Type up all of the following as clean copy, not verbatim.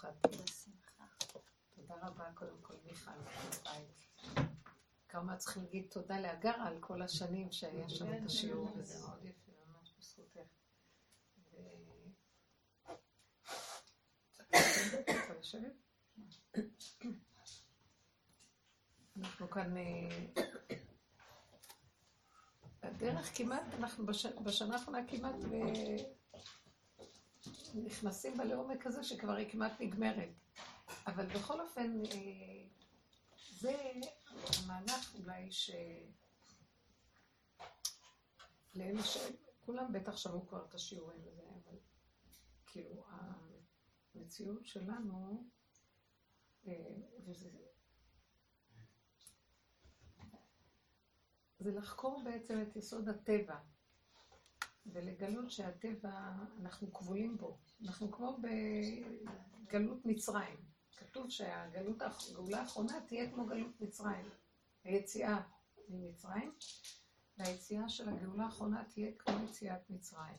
וברוכת. תודה רבה קודם כל מיכל בבית. כמה צריכים להגיד תודה לאגר על כל השנים שהיה שם את השיעור, וזה מאוד יפה, ממש בזכותך. רוצה לשבת? אנחנו כאן הדרך כמעט, אנחנו בשנה האחרונה כמעט נכנסים לעומק הזה שכבר היא כמעט נגמרת. אבל בכל אופן, זה המהלך אולי לאלה שכולם בטח שמעו כבר את השיעורים הזה, אבל כאילו המציאות שלנו, זה לחקור בעצם את יסוד הטבע, ולגלות שהטבע, אנחנו כבולים בו. אנחנו כמו בגלות מצרים. כתוב שהגאולה האחרונה תהיה כמו גלות מצרים. היציאה ממצרים, והיציאה של הגאולה האחרונה תהיה כמו יציאת מצרים.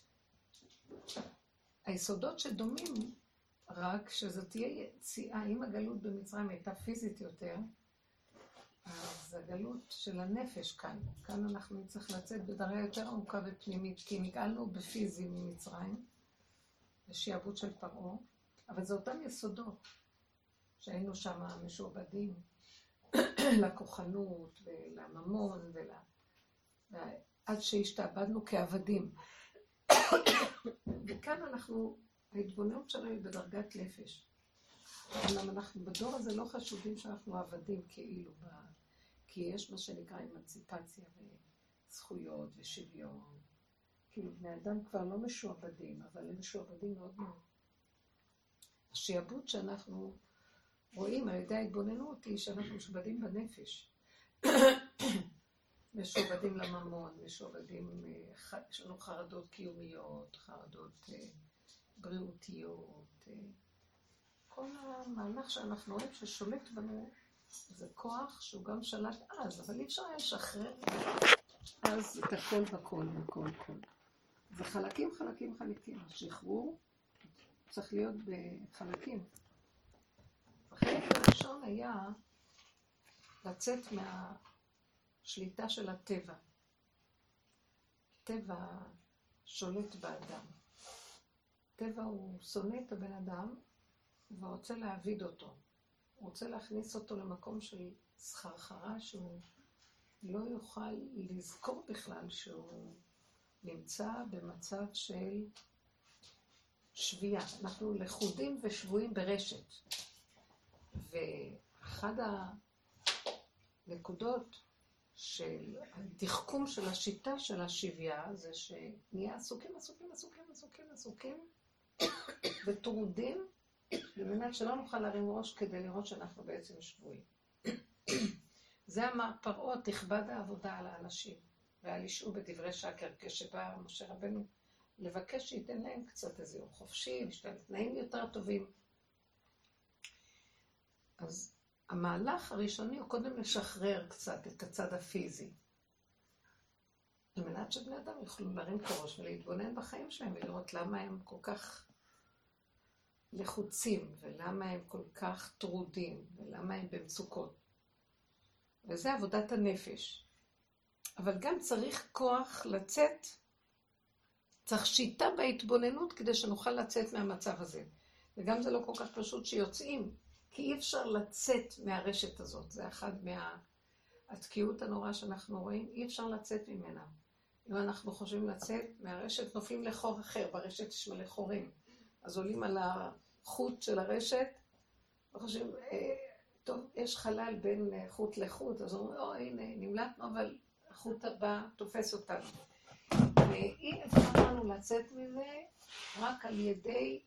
היסודות שדומים, רק שזו תהיה יציאה, אם הגלות במצרים הייתה פיזית יותר, אז הגלות של הנפש כאן אנחנו נצטרך לצאת בדרגה יותר עמוקה ופנימית, כי נגאלנו בפיזי ממצרים, בשיעבוד של פרעה, אבל זה אותם יסודות שהיינו שם משועבדים לכוחנות ולממון עד שהשתעבדנו כעבדים. וכאן ההתבוננות שלנו היא בדרגת נפש. אבל אנחנו בדור הזה לא חשובים שאנחנו עבדים כאילו, כי יש מה שנקרא אמנציפציה וזכויות ושוויון. כאילו בני אדם כבר לא משועבדים, אבל הם משועבדים מאוד מאוד. השיעבוד שאנחנו רואים על ידי ההתבוננות היא שאנחנו משועבדים בנפש. משועבדים לממון, משועבדים, יש לנו חרדות קיומיות, חרדות בריאותיות. כל המהלך שאנחנו רואים ששולט בנו זה כוח שהוא גם שלט אז, אבל אי אפשר היה לשחרר אז את הכל בכל. זה חלקים. השחרור צריך להיות בחלקים. החלק הראשון היה לצאת מהשליטה של הטבע. טבע שולט באדם. טבע הוא שונא את הבן אדם, ורוצה להעביד אותו. הוא רוצה להכניס אותו למקום של סחרחרה שהוא לא יוכל לזכור בכלל שהוא נמצא במצב של שבייה. אנחנו לחודים ושבויים ברשת. ואחד הנקודות של התחכום של השיטה של השביה זה שנהיה עסוקים וטרודים במנת שלא נוכל להרים ראש כדי לראות שאנחנו בעצם שבויים. זה אמר פרעה, תכבד העבודה על האנשים, ועל ישעו בדברי שקר, כשבא משה רבנו לבקש שייתן להם קצת איזה יום חופשי, לשתות תנאים יותר טובים. אז המהלך הראשוני הוא קודם לשחרר קצת את הצד הפיזי, על מנת שבני אדם יוכלו להרים את הראש ולהתבונן בחיים שלהם ולראות למה הם כל כך לחוצים, ולמה הם כל כך טרודים, ולמה הם במצוקות. וזה עבודת הנפש. אבל גם צריך כוח לצאת, צריך שיטה בהתבוננות כדי שנוכל לצאת מהמצב הזה. וגם זה לא כל כך פשוט שיוצאים, כי אי אפשר לצאת מהרשת הזאת. זה אחד מהתקיעות הנורא שאנחנו רואים, אי אפשר לצאת ממנה. אם אנחנו חושבים לצאת מהרשת, נופלים לחור אחר, ברשת יש מלא חורים. אז עולים על החוט של הרשת, וחושבים, טוב, יש חלל בין חוט לחוט, אז אומרים, הנה, נמלטנו, אבל החוט הבא תופס אותנו. ואי אפשר לנו לצאת מזה רק על ידי,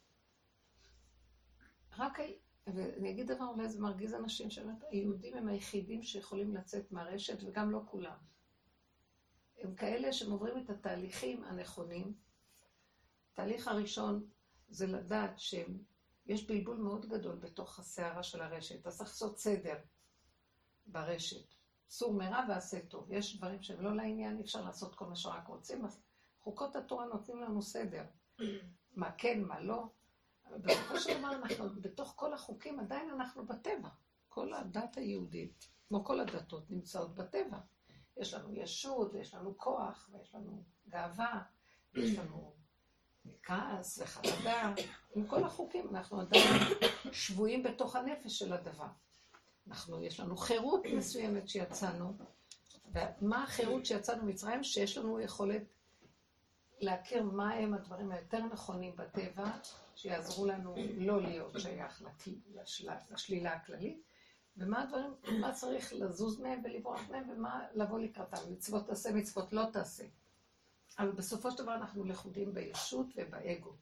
ואני אגיד דבר, אולי זה מרגיז אנשים שאומרת, היהודים הם היחידים שיכולים לצאת מהרשת, וגם לא כולם. הם כאלה שעוברים את התהליכים הנכונים. התהליך הראשון זה לדעת שיש בלבול מאוד גדול בתוך הסערה של הרשת. אז צריך לעשות סדר ברשת. סור מרע ועשה טוב. יש דברים שהם לא לעניין, אי אפשר לעשות כל מה שרק רוצים. אז חוקות התורה נותנים לנו סדר. מה כן, מה לא. אבל בסופו של דבר אנחנו, בתוך כל החוקים, עדיין אנחנו בטבע. כל הדת היהודית, כמו כל הדתות, נמצאות בטבע. יש לנו ישות, ויש לנו כוח, ויש לנו גאווה, ויש לנו כעס וחרדה. עם כל החוקים אנחנו עדיין שבויים בתוך הנפש של הדבר. יש לנו חירות מסוימת שיצאנו, ומה החירות שיצאנו מצרים? שיש לנו יכולת להכיר מה הם הדברים היותר נכונים בטבע, שיעזרו לנו לא להיות שייך לשלילה הכללית, ומה הדברים, מה צריך לזוז מהם ולברוח מהם, ומה לבוא לקראתם. מצוות תעשה, מצוות לא תעשה. אבל בסופו של דבר אנחנו לכודים בישות ובאגו,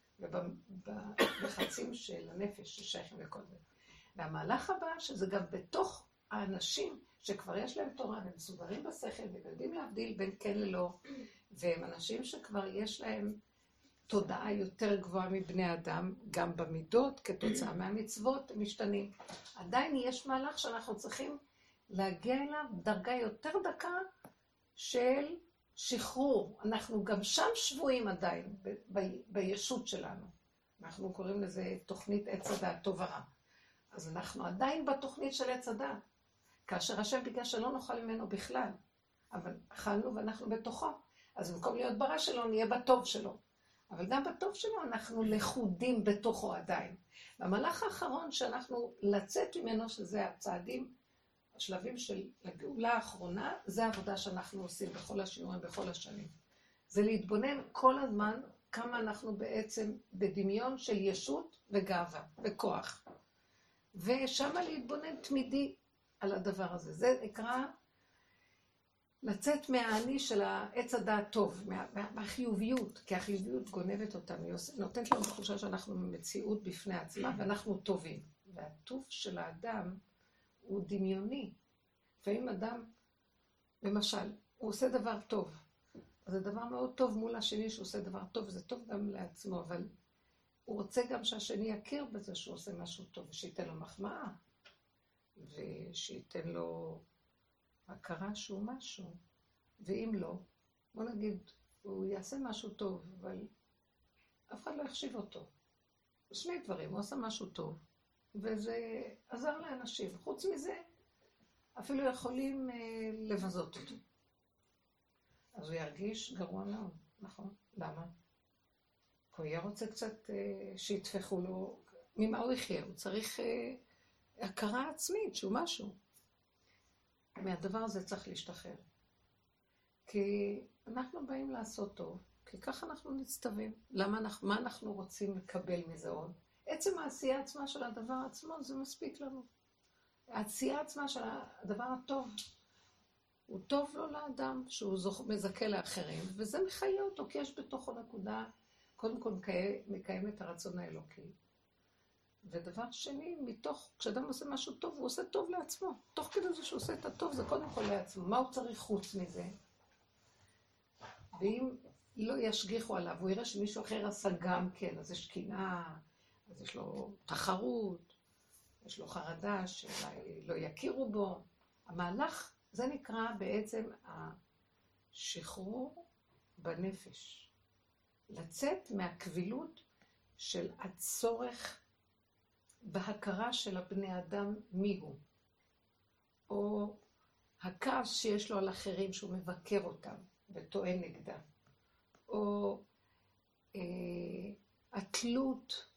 ובחצים של הנפש ששייכים לכל זה. והמהלך הבא, שזה גם בתוך האנשים שכבר יש להם תורה, והם מסודרים בשכל, והם יודעים להבדיל בין כן ללא, והם אנשים שכבר יש להם תודעה יותר גבוהה מבני אדם, גם במידות, כתוצאה מהמצוות, הם משתנים. עדיין יש מהלך שאנחנו צריכים להגיע אליו דרגה יותר דקה של שחרור. אנחנו גם שם שבויים עדיין, בישות שלנו. אנחנו קוראים לזה תוכנית עץ הדעת טוב ורע. אז אנחנו עדיין בתוכנית של עץ הדעת. כאשר השם בגלל שלא נאכל ממנו בכלל, אבל אכלנו ואנחנו בתוכו. אז במקום להיות ברע שלו, נהיה בטוב שלו. אבל גם בטוב שלו אנחנו לכודים בתוכו עדיין. והמהלך האחרון שאנחנו לצאת ממנו, שזה הצעדים, השלבים של הגאולה האחרונה, זה העבודה שאנחנו עושים בכל השיעורים, בכל השנים. זה להתבונן כל הזמן כמה אנחנו בעצם בדמיון של ישות וגאווה וכוח. ושם להתבונן תמידי על הדבר הזה. זה נקרא לצאת מהאני של העץ הדעת טוב, מהחיוביות, כי החיוביות גונבת אותנו, נותנת לנו תחושה שאנחנו במציאות בפני עצמה ואנחנו טובים. והטוב של האדם הוא דמיוני. לפעמים אדם, למשל, הוא עושה דבר טוב. אז זה דבר מאוד טוב מול השני שהוא עושה דבר טוב, זה טוב גם לעצמו, אבל הוא רוצה גם שהשני יכיר בזה שהוא עושה משהו טוב, ושייתן לו מחמאה, ושייתן לו הכרה שהוא משהו. ואם לא, בוא נגיד, הוא יעשה משהו טוב, אבל אף אחד לא יחשיב אותו. שני דברים, הוא עשה משהו טוב, וזה עזר לאנשים. חוץ מזה, אפילו יכולים לבזות אותו. אז הוא ירגיש גרוע מאוד, נכון? למה? כי הוא יהיה רוצה קצת שיתפחו לו, ממה הוא יחיה? הוא צריך הכרה עצמית שהוא משהו. מהדבר הזה צריך להשתחרר. כי אנחנו באים לעשות טוב, כי ככה אנחנו נצטווים. מה אנחנו רוצים לקבל מזה עוד? עצם העשייה עצמה של הדבר עצמו, זה מספיק לנו. העשייה עצמה של הדבר הטוב, הוא טוב לו לאדם, שהוא מזכה לאחרים, וזה מחיה אותו, כי יש בתוכו נקודה, קודם כל מקיים את הרצון האלוקי. ודבר שני, כשאדם עושה משהו טוב, הוא עושה טוב לעצמו. תוך כדי זה שהוא עושה את הטוב, זה קודם כל לעצמו. מה הוא צריך חוץ מזה? ואם לא ישגיחו עליו, הוא יראה שמישהו אחר עשה גם כן, אז יש קנאה, אז יש לו תחרות, יש לו חרדה שאולי לא יכירו בו. המהלך, זה נקרא בעצם השחרור בנפש. לצאת מהקבילות של הצורך בהכרה של הבני אדם מיהו, או הכעס שיש לו על אחרים שהוא מבקר אותם וטוען נגדם, או התלות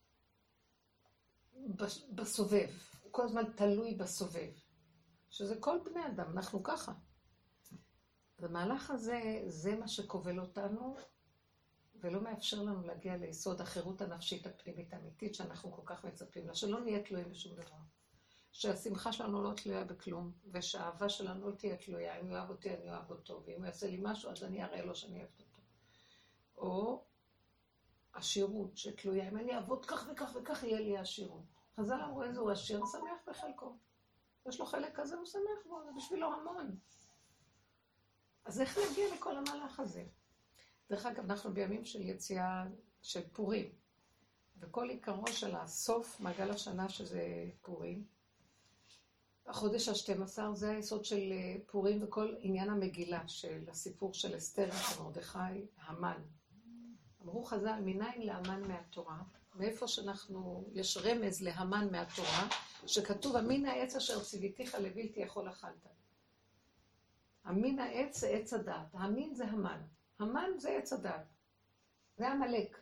בסובב, הוא כל הזמן תלוי בסובב, שזה כל בני אדם, אנחנו ככה. המהלך הזה, זה מה שכובל אותנו, ולא מאפשר לנו להגיע ליסוד החירות הנפשית הפנימית האמיתית שאנחנו כל כך מצפים לה, שלא נהיה תלויים בשום דבר. שהשמחה שלנו לא תלויה בכלום, ושהאהבה שלנו לא תהיה תלויה. אם הוא אוהב אותי, אני אוהב אותו, ואם הוא יעשה לי משהו, אז אני אראה לו שאני אוהבת אותו. או השירות שתלויה, אם אני אעבוד כך וכך וכך, יהיה לי השירות. חז"ל אמרו איזה הוא עשיר, שמח בחלקו. יש לו חלק כזה, הוא שמח בו, זה בשבילו המון. אז איך להגיע לכל המהלך הזה? דרך אגב, אנחנו בימים של יציאה של פורים, וכל עיקרו של הסוף, מעגל השנה שזה פורים, החודש ה-12 זה היסוד של פורים וכל עניין המגילה של הסיפור של אסתר ומרדכי, המן. אמרו חז"ל, מניין לאמן מהתורה, מאיפה שאנחנו, יש רמז להמן מהתורה, שכתוב, המין העץ אשר ציוויתיך לבלתי יכול אכלת. המין העץ זה עץ הדת, המין זה המן. המן זה עץ הדת, זה המלאק.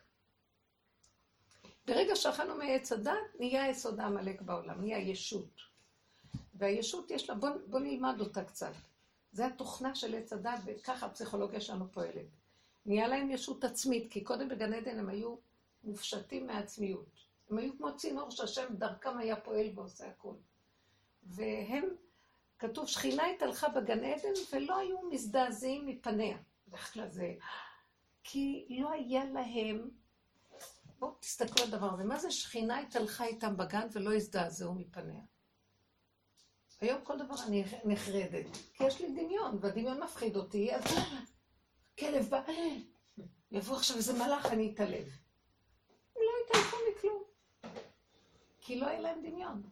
ברגע שאכלנו מעץ הדת, נהיה יסוד המלאק בעולם, נהיה ישות. והישות יש לה, בוא נלמד אותה קצת. זה התוכנה של עץ הדת, וככה הפסיכולוגיה שלנו פועלת. נהיה להם ישות עצמית, כי קודם בגן עדן הם היו מופשטים מעצמיות. הם היו כמו צינור שהשם דרכם היה פועל ועושה הכל. והם, כתוב, שכינה התהלכה בגן עדן ולא היו מזדעזעים מפניה. בדרך כלל זה, כי לא היה להם, בואו תסתכלו על הדבר הזה, מה זה שכינה התהלכה איתם בגן ולא הזדעזעו מפניה? היום כל דבר אני נחרדת, כי יש לי דמיון, והדמיון מפחיד אותי, אז כלב בא, יבוא עכשיו איזה מלאך, אני אתעלב. הם לא התעלפו מכלום, כי לא היה להם דמיון.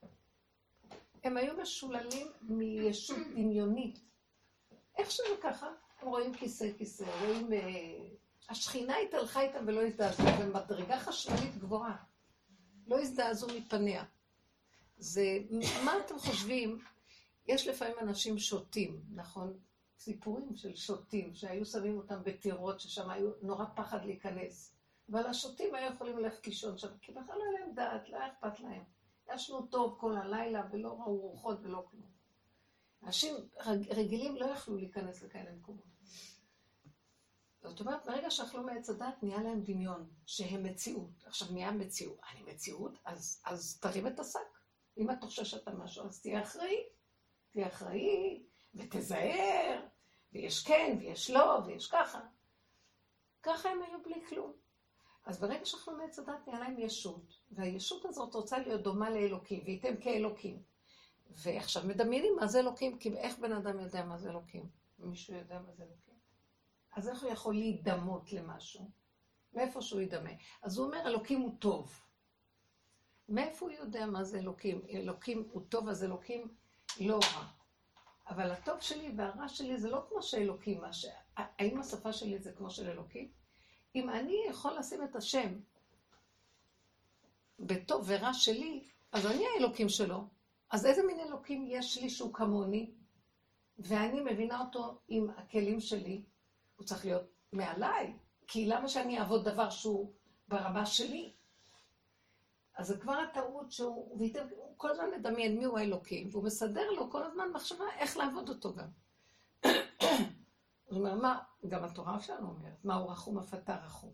הם היו משוללים מישות דמיונית. איך שזה ככה? הם רואים כיסא, רואים... השכינה התהלכה איתם ולא הזדעזו, במדרגה חשמלית גבוהה. לא הזדעזו מפניה. זה, מה אתם חושבים? יש לפעמים אנשים שוטים, נכון? סיפורים של שוטים, שהיו שמים אותם בטירות, ששם היו נורא פחד להיכנס. אבל השוטים היו יכולים ללכת לישון שם, כי בכלל לא היה להם דעת, לא היה אכפת להם. ישנו טוב כל הלילה, ולא ראו רוחות ולא כלום. אנשים רגילים לא יכלו להיכנס לכאלה מקומות. זאת אומרת, ברגע שאכלו מעץ הדת, נהיה להם דמיון, שהם מציאות. עכשיו נהיה מציאות. אני מציאות? אז תרים את השק. אם את חוששת על משהו, אז תהיה אחראי. תהיה אחראי, ותזהר, ויש כן, ויש לא, ויש ככה. ככה הם היו בלי כלום. אז ברגע שאכלו מעץ הדת, נהיה להם ישות. והישות הזאת רוצה להיות דומה לאלוקים, והייתם כאלוקים. ועכשיו מדמיינים מה זה אלוקים, כי איך בן אדם יודע מה זה אלוקים? מישהו יודע מה זה אלוקים? אז איך הוא יכול להידמות למשהו? מאיפה שהוא ידמה? אז הוא אומר, אלוקים הוא טוב. מאיפה הוא יודע מה זה אלוקים? אלוקים הוא טוב, אז אלוקים לא רע. אבל הטוב שלי והרע שלי זה לא כמו שאלוקים. האם השפה שלי זה כמו של אלוקים? אם אני יכול לשים את השם בטוב ורע שלי, אז אני האלוקים שלו. אז איזה מין אלוקים יש לי שהוא כמוני? ואני מבינה אותו עם הכלים שלי. הוא צריך להיות מעליי, כי למה שאני אעבוד דבר שהוא ברמה שלי? אז זה כבר הטעות שהוא, הוא כל הזמן מדמיין מי הוא האלוקים, והוא מסדר לו כל הזמן מחשבה איך לעבוד אותו גם. זאת אומרת, מה, גם התורה שלנו אומרת, מה הוא רחום אף אתה רחום.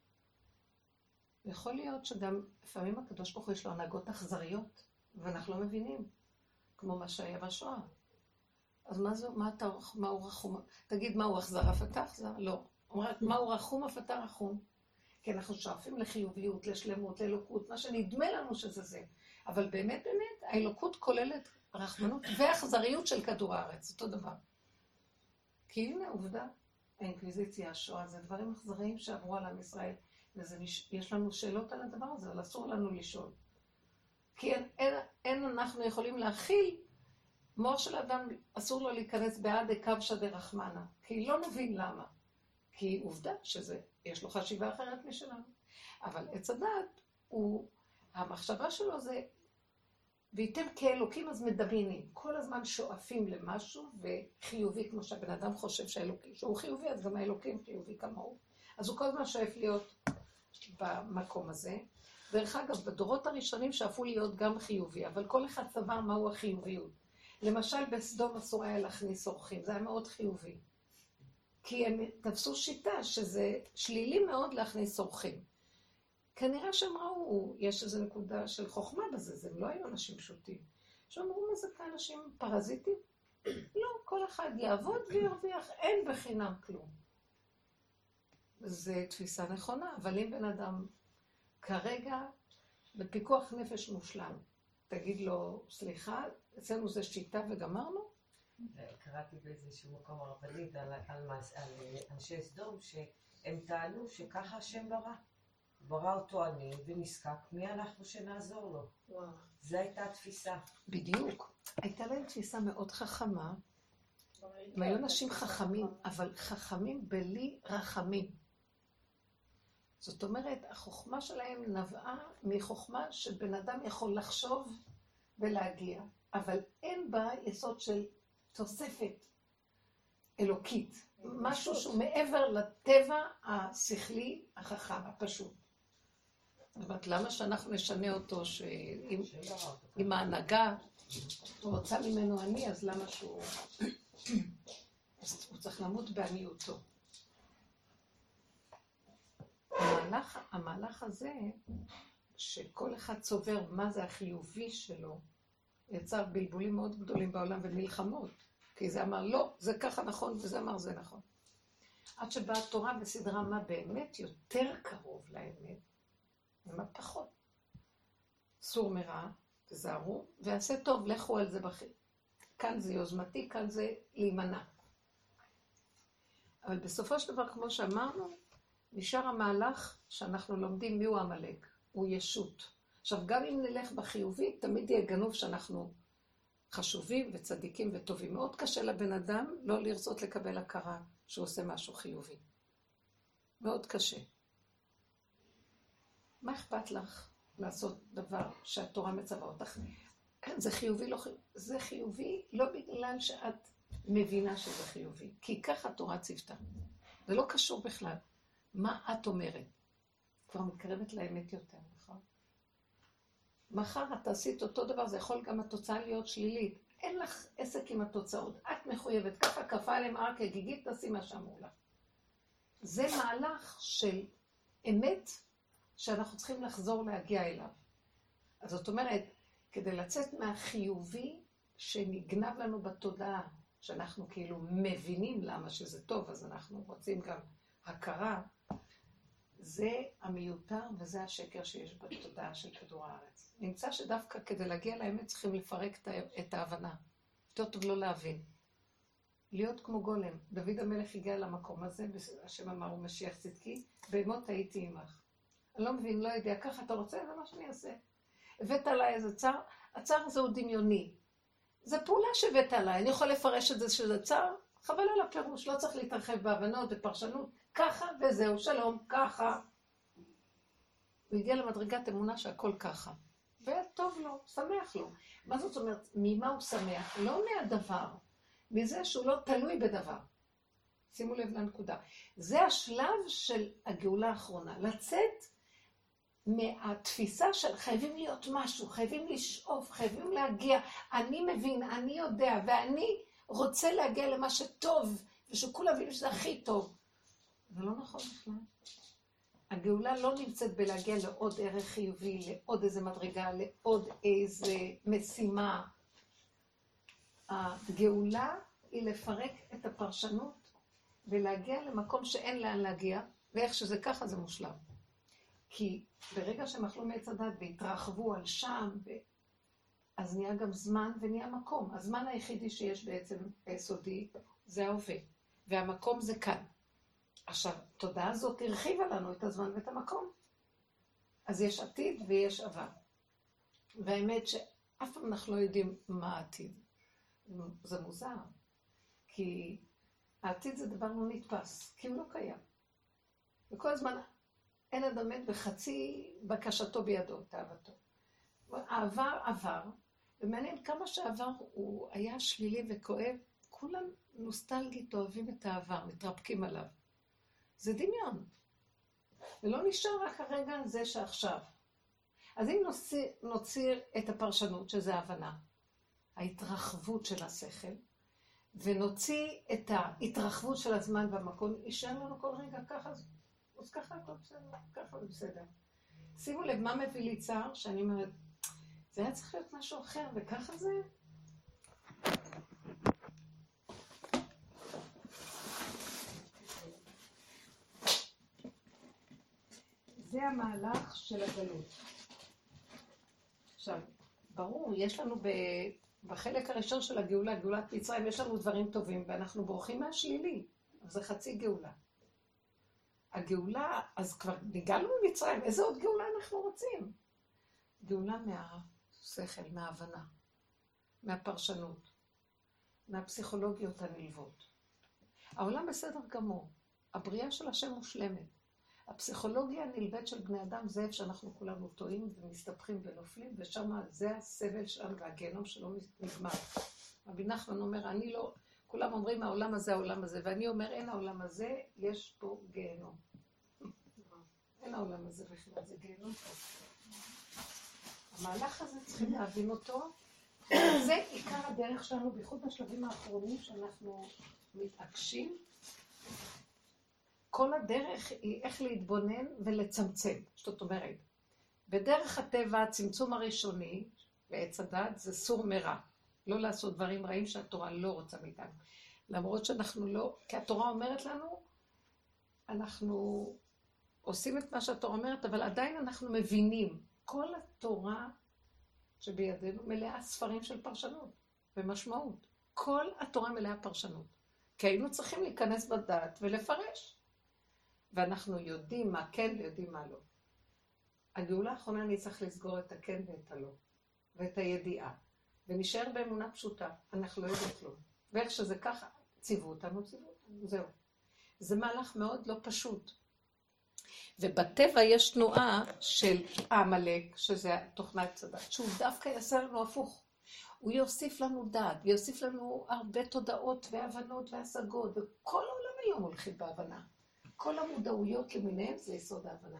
יכול להיות שגם לפעמים הקדוש ברוך הוא יש לו הנהגות אכזריות, ואנחנו לא מבינים, כמו מה שהיה בשואה. אז מה הוא רחום? תגיד, מה הוא אכזר אף אתה אכזר? לא. אומרת, מה הוא רחום אף אתה רחום? כי אנחנו שואפים לחיוביות, לשלמות, לאלוקות, מה שנדמה לנו שזה זה. אבל באמת, האלוקות כוללת רחמנות ואכזריות של כדור הארץ, אותו דבר. כי הנה עובדה, האינקוויזיציה, השואה, זה דברים אכזריים שעברו על עם ישראל, ויש לנו שאלות על הדבר הזה, אבל אסור לנו לשאול. כי אין אנחנו יכולים להכיל, מוח של אדם אסור לו להיכנס בעד קבשא דרחמנא, כי לא נבין למה. כי עובדה שזה, יש לו חשיבה אחרת משלנו. אבל עץ הדעת, המחשבה שלו זה, וייתם כאלוקים אז מדמיינים. כל הזמן שואפים למשהו, וחיובי כמו שהבן אדם חושב שהוא חיובי, אז גם האלוקים חיובי כמוהו. אז הוא כל הזמן שואף להיות במקום הזה. דרך אגב, בדורות הראשונים שאפו להיות גם חיובי, אבל כל אחד סבר מהו החיוביות. למשל, בסדום אסור היה להכניס אורחים, זה היה מאוד חיובי. כי הם תפסו שיטה שזה שלילי מאוד להכניס אורחים. כנראה שהם ראו, יש איזו נקודה של חוכמה בזה, הם לא היו אנשים פשוטים. שאמרו, מה זה כאנשים פרזיטים? לא, כל אחד יעבוד וירוויח, אין בחינם כלום. זו תפיסה נכונה, אבל אם בן אדם כרגע בפיקוח נפש מושלם, תגיד לו, סליחה, אצלנו זה שיטה וגמרנו? קראתי באיזשהו מקום הרבנית על אנשי סדום, שהם טענו שככה השם ברא אותו אני ונזקק, מי אנחנו שנעזור לו? וואו. זו הייתה התפיסה. בדיוק. הייתה להם תפיסה מאוד חכמה. הם היו אנשים חכמים, אבל חכמים בלי רחמים. זאת אומרת, החוכמה שלהם נבעה מחוכמה שבן אדם יכול לחשוב ולהגיע, אבל אין בה יסוד של תוספת אלוקית, משהו שהוא מעבר לטבע השכלי החכם, הפשוט. זאת אומרת, למה שאנחנו נשנה אותו, שאם ההנהגה רוצה ממנו אני, אז למה שהוא... אז הוא צריך למות בעניותו. המהלך הזה, שכל אחד צובר מה זה החיובי שלו, יצר בלבולים מאוד גדולים בעולם ומלחמות. כי זה אמר לא, זה ככה נכון, וזה אמר זה נכון. עד שבאה התורה וסדרה מה באמת יותר קרוב לאמת, ומה פחות. סור מרע, תזהרו, ועשה טוב, לכו על זה בכי. כאן זה יוזמתי, כאן זה להימנע. אבל בסופו של דבר, כמו שאמרנו, נשאר המהלך שאנחנו לומדים מיהו המלאק, הוא ישות. עכשיו, גם אם נלך בחיובי, תמיד יהיה גנוב שאנחנו חשובים וצדיקים וטובים. מאוד קשה לבן אדם לא לרצות לקבל הכרה שהוא עושה משהו חיובי. מאוד קשה. מה אכפת לך לעשות דבר שהתורה מצווה אותך? זה חיובי, לא חיובי. זה חיובי לא בגלל שאת מבינה שזה חיובי, כי ככה התורה ציוותה. זה לא קשור בכלל. מה את אומרת? כבר מתקרבת לאמת יותר, נכון? מחר את עשית אותו דבר, זה יכול גם התוצאה להיות שלילית. אין לך עסק עם התוצאות. את מחויבת, ככה כפה עליהם הר כגיגית, תעשי מה שאמרו לך. זה מהלך של אמת שאנחנו צריכים לחזור להגיע אליו. אז זאת אומרת, כדי לצאת מהחיובי שנגנב לנו בתודעה, שאנחנו כאילו מבינים למה שזה טוב, אז אנחנו רוצים גם הכרה, זה המיותר וזה השקר שיש בתודעה של כדור הארץ. נמצא שדווקא כדי להגיע לאמת צריכים לפרק את ההבנה. יותר טוב לא להבין. להיות כמו גולם. דוד המלך הגיע למקום הזה, השם אמר הוא משיח צדקי, בהמות הייתי עמך. אני לא מבין, לא יודע, ככה אתה רוצה, זה מה שאני אעשה. הבאת עליי איזה צער, הצער הזה הוא דמיוני. זה פעולה שהבאת עליי, אני יכול לפרש את זה שזה צער, חבל על הפירוש, לא צריך להתרחב בהבנות ופרשנות, ככה וזהו, שלום, ככה. הוא הגיע למדרגת אמונה שהכל ככה. וטוב לו, שמח לו. מה זאת אומרת? ממה הוא שמח? לא מהדבר, מזה שהוא לא תלוי בדבר. שימו לב לנקודה. זה השלב של הגאולה האחרונה, לצאת מהתפיסה של חייבים להיות משהו, חייבים לשאוף, חייבים להגיע, אני מבין, אני יודע, ואני רוצה להגיע למה שטוב, ושכולם מבינים שזה הכי טוב. זה לא נכון בכלל. הגאולה לא נמצאת בלהגיע לעוד ערך חיובי, לעוד איזה מדרגה, לעוד איזה משימה. הגאולה היא לפרק את הפרשנות ולהגיע למקום שאין לאן להגיע, ואיך שזה ככה זה מושלם. כי ברגע שהם אכלו מעץ הדת והתרחבו על שם, אז נהיה גם זמן ונהיה מקום. הזמן היחידי שיש בעצם סודי זה ההווה, והמקום זה כאן. עכשיו, התודעה הזאת הרחיבה לנו את הזמן ואת המקום. אז יש עתיד ויש עבר. והאמת שאף פעם אנחנו לא יודעים מה העתיד. זה מוזר. כי העתיד זה דבר לא נתפס, כי הוא לא קיים. וכל הזמן אין אדם מת בחצי בקשתו בידו, תאוותו. העבר עבר, ומעניין כמה שהעבר הוא היה שלילי וכואב, כולם נוסטלגית אוהבים את העבר, מתרפקים עליו. זה דמיון. ולא נשאר רק הרגע הזה שעכשיו. אז אם נוציר את הפרשנות, שזה ההבנה, ההתרחבות של השכל, ונוציא את ההתרחבות של הזמן והמקום, יישאר לנו כל רגע ככה, אז ככה הכל בסדר, ככה זה בסדר. שימו לב, מה מביא לי צער? שאני אומרת, זה היה צריך להיות משהו אחר, וככה זה... זה המהלך של הגלות. עכשיו, ברור, יש לנו בחלק הראשון של הגאולה, גאולת מצרים, יש לנו דברים טובים, ואנחנו בורחים מהשלילי. אז זה חצי גאולה. הגאולה, אז כבר ניגענו ממצרים, איזה עוד גאולה אנחנו רוצים? גאולה מהשכל, מההבנה, מהפרשנות, מהפסיכולוגיות הנלוות. העולם בסדר גמור, הבריאה של השם מושלמת. הפסיכולוגיה הנלבית של בני אדם זה איפה שאנחנו כולנו טועים ומסתבכים ונופלים, ושם זה הסבל שלנו והגיהנום שלא נגמר. רבי נחמן אומר, אני לא, כולם אומרים העולם הזה, העולם הזה, ואני אומר, אין העולם הזה, יש פה גיהנום. אין העולם הזה בכלל, זה גיהנום פה. המהלך הזה צריכים להבין אותו, זה עיקר הדרך שלנו, בייחוד בשלבים האחרונים שאנחנו מתעקשים. כל הדרך היא איך להתבונן ולצמצם. זאת אומרת, בדרך הטבע, הצמצום הראשוני, בעץ הדת, זה סור מרע. לא לעשות דברים רעים שהתורה לא רוצה מאיתנו. למרות שאנחנו לא, כי התורה אומרת לנו, אנחנו עושים את מה שהתורה אומרת, אבל עדיין אנחנו מבינים. כל התורה שבידינו מלאה ספרים של פרשנות ומשמעות. כל התורה מלאה פרשנות. כי היינו צריכים להיכנס בדעת ולפרש. ואנחנו יודעים מה כן ויודעים מה לא. הגאולה האחרונה אני צריך לסגור את הכן ואת הלא, ואת הידיעה. ונשאר באמונה פשוטה, אנחנו לא יודעים כלום. ואיך שזה ככה, ציוו אותנו, זהו. זה מהלך מאוד לא פשוט. ובטבע יש תנועה של העמלק, שזה תוכנת צדת, שהוא דווקא יעשה לנו הפוך. הוא יוסיף לנו דעת, ויוסיף לנו הרבה תודעות והבנות והשגות, וכל העולם היום הולכים בהבנה. כל המודעויות למיניהם זה יסוד ההבנה.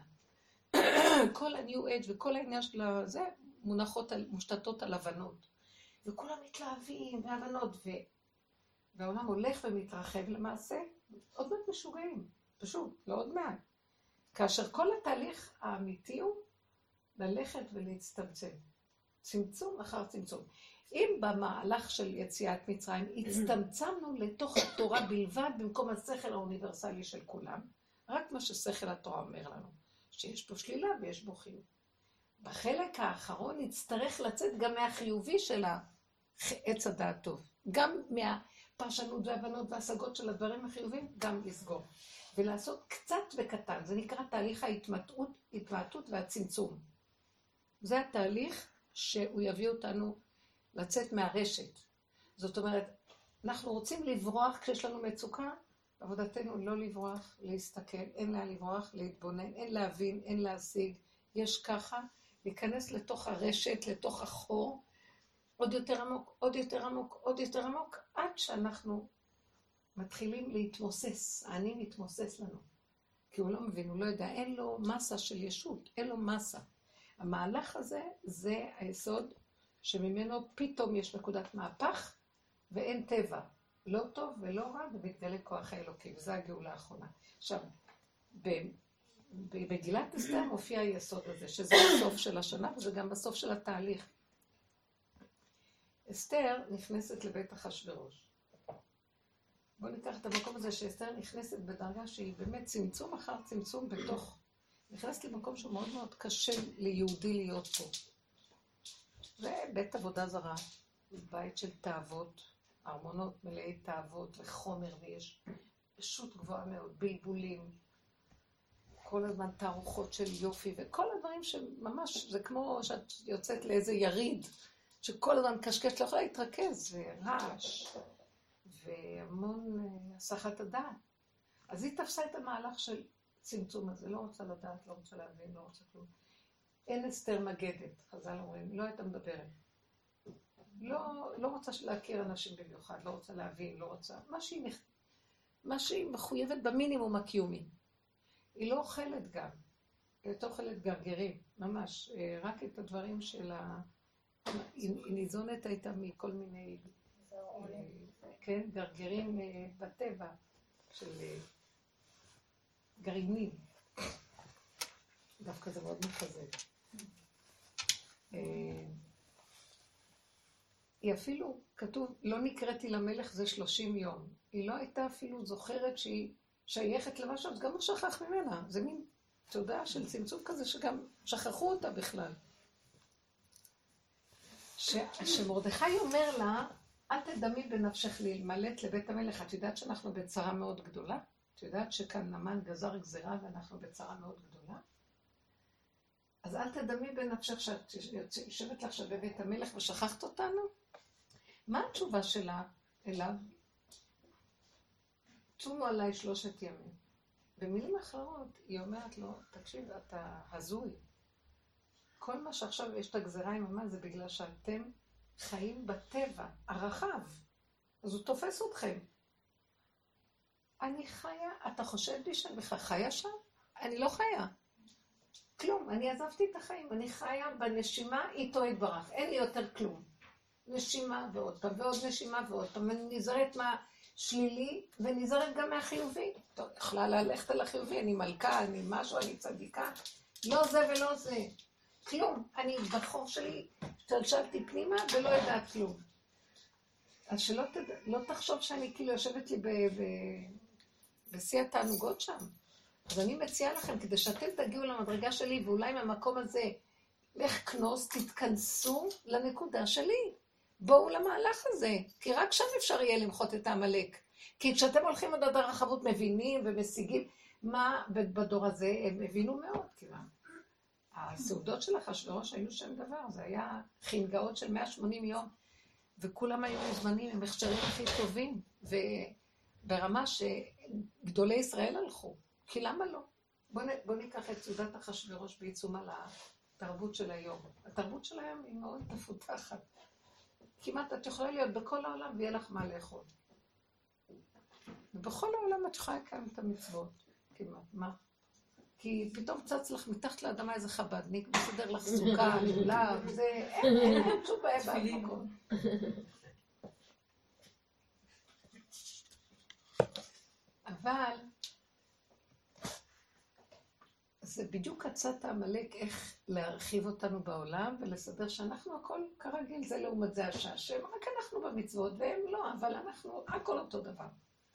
כל ה-New Age וכל העניין של זה מושתתות על הבנות. וכולם מתלהבים בהבנות, והעולם הולך ומתרחב למעשה, עוד מעט משוגעים, פשוט, לא עוד מעט. כאשר כל התהליך האמיתי הוא ללכת ולהצטמצם. צמצום אחר צמצום. אם במהלך של יציאת מצרים הצטמצמנו לתוך התורה בלבד במקום השכל האוניברסלי של כולם, רק מה ששכל התורה אומר לנו, שיש פה שלילה ויש בו חיוב. בחלק האחרון נצטרך לצאת גם מהחיובי של עץ הדעת טוב, גם מהפרשנות והבנות והשגות של הדברים החיובים, גם לסגור. ולעשות קצת בקטן, זה נקרא תהליך ההתמעטות והצמצום. זה התהליך שהוא יביא אותנו לצאת מהרשת. זאת אומרת, אנחנו רוצים לברוח כשיש לנו מצוקה, עבודתנו לא לברוח, להסתכל, אין לה לברוח, להתבונן, אין להבין, אין להשיג, יש ככה, להיכנס לתוך הרשת, לתוך החור, עוד יותר עמוק, עוד יותר עמוק, עוד יותר עמוק, עד שאנחנו מתחילים להתמוסס, האני מתמוסס לנו. כי הוא לא מבין, הוא לא יודע, אין לו מסה של ישות, אין לו מסה. המהלך הזה זה היסוד שממנו פתאום יש נקודת מהפך ואין טבע. לא טוב ולא רע ומתגלה כוח האלוקי, וזה הגאולה האחרונה. עכשיו, בגילת אסתר מופיע היסוד הזה, שזה בסוף של השנה וזה גם בסוף של התהליך. אסתר נכנסת לבית אחשוורוש. בואו ניקח את המקום הזה שאסתר נכנסת בדרגה שהיא באמת צמצום אחר צמצום בתוך, נכנסת למקום שהוא מאוד מאוד קשה ליהודי להיות פה. זה בית עבודה זרה, בית של תאוות, ארמונות מלאי תאוות וחומר, ויש פשוט גבוהה מאוד, בלבולים, כל הזמן תערוכות של יופי, וכל הדברים שממש, זה כמו שאת יוצאת לאיזה יריד, שכל הזמן קשקש, לא יכולה להתרכז, ורעש. והמון הסחת הדעת. אז היא תפסה את המהלך של צמצום הזה, לא רוצה לדעת, לא רוצה להבין, לא רוצה כלום. אין אסתר מגדת, חז"ל אומרים, לא הייתה מדברת. לא רוצה להכיר אנשים במיוחד, לא רוצה להבין, לא רוצה, מה שהיא מחויבת במינימום הקיומי. היא לא אוכלת גם, היא יותר אוכלת גרגרים, ממש, רק את הדברים של היא ניזונת הייתה מכל מיני כן, גרגרים בטבע של גרעינים. דווקא זה מאוד מחזק. היא אפילו, כתוב, לא נקראתי למלך זה 30 יום. היא לא הייתה אפילו זוכרת שהיא שייכת למשהו, אז גם הוא שכח ממנה. זה מין תודעה של צמצום כזה שגם שכחו אותה בכלל. שמרדכי אומר לה, אל תדמי בנפשך להימלט לבית המלך. את יודעת שאנחנו בצרה מאוד גדולה? את יודעת שכאן נמן גזר גזירה ואנחנו בצרה מאוד גדולה? אז אל תדמי בנפשך שאת יושבת לך בבית המלך ושכחת אותנו? מה התשובה שלה אליו? צומו עליי 3 ימים. במילים אחרות, היא אומרת לו, תקשיב, אתה הזוי. כל מה שעכשיו יש את הגזרה עם המן זה בגלל שאתם חיים בטבע הרחב. אז הוא תופס אתכם. אני חיה, אתה חושב לי שאני בכלל חיה שם? אני לא חיה. כלום, אני עזבתי את החיים, אני חיה בנשימה איתו יתברך, אין לי יותר כלום. נשימה ועוד פעם, ועוד נשימה ועוד פעם, אני נזהרת מהשלילי ונזהרת גם מהחיובי. טוב, יכולה ללכת על החיובי, אני מלכה, אני משהו, אני צדיקה. לא זה ולא זה. כלום, אני בחור שלי שלשלתי פנימה ולא יודעת כלום. אז שלא לא תחשוב שאני כאילו יושבת לי בשיא התענוגות שם. אז אני מציעה לכם, כדי שאתם תגיעו למדרגה שלי, ואולי מהמקום הזה, לך כנוס, תתכנסו לנקודה שלי. בואו למהלך הזה, כי רק שם אפשר יהיה למחות את העמלק. כי כשאתם הולכים עוד עד הרחבות מבינים ומשיגים, מה בדור הזה הם הבינו מאוד, כיוון. הסעודות של אחשוורוש היו שם דבר, זה היה חנגאות של 180 יום, וכולם היו מוזמנים עם הכשרים הכי טובים, וברמה שגדולי ישראל הלכו. כי למה לא? בוא ניקח את סעודת אחשוורוש בעיצומה לתרבות של היום. התרבות של היום היא מאוד מפותחת. כמעט את יכולה להיות בכל העולם ויהיה לך מה לאכול. ובכל העולם את יכולה לקיים את המצוות. כמעט, מה? כי פתאום צץ לך מתחת לאדמה איזה חבדניק, מסדר לך סוכה, לולב, זה... אין שום בעיה במקום. אבל זה בדיוק הצעת העמלק איך להרחיב אותנו בעולם ולסדר שאנחנו הכל כרגיל, זה לעומת זה השם, רק אנחנו במצוות והם לא, אבל אנחנו הכל אותו דבר.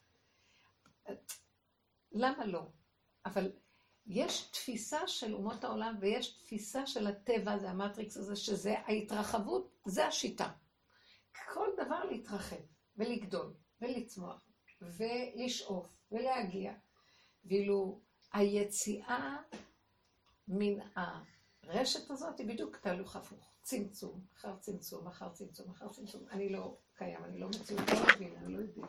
למה לא? אבל יש תפיסה של אומות העולם ויש תפיסה של הטבע, זה המטריקס הזה, שזה ההתרחבות, זה השיטה. כל דבר להתרחב ולגדול ולצמוח ולשאוף ולהגיע. ואילו היציאה מן הרשת הזאת היא בדיוק תהלוך הפוך. צמצום, אחר צמצום, אחר צמצום, אחר צמצום. אני לא קיים, אני לא מציאות, לא מבין, אני לא יודע.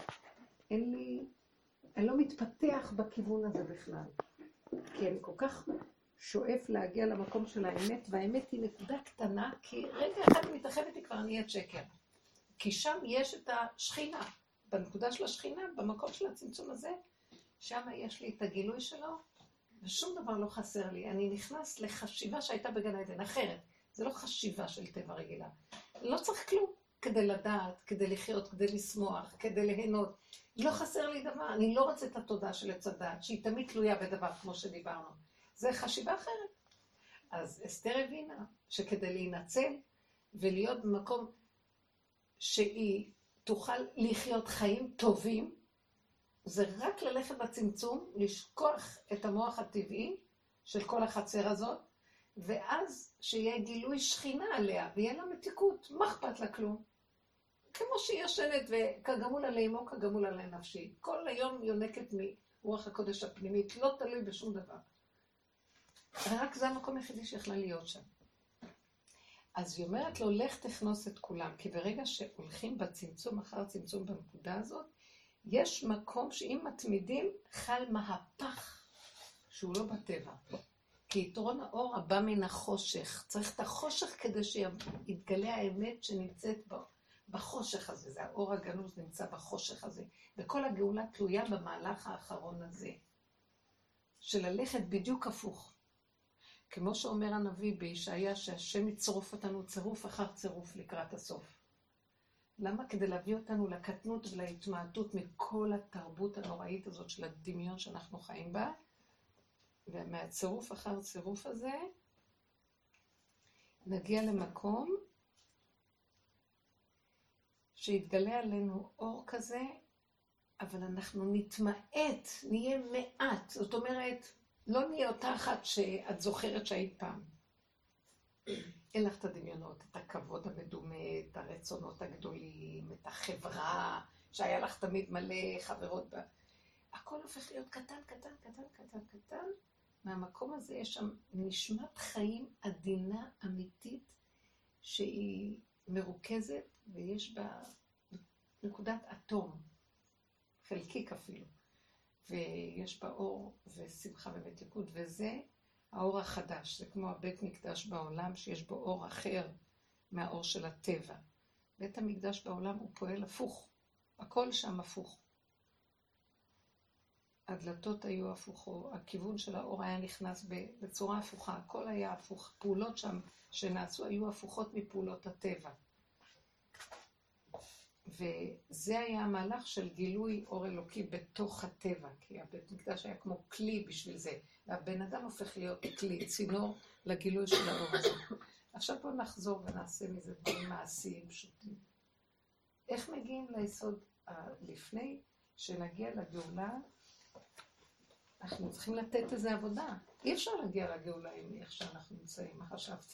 אני לא מתפתח בכיוון הזה בכלל. כי אני כל כך שואף להגיע למקום של האמת, והאמת היא נקודה קטנה, כי רגע אחד אני מתרחבת היא כבר נהיית שקר. כי שם יש את השכינה, בנקודה של השכינה, במקום של הצמצום הזה, שם יש לי את הגילוי שלו, ושום דבר לא חסר לי. אני נכנס לחשיבה שהייתה בגן עדן, אחרת. זה לא חשיבה של טבע רגילה. לא צריך כלום כדי לדעת, כדי לחיות, כדי לשמוח, כדי ליהנות. לא חסר לי דבר, אני לא רוצה את התודעה של עץ הדעת, שהיא תמיד תלויה בדבר, כמו שדיברנו. זה חשיבה אחרת. אז אסתר הבינה שכדי להינצל ולהיות במקום שהיא תוכל לחיות חיים טובים, זה רק ללכת בצמצום, לשכוח את המוח הטבעי של כל החצר הזאת, ואז שיהיה גילוי שכינה עליה, ויהיה לה מתיקות, מה אכפת לה כלום? כמו שהיא ישנת וכגמול עלי אמו, כגמול עלי נפשי. כל היום יונקת מרוח הקודש הפנימית, לא תלוי בשום דבר. רק זה המקום היחידי שיכולה להיות שם. אז היא אומרת לו, לך תכנוס את כולם, כי ברגע שהולכים בצמצום אחר צמצום בנקודה הזאת, יש מקום שאם מתמידים חל מהפך שהוא לא בטבע. כי יתרון האור הבא מן החושך. צריך את החושך כדי שיתגלה האמת שנמצאת בחושך הזה. זה האור הגנוז נמצא בחושך הזה. וכל הגאולה תלויה במהלך האחרון הזה. של ללכת בדיוק הפוך. כמו שאומר הנביא בישעיה שהשם יצרוף אותנו צירוף אחר צירוף לקראת הסוף. למה? כדי להביא אותנו לקטנות ולהתמעטות מכל התרבות הנוראית הזאת של הדמיון שאנחנו חיים בה, ומהצירוף אחר צירוף הזה, נגיע למקום שיתגלה עלינו אור כזה, אבל אנחנו נתמעט, נהיה מעט. זאת אומרת, לא נהיה אותה אחת שאת זוכרת שהיית פעם. אין לך את הדמיונות, את הכבוד המדומה, את הרצונות הגדולים, את החברה, שהיה לך תמיד מלא חברות בה. הכל הופך להיות קטן, קטן, קטן, קטן, קטן. מהמקום הזה יש שם נשמת חיים עדינה, אמיתית, שהיא מרוכזת, ויש בה נקודת אטום, חלקיק אפילו. ויש בה אור ושמחה ומתיקות, וזה האור החדש. זה כמו הבית מקדש בעולם, שיש בו אור אחר מהאור של הטבע. בית המקדש בעולם הוא פועל הפוך, הכל שם הפוך. הדלתות היו הפוכו, הכיוון של האור היה נכנס בצורה הפוכה, הכל היה הפוך, פעולות שם שנעשו היו הפוכות מפעולות הטבע. וזה היה המהלך של גילוי אור אלוקי בתוך הטבע, כי הבית מקדש היה כמו כלי בשביל זה, והבן אדם הופך להיות כלי, צינור לגילוי של האור הזה. עכשיו בואו נחזור ונעשה מזה דברים מעשיים פשוטים. איך מגיעים ליסוד לפני שנגיע לגאולה? אנחנו צריכים לתת איזו עבודה. אי אפשר להגיע לגאולה עם איך שאנחנו נמצאים, מה חשבתי?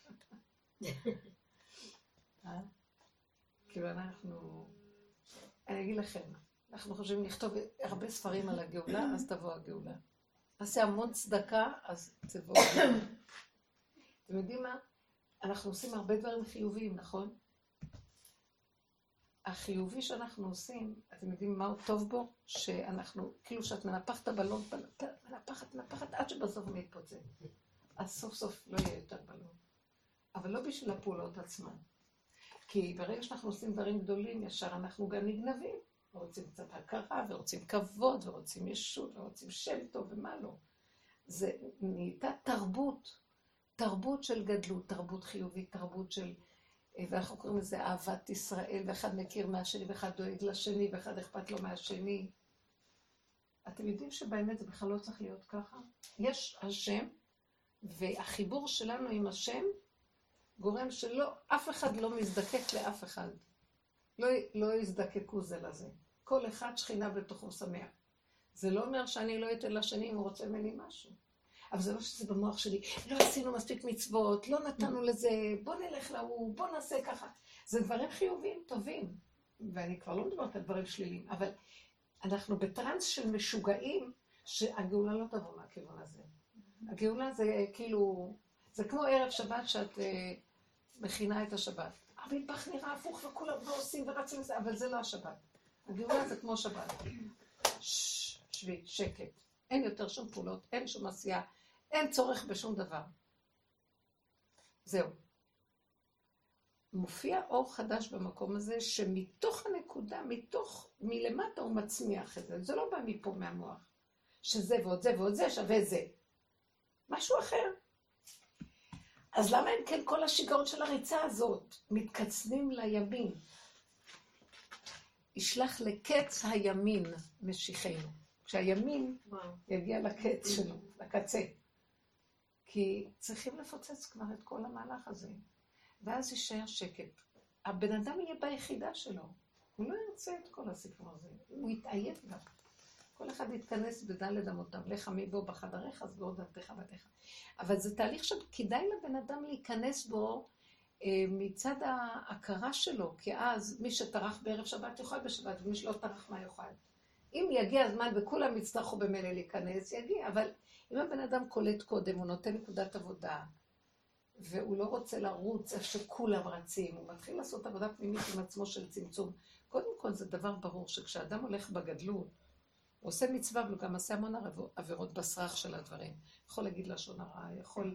כאילו אני אגיד לכם, אנחנו חושבים לכתוב הרבה ספרים על הגאולה, אז תבוא הגאולה. נעשה המון צדקה, אז תבוא הגאולה. אתם יודעים מה? אנחנו עושים הרבה דברים חיוביים, נכון? החיובי שאנחנו עושים, אתם יודעים מה הוא טוב בו? שאנחנו, כאילו שאת מנפחת בלון, מנפחת עד שבסוף הוא מתפוצץ. אז סוף סוף לא יהיה יותר בלון. אבל לא בשביל הפעולות עצמן. כי ברגע שאנחנו עושים דברים גדולים, ישר אנחנו גם נגנבים. ורוצים קצת הכרה, ורוצים כבוד, ורוצים ישות, ורוצים שם טוב, ומה לא. זה נהייתה תרבות של גדלות, תרבות חיובית, תרבות של... ואנחנו קוראים לזה אהבת ישראל, ואחד מכיר מהשני, ואחד דואג לשני, ואחד אכפת לו מהשני. אתם יודעים שבאמת זה בכלל לא צריך להיות ככה? יש השם, והחיבור שלנו עם השם, גורם שלא, אף אחד לא מזדקק לאף אחד. לא יזדקקו זה לזה. כל אחד שכינה בתוכו שמח. זה לא אומר שאני לא אתן לשני אם הוא רוצה ממני משהו. אבל זה לא שזה במוח שלי, לא עשינו מספיק מצוות, לא נתנו לזה, בוא נלך להוא, בוא נעשה ככה. זה דברים חיוביים, טובים. ואני כבר לא מדברת על דברים שליליים, אבל אנחנו בטרנס של משוגעים, שהגאולה לא תבוא מהכיוון הזה. הגאולה זה כאילו, זה כמו ערב שבת שאת מכינה את השבת. המטבח נראה הפוך וכולם לא עושים ורצים לזה, אבל זה לא השבת. הגאולה זה כמו שבת. שבי, שקט. אין יותר שום פעולות, אין שום עשייה, אין צורך בשום דבר. זהו. מופיע אור חדש במקום הזה, שמתוך הנקודה, מלמטה הוא מצמיח את זה. זה לא בא מפה מהמוח. שזה ועוד זה ועוד זה שווה זה. משהו אחר. אז למה אין כן כל השיגעון של הריצה הזאת? מתקצנים לימין. ישלח לקץ הימין משיחנו. כשהימין יגיע לקץ שלו, לקצה. כי צריכים לפוצץ כבר את כל המהלך הזה. ואז יישאר שקט. הבן אדם יהיה ביחידה שלו. הוא לא ירצה את כל הסיפור הזה. הוא יתעייף גם. כל אחד יתכנס בדלת אמותיו. לך מבוא בחדריך, אז בעוד דלתך בתיך. אבל זה תהליך שכדאי לבן אדם להיכנס בו מצד ההכרה שלו. כי אז מי שטרח בערב שבת יאכל בשבת, ומי שלא טרח מה יאכל. אם יגיע הזמן וכולם יצטרכו במילא להיכנס, יגיע. אבל אם הבן אדם קולט קודם, הוא נותן נקודת עבודה, והוא לא רוצה לרוץ איפה שכולם רצים, הוא מתחיל לעשות עבודה פנימית עם עצמו של צמצום. קודם כל זה דבר ברור שכשאדם הולך בגדלות, הוא עושה מצווה והוא גם עושה המון עבירות בסרח של הדברים. יכול להגיד לשון הרע, יכול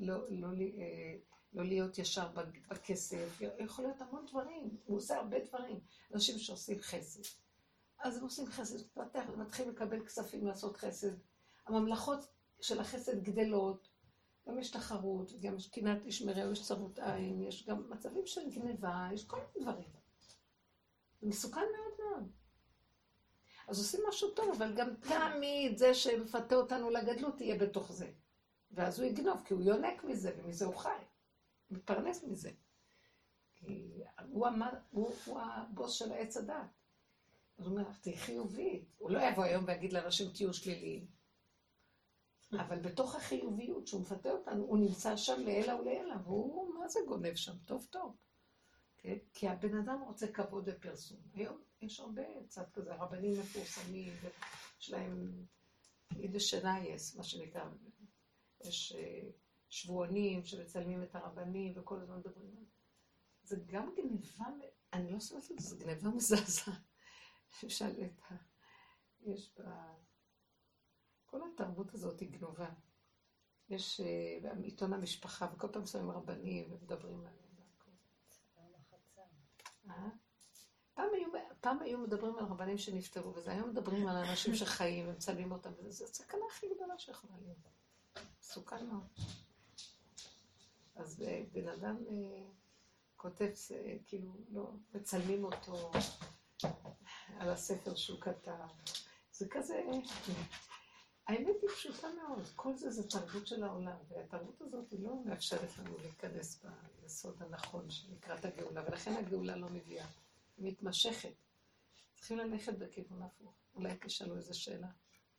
לא להיות ישר בכסף, יכול להיות המון דברים, הוא עושה הרבה דברים. אנשים שעושים חסד. אז הם עושים חסד, מתחילים לקבל כספים לעשות חסד. הממלכות של החסד גדלות, גם יש תחרות, גם יש קנאת איש מרעהו, יש צרות עין, יש גם מצבים של גניבה, יש כל מיני דברים. זה מסוכן מאוד מאוד. אז עושים משהו טוב, אבל גם תמיד זה שמפתה אותנו לגדלות יהיה בתוך זה. ואז הוא יגנוב, כי הוא יונק מזה, ומזה הוא חי. הוא מתפרנס מזה. כי הוא הבוס של העץ הדת. אז הוא אומר, תהי חיובית. הוא לא יבוא היום ויגיד לאנשים תהיו שליליים. אבל בתוך החיוביות שהוא מפתה אותנו, הוא נמצא שם לעילה ולעילה, והוא מה זה גונב שם? טוב טוב. כן? כי הבן אדם רוצה כבוד ופרסום. היום יש הרבה צד כזה, רבנים מפורסמים, יש להם יידיש שנייס, מה שנקרא. יש שבועונים שמצלמים את הרבנים וכל הזמן מדברים. זה גם גניבה, אני לא שומעת את זה, זה גניבה מזעזעת. יש בה כל התרבות הזאת היא גנובה. יש עיתון המשפחה, וכל פעם שמים רבנים ומדברים עליהם. פעם היו מדברים על רבנים שנפטרו, וזה היום מדברים על אנשים שחיים ומצלמים אותם, וזו הסכנה הכי גדולה שיכולה להיות. מסוכן מאוד. אז בן אדם כותב, כאילו, לא, מצלמים אותו על הספר שהוא כתב. זה כזה, האמת היא פשוטה מאוד. כל זה תרבות של העולם, והתרבות הזאת היא לא מאפשרת לנו להיכנס ביסוד הנכון לקראת הגאולה, ולכן הגאולה לא מביאה, היא מתמשכת. צריכים ללכת בכיוון הפוך. אולי תשאלו איזו שאלה.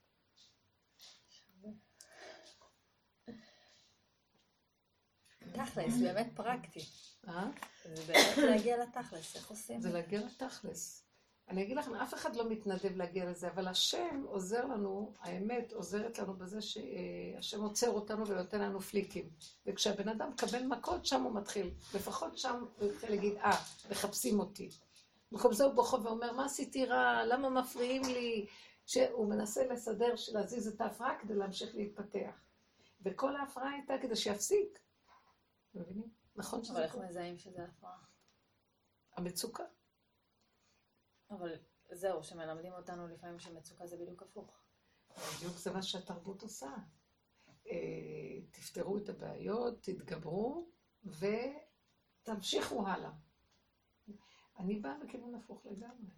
תכלס, באמת פרקטי. זה באמת להגיע לתכלס, איך עושים? זה להגיע לתכלס. אני אגיד לכם, אף אחד לא מתנדב להגיע לזה, אבל השם עוזר לנו, האמת עוזרת לנו בזה שהשם עוצר אותנו ונותן לנו פליקים. וכשהבן אדם מקבל מכות, שם הוא מתחיל. לפחות שם הוא מתחיל להגיד, מחפשים אותי. במקום זה הוא בוכה ואומר, מה עשיתי רע? למה מפריעים לי? שהוא מנסה לסדר, להזיז את ההפרעה כדי להמשיך להתפתח. וכל ההפרעה הייתה כדי שיפסיק. מבינים? נכון שזה אבל איך מזהים שזה הפרעה? המצוקה. אבל זהו, שמלמדים אותנו לפעמים שמצוקה זה בדיוק הפוך. בדיוק זה מה שהתרבות עושה. תפתרו את הבעיות, תתגברו, ותמשיכו הלאה. אני באה בכיוון הפוך לגמרי.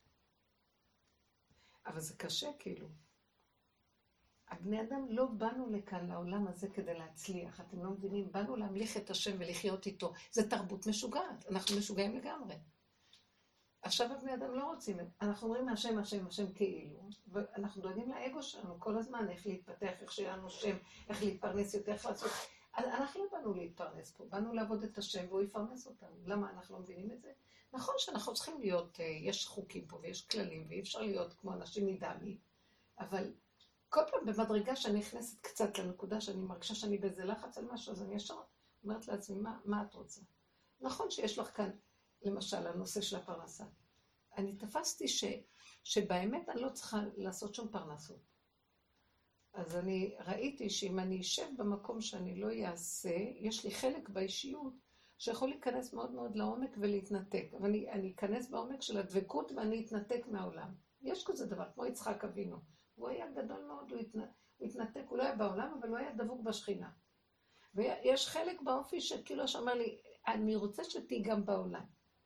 אבל זה קשה כאילו. הבני אדם לא באנו לכאן לעולם הזה כדי להצליח. אתם לא מבינים, באנו להמליך את השם ולחיות איתו. זה תרבות משוגעת, אנחנו משוגעים לגמרי. עכשיו הבני אדם לא רוצים, אנחנו אומרים השם, השם, השם כאילו, ואנחנו דואגים לאגו שלנו כל הזמן, איך להתפתח, איך שיהיה לנו שם, איך להתפרנס יותר, איך לעשות. אנחנו לא באנו להתפרנס פה, באנו לעבוד את השם והוא יפרנס אותנו. למה אנחנו לא מבינים את זה? נכון שאנחנו צריכים להיות, יש חוקים פה ויש כללים, ואי אפשר להיות כמו אנשים מדמי, אבל כל פעם במדרגה שאני נכנסת קצת לנקודה שאני מרגישה שאני באיזה לחץ על משהו, אז אני ישר אומרת לעצמי, מה את רוצה? נכון שיש לך כאן, למשל, הנושא של הפרנסה. אני תפסתי שבאמת אני לא צריכה לעשות שום פרנסות. אז אני ראיתי שאם אני אשב במקום שאני לא אעשה, יש לי חלק באישיות שיכול להיכנס מאוד מאוד לעומק ולהתנתק. אבל אני אכנס בעומק של הדבקות ואני אתנתק מהעולם. יש כזה דבר, כמו יצחק אבינו. הוא היה גדול מאוד, הוא התנתק, הוא לא היה בעולם, אבל הוא היה דבוק בשכינה. ויש חלק באופי שכאילו שאומר לי, אני רוצה שתהי גם בעולם.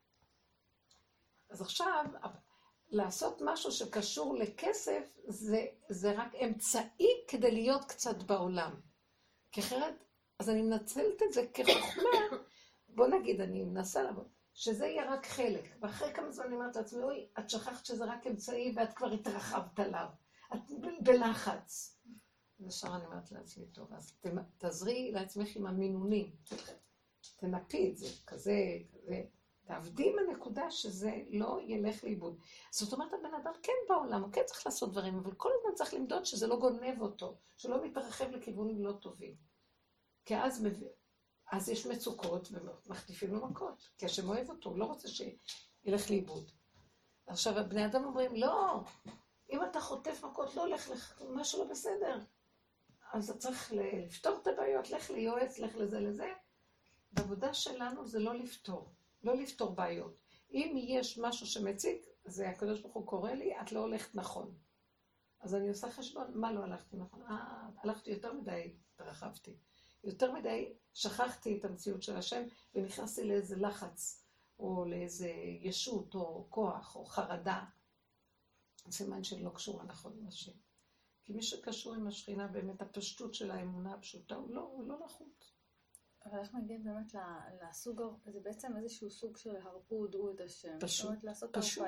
אז עכשיו, לעשות משהו שקשור לכסף, זה רק אמצעי כדי להיות קצת בעולם. כי אחרת, אז אני מנצלת את זה כחוכמה, בוא נגיד, אני מנסה לעבוד, שזה יהיה רק חלק. ואחרי כמה זמן אני אומרת לעצמי, אוי, את שכחת שזה רק אמצעי ואת כבר התרחבת עליו. את בלחץ. ושם אני אומרת לעצמי, טוב, אז תעזרי לעצמך עם המינונים. תנפי את זה, כזה. תעבדי עם הנקודה שזה לא ילך לאיבוד. זאת אומרת, הבן אדם כן בעולם, הוא כן צריך לעשות דברים, אבל כל הזמן צריך למדוד שזה לא גונב אותו, שלא מתרחב לכיוונים לא טובים. כי אז יש מצוקות ומחטיפים לו מכות, כי השם אוהב אותו, הוא לא רוצה שילך לאיבוד. עכשיו, הבני אדם אומרים, לא, אם אתה חוטף מכות, לא הולך לך, משהו לא בסדר. אז אתה צריך לפתור את הבעיות, לך ליועץ, לך לזה. בעבודה שלנו זה לא לפתור. לא לפתור בעיות. אם יש משהו שמציק, זה הקדוש ברוך הוא קורא לי, את לא הולכת נכון. אז אני עושה חשבון, מה לא הלכתי נכון? הלכתי יותר מדי, התרחבתי. יותר מדי שכחתי את המציאות של השם, ונכנסתי לאיזה לחץ, או לאיזה ישות, או כוח, או חרדה. סימן שלא קשורה נכון עם השם. כי מי שקשור עם השכינה, באמת הפשטות של האמונה הפשוטה, הוא לא לחוץ. אבל איך נגיד באמת לסוג, זה בעצם איזשהו סוג של הרפו דעו את השם. פשוט, פשוט.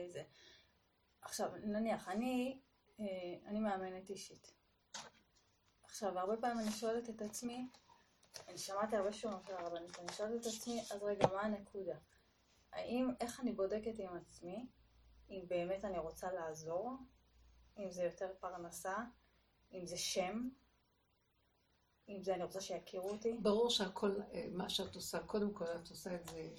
עכשיו, נניח, אני מאמנת אישית. עכשיו, הרבה פעמים אני שואלת את עצמי, אני שמעתי הרבה שיעורים של הרבנית, אני שואלת את עצמי, אז רגע, מה הנקודה? איך אני בודקת עם עצמי, אם באמת אני רוצה לעזור, אם זה יותר פרנסה, אם זה שם, אם זה אני רוצה שיכירו אותי? ברור שהכל, מה שאת עושה, קודם כל את עושה את זה,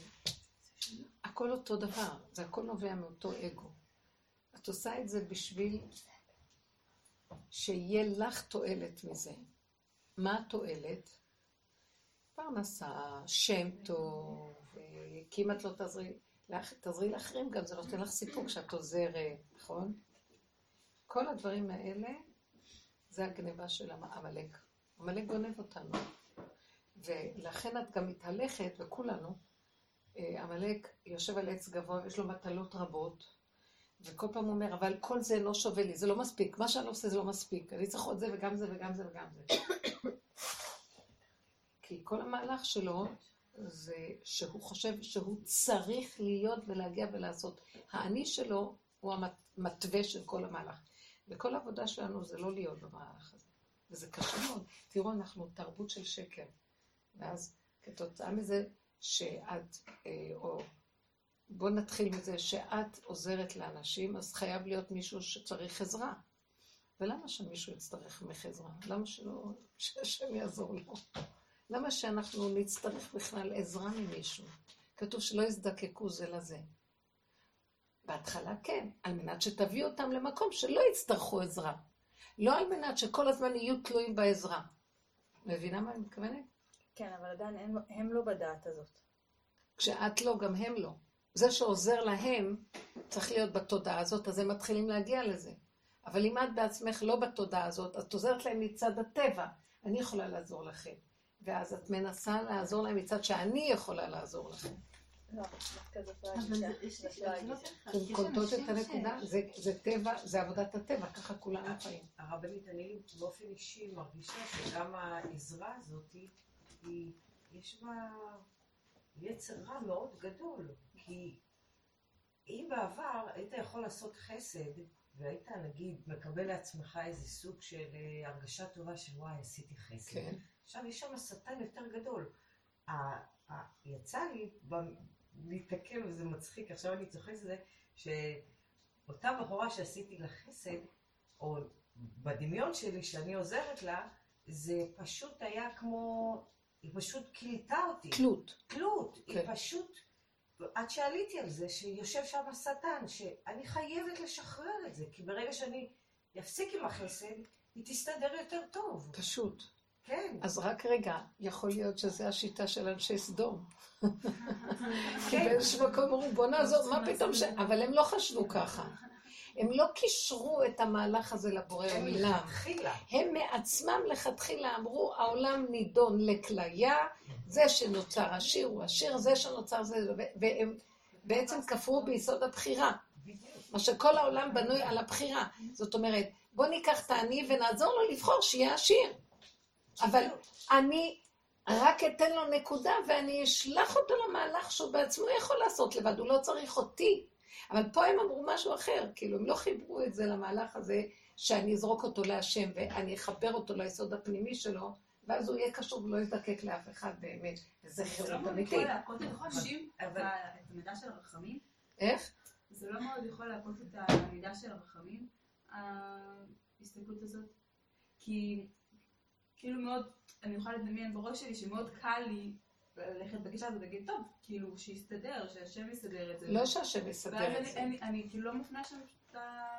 הכל אותו דבר, זה הכל נובע מאותו אגו. את עושה את זה בשביל שיהיה לך תועלת מזה. מה התועלת? פרנסה, שם טוב, כי אם את לא תעזרי לאחרים, גם זה נותן לך סיפוק שאת עוזרת, נכון? כל הדברים האלה, זה הגניבה של עמלק. עמלק גונב אותנו. ולכן את גם מתהלכת, וכולנו, עמלק יושב על עץ גבוה, ויש לו מטלות רבות, וכל פעם הוא אומר, אבל כל זה לא שווה לי, זה לא מספיק, מה שאני עושה זה לא מספיק, אני צריך עוד זה וגם זה וגם זה וגם זה. כי כל המהלך שלו, זה שהוא חושב שהוא צריך להיות ולהגיע ולעשות. האני שלו הוא המתווה של כל המהלך. וכל העבודה שלנו זה לא להיות במהלך הזה. וזה קשה מאוד. תראו, אנחנו תרבות של שקר. ואז כתוצאה מזה שאת, או בוא נתחיל מזה שאת עוזרת לאנשים, אז חייב להיות מישהו שצריך עזרה. ולמה שמישהו יצטרך ממך עזרה? למה שהשם יעזור לו? למה שאנחנו נצטרך בכלל עזרה ממישהו? כתוב שלא יזדקקו זה לזה. בהתחלה כן, על מנת שתביא אותם למקום שלא יצטרכו עזרה. לא על מנת שכל הזמן יהיו תלויים בעזרה. מבינה מה אני מתכוונת? כן, אבל עדיין הם לא בדעת הזאת. כשאת לא, גם הם לא. זה שעוזר להם צריך להיות בתודעה הזאת, אז הם מתחילים להגיע לזה. אבל אם את בעצמך לא בתודעה הזאת, את עוזרת להם מצד הטבע. אני יכולה לעזור לכם. ואז את מנסה לעזור להם מצד שאני יכולה לעזור לכם. לא, דווקא זאת לא אבל הגישה. זה לא ככה. אתם קולטות את הנקודה? זה טבע, זה עבודת הטבע, ככה כולנו חיים. הרבנית, אני באופן אישי מרגישה שגם העזרה הזאת, יש בה יצר רע מאוד גדול. כי אם בעבר היית יכול לעשות חסד, והיית נגיד מקבל לעצמך איזה סוג של הרגשה טובה שוואי, עשיתי חסד. כן. עכשיו יש שם שטן יותר גדול. יצא לי להתעכב, וזה מצחיק, עכשיו אני צוחקת את זה, שאותה בחורה שעשיתי לה חסד, או בדמיון שלי שאני עוזרת לה, זה פשוט היה כמו, היא פשוט קלטה אותי. תלות. כן. היא פשוט, עד שעליתי על זה, שיושב שם השטן, שאני חייבת לשחרר את זה, כי ברגע שאני אפסיק עם החסד, היא תסתדר יותר טוב. פשוט. כן. אז רק רגע, יכול להיות שזה השיטה של אנשי סדום. כי באיזשהו מקום אמרו, בוא נעזור, מה פתאום ש... אבל הם לא חשבו ככה. הם לא קישרו את המהלך הזה לבורא עולם. הם מעצמם לכתחילה אמרו, העולם נידון לכליה, זה שנוצר עשיר הוא עשיר, זה שנוצר זה, והם בעצם כפרו ביסוד הבחירה. מה שכל העולם בנוי על הבחירה. זאת אומרת, בוא ניקח את העני ונעזור לו לבחור שיהיה עשיר. אבל אני רק אתן לו נקודה ואני אשלח אותו למהלך שהוא בעצמו יכול לעשות לבד, הוא לא צריך אותי. אבל פה הם אמרו משהו אחר, כאילו הם לא חיברו את זה למהלך הזה שאני אזרוק אותו להשם ואני אחבר אותו ליסוד הפנימי שלו, ואז הוא יהיה קשור ולא יזדקק לאף אחד באמת, וזה חירות אמיתית. זה לא מאוד יכול להכות את המידה של הרחמים? איך? זה לא מאוד יכול להכות את המידה של הרחמים, ההסתכלות הזאת? כי כאילו מאוד, אני יכולה לדמיין בראש שלי שמאוד קל לי ללכת בגישה הזאת ולהגיד, טוב, כאילו שיסתדר, שהשם יסתדר את זה. לא שהשם יסתדר את זה. ואז אני כאילו לא מפנה שם את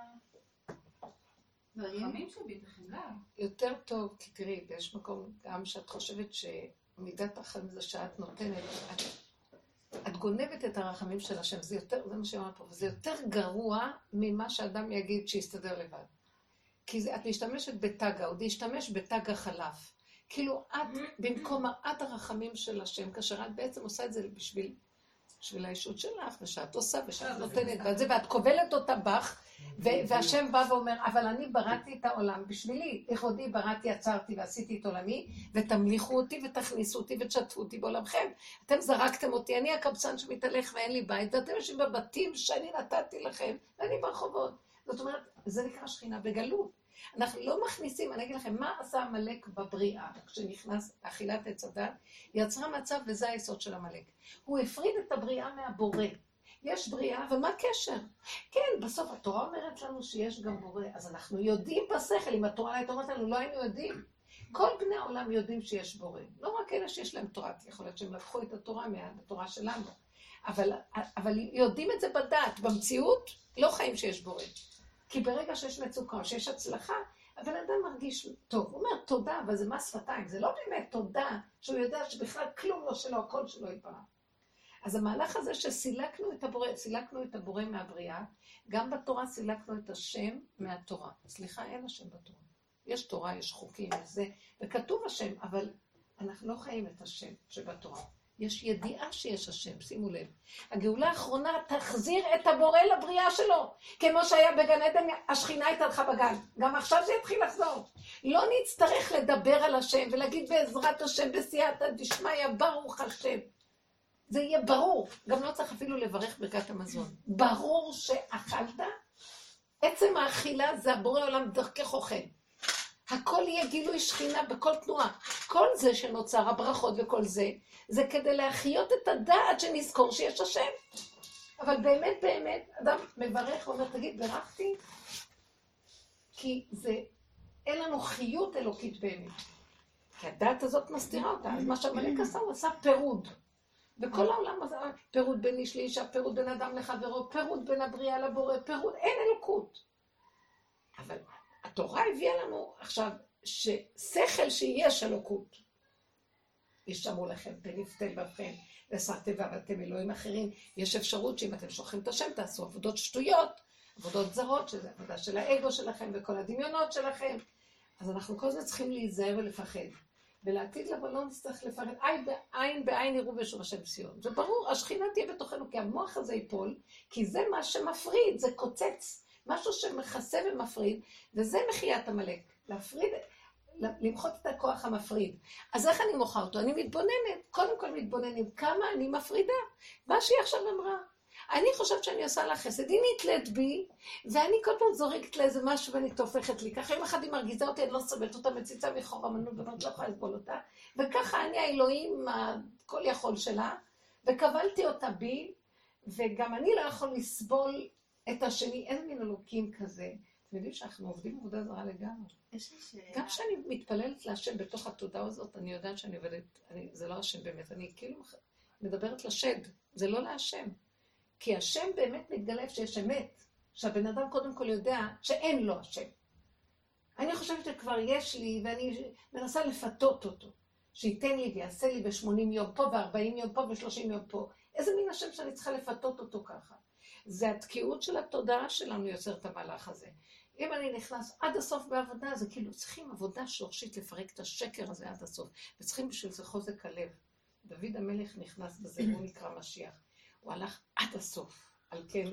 הרחמים שבי, את החמלה. יותר טוב, כי תראי, יש מקום גם שאת חושבת שמידת הרחמים זה שאת נותנת, את גונבת את הרחמים של השם, זה יותר, זה מה שאומר פה, וזה יותר גרוע ממה שאדם יגיד שיסתדר לבד. כי את משתמשת בתג, עוד להשתמש בתג החלף. כאילו את, במקום את הרחמים של השם, כאשר את בעצם עושה את זה בשביל האישות שלך, ושאת עושה ושאת נותנת, ואת כובלת אותה בך, והשם בא ואומר, אבל אני בראתי את העולם בשבילי, לכבודי בראתי, עצרתי ועשיתי את עולמי, ותמליכו אותי ותכניסו אותי ותשתפו אותי בעולמכם. אתם זרקתם אותי, אני הקבצן שמתהלך ואין לי בית, ואתם יושבים בבתים שאני נתתי לכם, ואני ברחובות. זאת אומרת, זה נקרא שכינה בגלות. אנחנו לא מכניסים, אני אגיד לכם, מה עשה עמלק בבריאה? כשנכנס אכילת עץ הדת, יצרה מצב וזה היסוד של עמלק. הוא הפריד את הבריאה מהבורא. יש בריאה, ומה הקשר? כן, בסוף התורה אומרת לנו שיש גם בורא, אז אנחנו יודעים בשכל, אם התורה הייתה אומרת לנו, לא היינו יודעים. כל בני העולם יודעים שיש בורא. לא רק אלה שיש להם תורה, יכול להיות שהם לקחו את התורה מהתורה שלנו. אבל יודעים את זה בדעת, במציאות לא חיים שיש בורא. כי ברגע שיש מצוקה או שיש הצלחה, הבן אדם מרגיש טוב, הוא אומר תודה, אבל זה מס שפתיים, זה לא באמת תודה, שהוא יודע שבכלל כלום לא שלו, הכל שלו יפרע. אז המהלך הזה שסילקנו את הבורא, סילקנו את הבורא מהבריאה, גם בתורה סילקנו את השם מהתורה. סליחה, אין השם בתורה. יש תורה, יש חוקים, וזה, וכתוב השם, אבל אנחנו לא חיים את השם שבתורה. יש ידיעה שיש השם, שימו לב. הגאולה האחרונה תחזיר את הבורא לבריאה שלו, כמו שהיה בגן עדן, השכינה הייתה לך בגן. גם עכשיו זה יתחיל לחזור. לא נצטרך לדבר על השם ולהגיד בעזרת השם, בסייעתא דשמיא, ברוך השם. זה יהיה ברור, גם לא צריך אפילו לברך ברכת המזון. ברור שאכלת, עצם האכילה זה הבורא עולם דרכך אוכל. הכל יהיה גילוי שכינה בכל תנועה. כל זה שנוצר, הברכות וכל זה, זה כדי להחיות את הדעת שנזכור שיש השם. אבל באמת, באמת, אדם מברך ואומר, תגיד, ברכתי? כי זה, אין לנו חיות אלוקית באמת. כי הדעת הזאת מסתירה אותה. אז מה שהמלאק עשה, הוא עשה פירוד. בכל העולם הזה, פירוד בין איש לאישה, פירוד בין אדם לחברו, פירוד בין הבריאה לבורא, פירוד, אין אלוקות. אבל התורה הביאה לנו עכשיו ששכל שיש אלוקות. ישמעו לכם, פן בכם, ושרתם ועבדתם אלוהים אחרים. יש אפשרות שאם אתם שוכחים את השם, תעשו עבודות שטויות, עבודות זרות, שזה עבודה של האגו שלכם וכל הדמיונות שלכם. אז אנחנו כל זה צריכים להיזהר ולפחד. ולעתיד לבוא לא נצטרך לפחד, עין בעין יראו בשוב השם ציון. זה ברור, השכינה תהיה בתוכנו, כי המוח הזה ייפול, כי זה מה שמפריד, זה קוצץ, משהו שמכסה ומפריד, וזה מחיית המלאק, להפריד, למחות את הכוח המפריד. אז איך אני מוחה אותו? אני מתבוננת, קודם כל מתבוננת, כמה אני מפרידה. מה שהיא עכשיו אמרה. אני חושבת שאני עושה לה חסד, היא נתלת בי, ואני כל פעם זורקת לאיזה משהו ואני תופכת לי. ככה יום אחד היא מרגיזה אותי, אני לא סבלת אותה, מציצה מחור המנות, ואומרת, לא יכולה לסבול אותה. וככה אני האלוהים, כל יכול שלה, וקבלתי אותה בי, וגם אני לא יכול לסבול את השני, אין מין אלוקים כזה. אתם יודעים שאנחנו עובדים עבודה זרה לגמרי. גם כשאני מתפללת להשם בתוך התודעה הזאת, אני יודעת שאני עובדת, זה לא השם באמת, אני כאילו מדברת לשד, זה לא להשם. כי השם באמת מתגלה שיש אמת, שהבן אדם קודם כל יודע שאין לו השם. אני חושבת שכבר יש לי, ואני מנסה לפתות אותו, שייתן לי ויעשה לי ב-80 יום פה, ו-40 יום פה, ו-30 יום פה. איזה מין השם שאני צריכה לפתות אותו ככה? זה התקיעות של התודעה שלנו יוצר את המהלך הזה. אם אני נכנס עד הסוף בעבודה, זה כאילו צריכים עבודה שורשית לפרק את השקר הזה עד הסוף. וצריכים בשביל זה חוזק הלב. דוד המלך נכנס בזה, הוא נקרא משיח. הוא הלך עד הסוף, על כן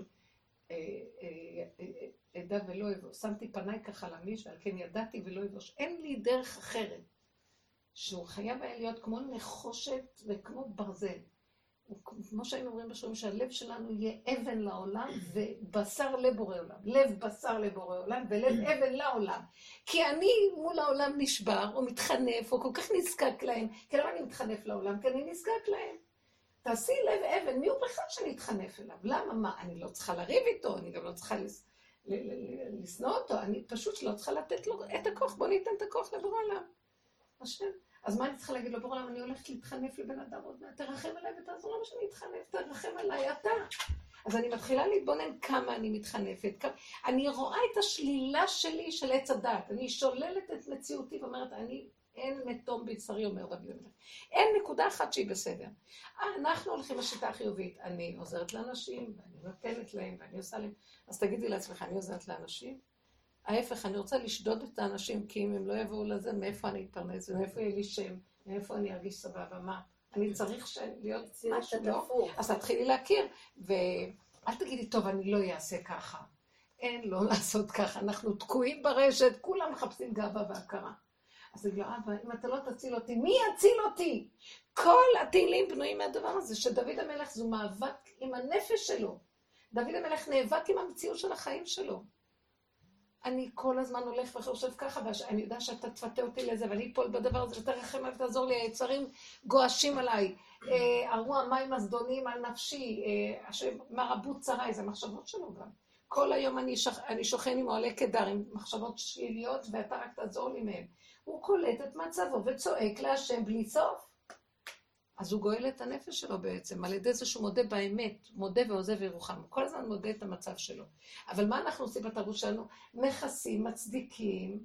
עדה ולא אבוש. שמתי פניי ככה למיש, ועל כן ידעתי ולא אבוש. אין לי דרך אחרת, שהוא חייב היה להיות כמו נחושת וכמו ברזל. כמו שהיינו אומרים בשירים, שהלב שלנו יהיה אבן לעולם ובשר לבורא עולם. לב בשר לבורא עולם ולב אבן לעולם. כי אני מול העולם נשבר, או מתחנף, או כל כך נזקק להם. כי למה אני מתחנף לעולם? כי אני נזקק להם. תעשי לב אבן, מי הוא בכלל שאני אתחנף אליו? למה? מה? אני לא צריכה לריב איתו, אני גם לא צריכה לסנוע אותו, אני פשוט לא צריכה לתת לו את הכוח, בוא ניתן את הכוח לבורא עולם. השם. אז מה אני צריכה להגיד לו, בורא עולם, אני הולכת להתחנף לבן אדם עוד מעט, תרחם עליי ותעזור למה שאני אתחנף, תרחם עליי אתה. אז אני מתחילה להתבונן כמה אני מתחנפת, אני רואה את השלילה שלי של עץ הדת, אני שוללת את מציאותי ואומרת, אין מתום ביצרי, אומר דוד המלך. אין נקודה אחת שהיא בסדר. אנחנו הולכים לשיטה החיובית. אני עוזרת לאנשים, ואני נותנת להם, ואני עושה להם. אז תגידי לעצמך, אני עוזרת לאנשים? ההפך, אני רוצה לשדוד את האנשים, כי אם הם לא יבואו לזה, מאיפה אני אתפרנס, ומאיפה יהיה לי שם, מאיפה אני ארגיש סבבה, מה? אני צריך להיות משהו, לא? אז תתחילי להכיר, ואל תגידי, טוב, אני לא אעשה ככה. אין לא לעשות ככה, אנחנו תקועים ברשת, כולם מחפשים גאווה והכרה. אז אני לא, אבא, אם אתה לא תציל אותי, מי יציל אותי? כל התהילים בנויים מהדבר הזה, שדוד המלך זו מאבק עם הנפש שלו. דוד המלך נאבק עם המציאות של החיים שלו. אני כל הזמן הולך וחושב ככה, ואני יודע שאתה תפתה אותי לזה, ואני אפול בדבר הזה, ותרחם ותעזור לי, היצרים גועשים עליי, הרוע מים הזדונים על נפשי, מרבות צרי, זה מחשבות שלו גם. כל היום אני שוכן עם עולה קדר, עם מחשבות שליליות, ואתה רק תעזור לי מהם. הוא קולט את מצבו וצועק להשם בלי סוף. אז הוא גואל את הנפש שלו בעצם, על ידי זה שהוא מודה באמת, מודה ועוזב ירוחם. הוא כל הזמן מודה את המצב שלו. אבל מה אנחנו עושים בתרבות שלנו? מכסים, מצדיקים,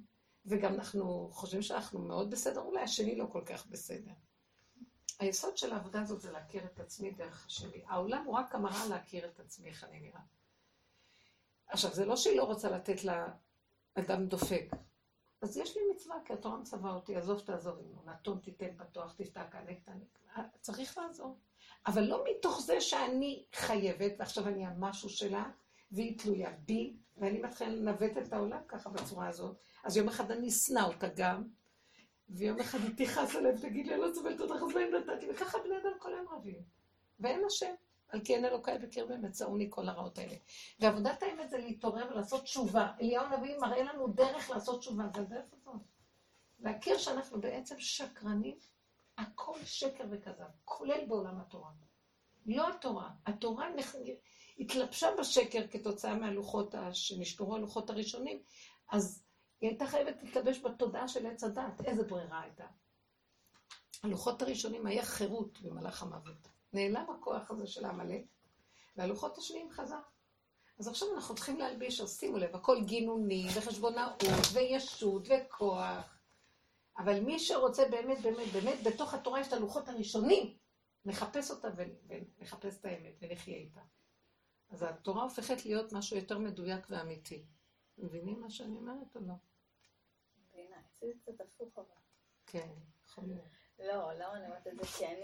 וגם אנחנו חושבים שאנחנו מאוד בסדר, אולי השני לא כל כך בסדר. היסוד של העבודה הזאת זה להכיר את עצמי דרך השני. העולם הוא רק המראה להכיר את עצמי, איך אני נראה. עכשיו, זה לא שהיא לא רוצה לתת לאדם דופק. אז יש לי מצווה, כי התורה מצווה אותי, עזוב תעזוב, נתון תיתן פתוח, תפתח, צריך לעזור. אבל לא מתוך זה שאני חייבת, ועכשיו אני המשהו שלה, והיא תלויה בי, ואני מתחילה לנווט את העולם ככה בצורה הזאת. אז יום אחד אני אשנא אותה גם, ויום אחד היא תיחס עליהם, תגיד לי, לא סובלת אותך, אז לא אם נתתי, וככה בני אדם כל היום רבים. ואין השם, על כי אין אלוקיי בקרבי מצאוני כל הרעות האלה. ועבודת האמת זה להתעורר ולעשות תשובה. אליהו הנביא מראה לנו דרך לעשות תשובה, זה הדרך הזאת. להכיר שאנחנו בעצם שקרנים, הכל שקר וכזב, כולל בעולם התורה. לא התורה. התורה התלבשה בשקר כתוצאה מהלוחות שנשברו הלוחות הראשונים, אז היא הייתה חייבת להתלבש בתודעה של עץ הדת. איזה ברירה הייתה? הלוחות הראשונים היה חירות במלאך המוות. נעלם הכוח הזה של העמלק, והלוחות השניים חזר. אז עכשיו אנחנו צריכים להלביש, אז שימו לב, הכל גינוני וחשבונאות וישות וכוח. אבל מי שרוצה באמת, באמת, באמת, בתוך התורה יש את הלוחות הראשונים, נחפש אותה ונחפש את האמת ונחיה איתה. אז התורה הופכת להיות משהו יותר מדויק ואמיתי. מבינים מה שאני אומרת או לא? מבינה, אצלי זה קצת הפוך אבל. כן, יכול להיות. לא, למה אני אומרת את זה? כי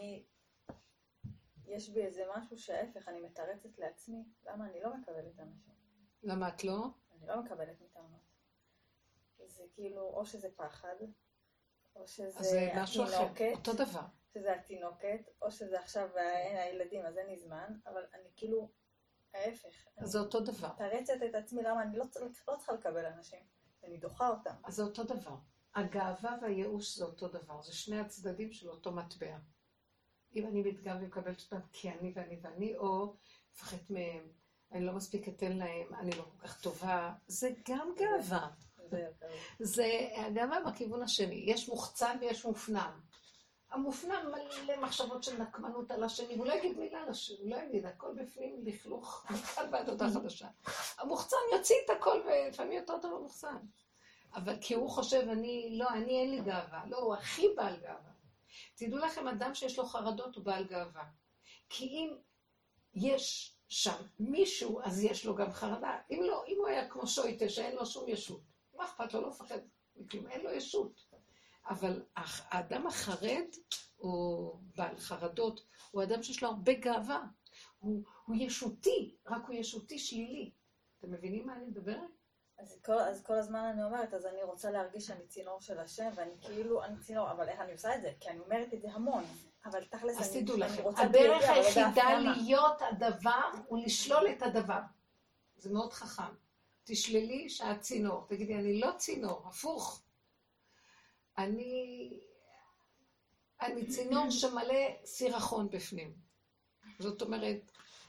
יש בי איזה משהו שההפך, אני מתרצת לעצמי, למה אני לא מקבלת אנשים? למה את לא? אני לא מקבלת מתאמנות. זה כאילו, או שזה פחד, או שזה התינוקת. אותו דבר. שזה התינוקת, או שזה עכשיו הילדים, אז אין לי זמן, אבל אני כאילו, ההפך. אז זה אותו דבר. מתרצת את עצמי, למה אני לא צריכה לקבל אנשים, אני דוחה אותם. אז זה אותו דבר. הגאווה והייאוש זה אותו דבר, זה שני הצדדים של אותו מטבע. אם אני מתגאה ומקבלת אותם כי אני ואני ואני, או מפחד מהם, אני לא מספיק אתן להם, אני לא כל כך טובה, זה גם גאווה. זה הגאווה בכיוון השני. יש מוחצן ויש מופנם. המופנם מלא מחשבות של נקמנות על השני, הוא לא יגיד מילה על השני, הוא לא יגיד, הכל בפנים לכלוך, מכאן ועד אותה חדשה. המוחצן יוציא את הכל ולפעמים יותר טוב המוחצן. אבל כי הוא חושב, אני אין לי גאווה, לא, הוא הכי בעל גאווה. תדעו לכם, אדם שיש לו חרדות הוא בעל גאווה. כי אם יש שם מישהו, אז יש לו גם חרדה. אם לא, אם הוא היה כמו שויטה, שאין לו שום ישות, מה אכפת לו? לא מפחד מכלום, אין לו ישות. אבל האדם החרד, או בעל חרדות, הוא אדם שיש לו הרבה גאווה. הוא ישותי, רק הוא ישותי שלילי. אתם מבינים מה אני מדברת? אז כל הזמן אני אומרת, אז אני רוצה להרגיש שאני צינור של השם, ואני כאילו, אני צינור, אבל איך אני עושה את זה? כי אני אומרת את זה המון, אבל תכלס אז תדעו לכם, רוצה הדרך היחידה להיות הדבר הוא לשלול את הדבר. זה מאוד חכם. תשללי שאת צינור, תגידי, אני לא צינור, הפוך. אני צינור שמלא סירחון בפנים. זאת אומרת,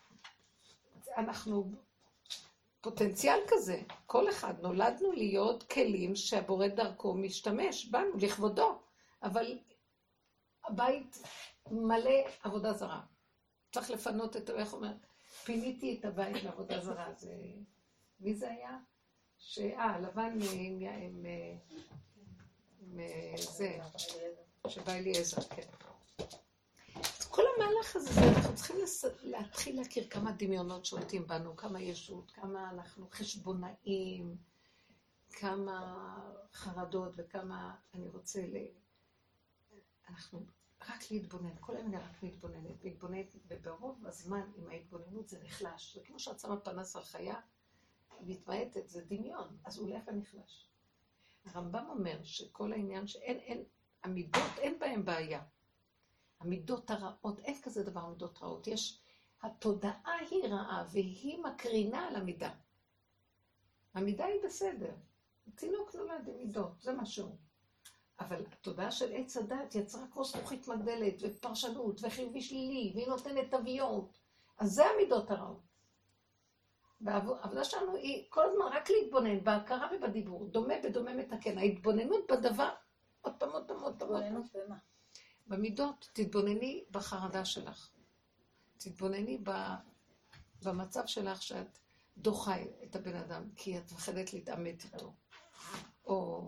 אנחנו פוטנציאל כזה, כל אחד, נולדנו להיות כלים שהבורא דרכו משתמש בנו, לכבודו, אבל הבית מלא עבודה זרה. צריך לפנות את, איך אומר, פיניתי את הבית לעבודה זרה. מי זה היה? לבן זה, שבא אליעזר, כן. כל המהלך הזה, אנחנו צריכים להתחיל להכיר כמה דמיונות שולטים בנו, כמה ישות, כמה אנחנו חשבונאים, כמה חרדות וכמה אני רוצה אנחנו רק להתבונן, כל היום אני רק מתבוננת, וברוב הזמן עם ההתבוננות זה נחלש. זה כמו שאת שמה פנס על חיה, מתמעטת, זה דמיון, אז הוא הולך ונחלש. הרמב"ם אומר שכל העניין שאין, המידות אין בהם בעיה. המידות הרעות, אין כזה דבר מידות רעות. התודעה היא רעה והיא מקרינה על המידה. המידה היא בסדר. תינוק נולד עם מידות, זה משהו. אבל התודעה של עץ הדת יצרה כמו זכוכית מגדלת ופרשנות וחיובי שלילי, והיא נותנת תוויות. אז זה המידות הרעות. והעבודה שלנו היא כל הזמן רק להתבונן, בהכרה ובדיבור, דומה בדומה מתקן. ההתבוננות בדבר, עוד פעם. התבוננות במה? במידות, תתבונני בחרדה שלך. תתבונני במצב שלך שאת דוחה את הבן אדם, כי את מפחדת להתעמת איתו. או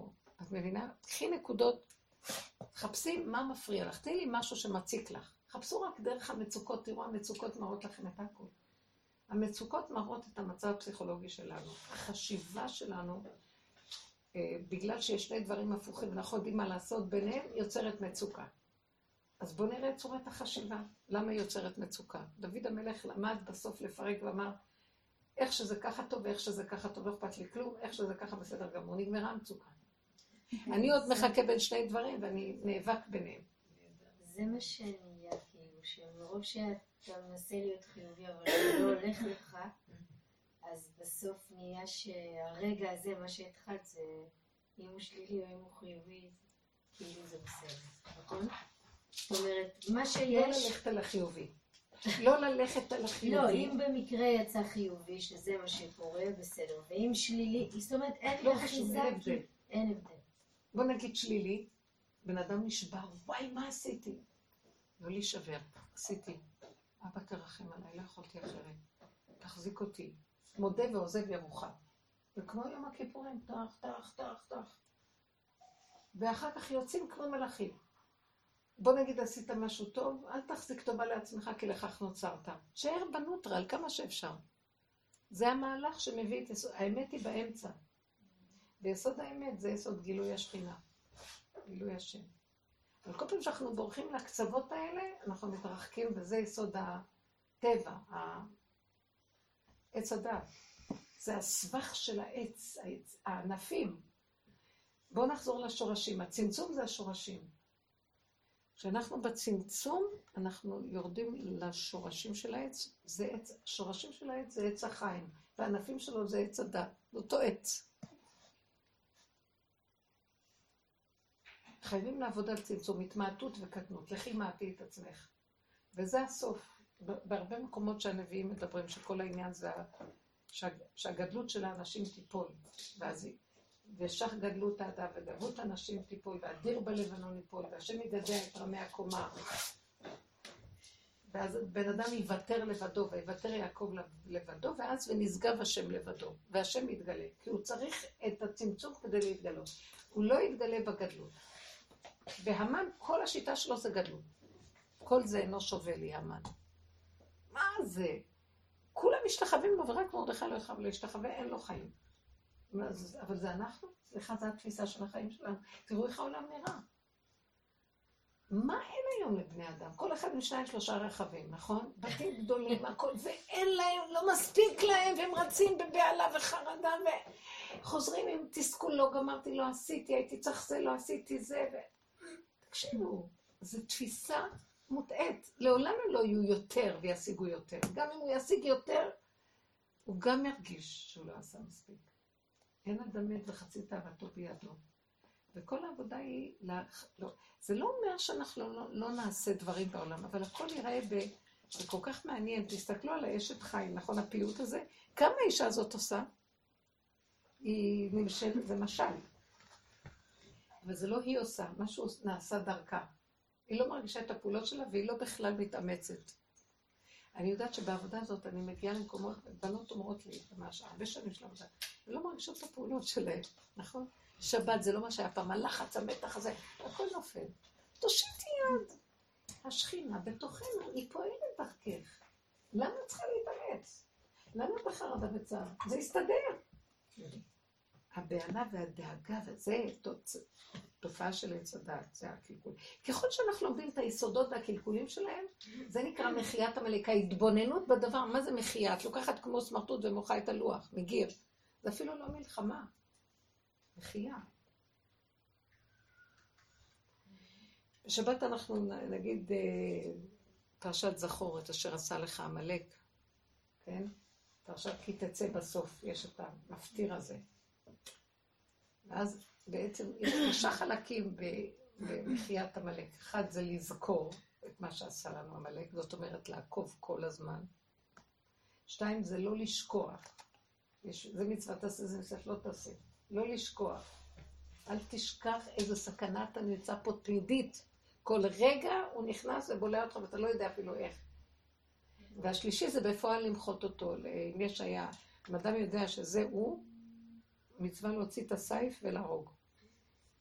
את מבינה? קחי נקודות, חפשי מה מפריע לך, תני לי משהו שמציק לך. חפשו רק דרך המצוקות, תראו, המצוקות מראות לכם את הכל. המצוקות מראות את המצב הפסיכולוגי שלנו. החשיבה שלנו, בגלל שיש שני דברים הפוכים ואנחנו יודעים מה לעשות ביניהם, יוצרת מצוקה. אז בואו נראה את צורת החשיבה. למה היא יוצרת מצוקה? דוד המלך למד בסוף לפרק ואמר, איך שזה ככה טוב ואיך שזה ככה טוב, לא אכפת לי כלום, איך שזה ככה בסדר גמור, נגמרה המצוקה. אני עוד מחכה בין שני דברים ואני נאבק ביניהם. זה מה שנהיה, כאילו, שמרוב שאתה מנסה להיות חיובי אבל זה לא הולך לך, אז בסוף נהיה שהרגע הזה, מה שהתחלת, זה אם הוא שלילי או אם הוא חיובי, כאילו זה בסדר, נכון? זאת אומרת, מה לא שיש... ללכת על החיובי. לא ללכת על החיובי. לא, אם במקרה יצא חיובי, שזה מה שקורה, בסדר, ואם שלילי, זאת אומרת, אין לא חשוב, אין הבדל. אין הבדל. בוא נגיד שלילי, בן אדם נשבר, וואי, מה עשיתי? לא להישבר, עשיתי. אבא תרחם עליי, לא יכולתי אחרת. תחזיק אותי. מודה ועוזב ירוחם. וכמו יום הכיפורים, טח. ואחר כך יוצאים כמו מלאכים. בוא נגיד עשית משהו טוב, אל תחזיק טובה לעצמך כי לכך נוצרת. תשאר בנוטרל כמה שאפשר. זה המהלך שמביא את יסוד, האמת היא באמצע. ויסוד האמת זה יסוד גילוי השכינה, גילוי השם. אבל כל פעם שאנחנו בורחים לקצוות האלה, אנחנו מתרחקים, וזה יסוד הטבע, עץ הדת. זה הסבך של העץ, הענפים. בואו נחזור לשורשים. הצמצום זה השורשים. כשאנחנו בצמצום, אנחנו יורדים לשורשים של העץ. השורשים של העץ זה עץ החיים, והענפים שלו זה עץ הדת. זה אותו עץ. חייבים לעבוד על צמצום, התמעטות וקטנות, לכי מעטי את עצמך. וזה הסוף. בהרבה מקומות שהנביאים מדברים שכל העניין זה שהגדלות של האנשים תיפול. ושך גדלות האדם וגדלות האנשים תיפול, והדיר בלבנון ייפול, והשם יגדע את רמי הקומה. ואז בן אדם יוותר לבדו, ויוותר יעקב לבדו, ואז ונשגב השם לבדו, והשם יתגלה. כי הוא צריך את הצמצום כדי להתגלות. הוא לא יתגלה בגדלות. והמן, כל השיטה שלו זה גדלות. כל זה אינו שווה לי, המן. מה זה? כולם משתחווים לו, ורק מרדכי לא יחב להשתחווה, אין לו חיים. אבל זה אנחנו? סליחה, זו התפיסה של החיים שלנו. תראו איך העולם נראה. מה אין היום לבני אדם? כל אחד משניים שלושה רכבים, נכון? בתים גדולים, הכל, ואין להם, לא מספיק להם, והם רצים בבעלה וחרדה, וחוזרים עם תסכול, לא גמרתי, לא עשיתי, הייתי צריך זה, לא עשיתי זה, תקשיבו, זו תפיסה מוטעת. לעולם הם לא יהיו יותר וישיגו יותר. גם אם הוא ישיג יותר, הוא גם ירגיש שהוא לא עשה מספיק. אין אדם מת וחצי תאוותו בידו. וכל העבודה היא, לא, זה לא אומר שאנחנו לא נעשה דברים בעולם, אבל הכל נראה זה כל כך מעניין. תסתכלו על האשת חי, נכון, הפיוט הזה, כמה האישה הזאת עושה? היא נמשלת, זה משל. אבל זה לא היא עושה, משהו נעשה דרכה. היא לא מרגישה את הפעולות שלה, והיא לא בכלל מתאמצת. אני יודעת שבעבודה הזאת אני מגיעה למקומות, בנות אומרות לי, ממש הרבה שנים של עבודה, ולא מרגישות את הפעולות שלהם, נכון? שבת זה לא מה שהיה פעם, הלחץ, המתח הזה, הכל נופל. תושיטי יד. השכינה בתוכנו, היא פועלת דרכך. למה צריכה להתאמץ? למה בחרדה בצער? זה יסתדר. הבענה והדאגה, וזה תופעה של עץ הדעת, זה הקלקול. ככל שאנחנו לומדים את היסודות והקלקולים שלהם, זה נקרא מחיית עמלק, ההתבוננות בדבר. מה זה מחייה? את לוקחת כמו סמרטוט ומוחה את הלוח, מגיר. זה אפילו לא מלחמה. מחייה. בשבת אנחנו נגיד פרשת זכור, את אשר עשה לך עמלק, כן? פרשת כי תצא בסוף, יש את המפטיר הזה. ואז בעצם יש 3 חלקים במחיית עמלק. אחד זה לזכור את מה שעשה לנו עמלק, זאת אומרת לעקוב כל הזמן. 2 זה לא לשכוח. זה מצווה תעשה, זה מצווה לא תעשה. לא לשכוח. אל תשכח איזו סכנה אתה נמצא פה תמידית. כל רגע הוא נכנס ובולע אותך ואתה לא יודע אפילו איך. והשלישי זה בפועל למחות אותו. אם יש היה, אם אדם יודע שזה הוא, מצווה להוציא את הסייף ולהרוג.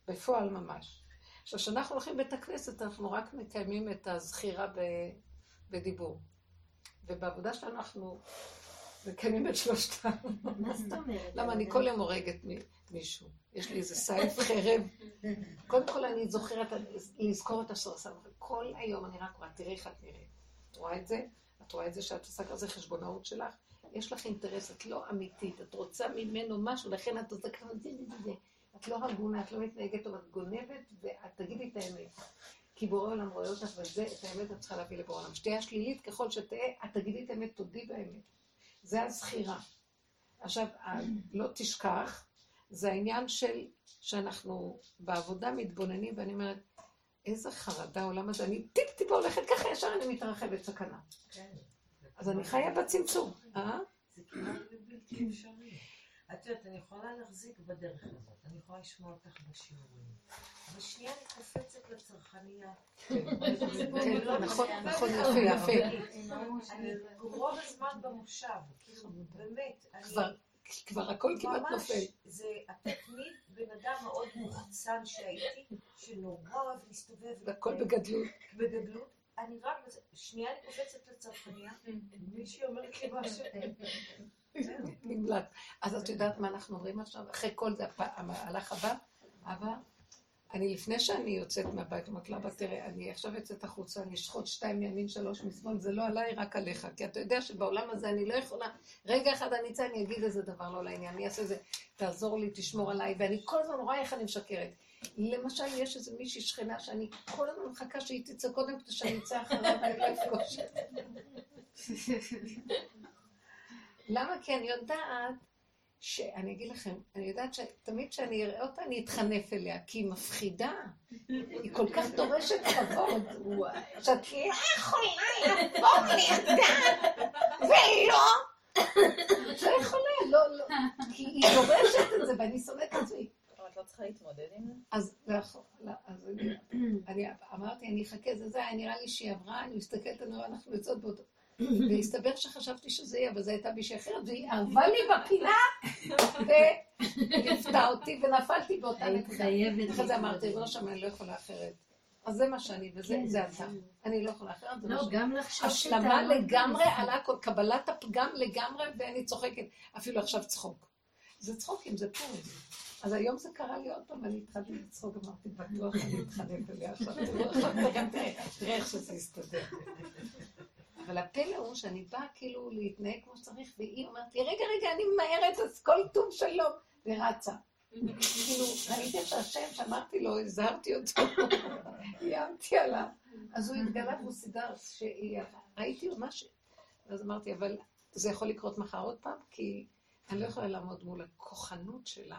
בפועל ממש. עכשיו, כשאנחנו הולכים בית הכנסת, אנחנו רק מקיימים את הזכירה בדיבור. ובעבודה שלנו אנחנו מקיימים את שלושתם. מה זאת אומרת? למה אני כל יום הורגת מישהו. יש לי איזה סייף חרב. קודם כל אני זוכרת לזכור את אשר עשה. כל היום אני רק רואה, תראי איך את נראית. רואה את זה? את רואה את זה שאת עושה כזה חשבונאות שלך? יש לך אינטרס, את לא אמיתית, את רוצה ממנו משהו, לכן את עושה ככה, את לא הגונה, את לא מתנהגת, אבל את גונבת, ואת תגידי את האמת. כי בורא עולם רואה אותך, וזה, את האמת את צריכה להביא לבורא עולם. שתהיה שלילית ככל שתהיה, את תגידי את האמת, תודי באמת. זה הזכירה. עכשיו, לא תשכח, זה העניין שאנחנו בעבודה מתבוננים, ואני אומרת, איזה חרדה העולם הזה, אני טיפ-טיפה הולכת ככה, ישר אני מתרחבת סכנה. אז אני חיה בצמצום. זה כמעט בלתי אפשרי. את יודעת, אני יכולה להחזיק בדרך הזאת, אני יכולה לשמוע אותך בשיעורים. אבל שנייה אני קופצת לצרכניה. נכון, יפה. אני רוב הזמן במושב, כאילו, באמת. כבר הכל כמעט נופל. זה התתמיד בן אדם מאוד מוחצן שהייתי, שנורא אוהב להסתובב. והכל בגדלות. בגדלות. אני רק, שנייה אני קופצת לצרכניה, מישהי אומרת לי משהו. נמלט. אז את יודעת מה אנחנו אומרים עכשיו? אחרי כל זה, הלך הבא, אבא, אני לפני שאני יוצאת מהבית, אומרת לה, תראה, אני עכשיו יוצאת החוצה, אני אשחוט 2 מימין 3 משמאל, זה לא עליי, רק עליך, כי אתה יודע שבעולם הזה אני לא יכולה, רגע אחד אני אצא, אני אגיד איזה דבר לא לעניין, אני אעשה איזה, תעזור לי, תשמור עליי, ואני כל הזמן רואה איך אני משקרת. למשל, יש איזה מישהי שכנה שאני כל הזמן מחכה שהיא תצא קודם, כדי שאני אצא אחריו ואני לא אפגוש. למה? כי אני יודעת שאני אגיד לכם, אני יודעת שתמיד כשאני אראה אותה, אני אתחנף אליה, כי היא מפחידה. היא כל כך דורשת כבוד. שאת לא יכולה לבוא לידה, ולא. לא יכולה, לא. כי היא דורשת את זה, ואני שונאת את זה. אבל את לא צריכה להתמודד עם זה? אז אני אמרתי, אני אחכה, זה היה נראה לי שהיא עברה, אני מסתכלת, אני רואה, אנחנו יוצאות באותו. והסתבר שחשבתי שזה יהיה, אבל זה הייתה מישהי אחרת, והיא ערבה לי בפינה, והפתעה אותי, ונפלתי באותה נקודה. אחרי זה אמרתי, לא שם, אני לא יכולה אחרת. אז זה מה שאני, וזה אתה. אני לא יכולה אחרת. לא, גם לחשוב השלמה לגמרי, על הכל, קבלת הפגם לגמרי, ואני צוחקת, אפילו עכשיו צחוק. זה צחוקים, זה פורים. אז היום זה קרה לי עוד פעם, אני התחלתי לצחוק, אמרתי, בטוח אני אתחנף אליה עכשיו, תראה איך שזה יסתדר. אבל הפלא הוא שאני באה כאילו להתנהג כמו שצריך, והיא אומרת לי, רגע, אני ממהרת, אז כל טוב שלום, ורצה. כאילו, ראיתי את השם שאמרתי לו, הזהרתי אותו, איימתי עליו. אז הוא התגלה והוא סידר, ראיתי לו משהו. אז אמרתי, אבל זה יכול לקרות מחר עוד פעם, כי אני לא יכולה לעמוד מול הכוחנות שלה.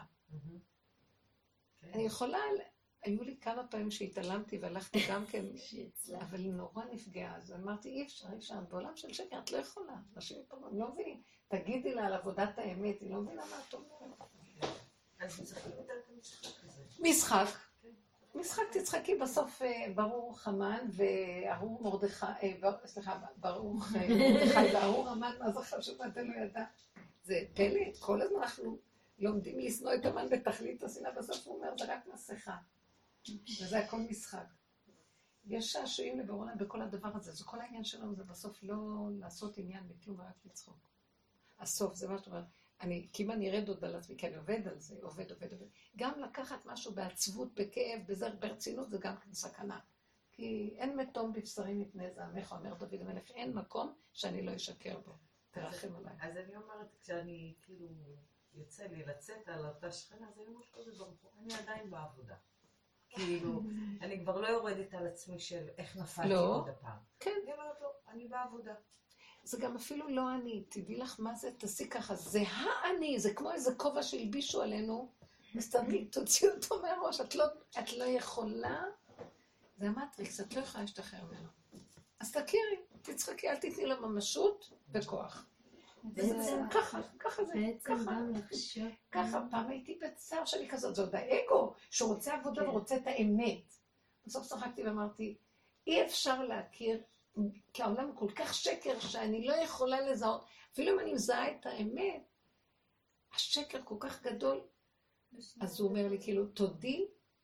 אני יכולה... היו לי כמה פעמים שהתעלמתי והלכתי גם כן, אבל היא נורא נפגעה, אז אמרתי, אי אפשר, בעולם של שקר, את לא יכולה, נשים פה, אני לא מבינים, תגידי לה על עבודת האמת, היא לא מבינה מה את אומרת. אז משחקים יותר את המשחק הזה. משחק תצחקי בסוף ברור חמן וארור מרדכי, ברור מרדכי וארור המן, מה זה חשוב, אתה לא ידע. זה פלא, כל הזמן אנחנו לומדים לשנוא את המן בתכלית השנאה, בסוף הוא אומר, זה רק מסכה. וזה הכל משחק. יש שעשועים לבורא בכל הדבר הזה, זה כל העניין שלנו, זה בסוף לא לעשות עניין מכלום ורק לצחוק. הסוף, זה מה שאתה אומר, כי אם אני ארד עוד על עצמי, כי אני עובד על זה, עובד. גם לקחת משהו בעצבות, בכאב, ברצינות, זה גם כן סכנה. כי אין מתום בבשרים מפני זעמך, אומר דוד המלך, אין מקום שאני לא אשקר בו. תרחם עליי. אז אני אומרת, כשאני כאילו יוצא לי לצאת על אותה שכנה, אז אני אומרת כזה ברוך, אני עדיין בעבודה. כאילו, אני כבר לא יורדת על עצמי של איך נפלתי עוד הפעם. כן. אני אומרת לו, אני בעבודה. זה גם אפילו לא אני, תדעי לך מה זה, תעשי ככה, זה האני, זה כמו איזה כובע שהלבישו עלינו, מסתכלי, תוציא אותו מהראש, את לא יכולה, זה המטריקס, את לא יכולה להשתחרר ממנו. אז תכירי, תצחקי, אל תתני לו ממשות וכוח. ככה זה, ככה, פעם הייתי בצער שלי כזאת, זה עוד האגו, שרוצה עבודה ורוצה את האמת. בסוף צחקתי ואמרתי, אי אפשר להכיר, כי העולם הוא כל כך שקר שאני לא יכולה לזהות, אפילו אם אני מזהה את האמת, השקר כל כך גדול, אז הוא אומר לי כאילו, תודי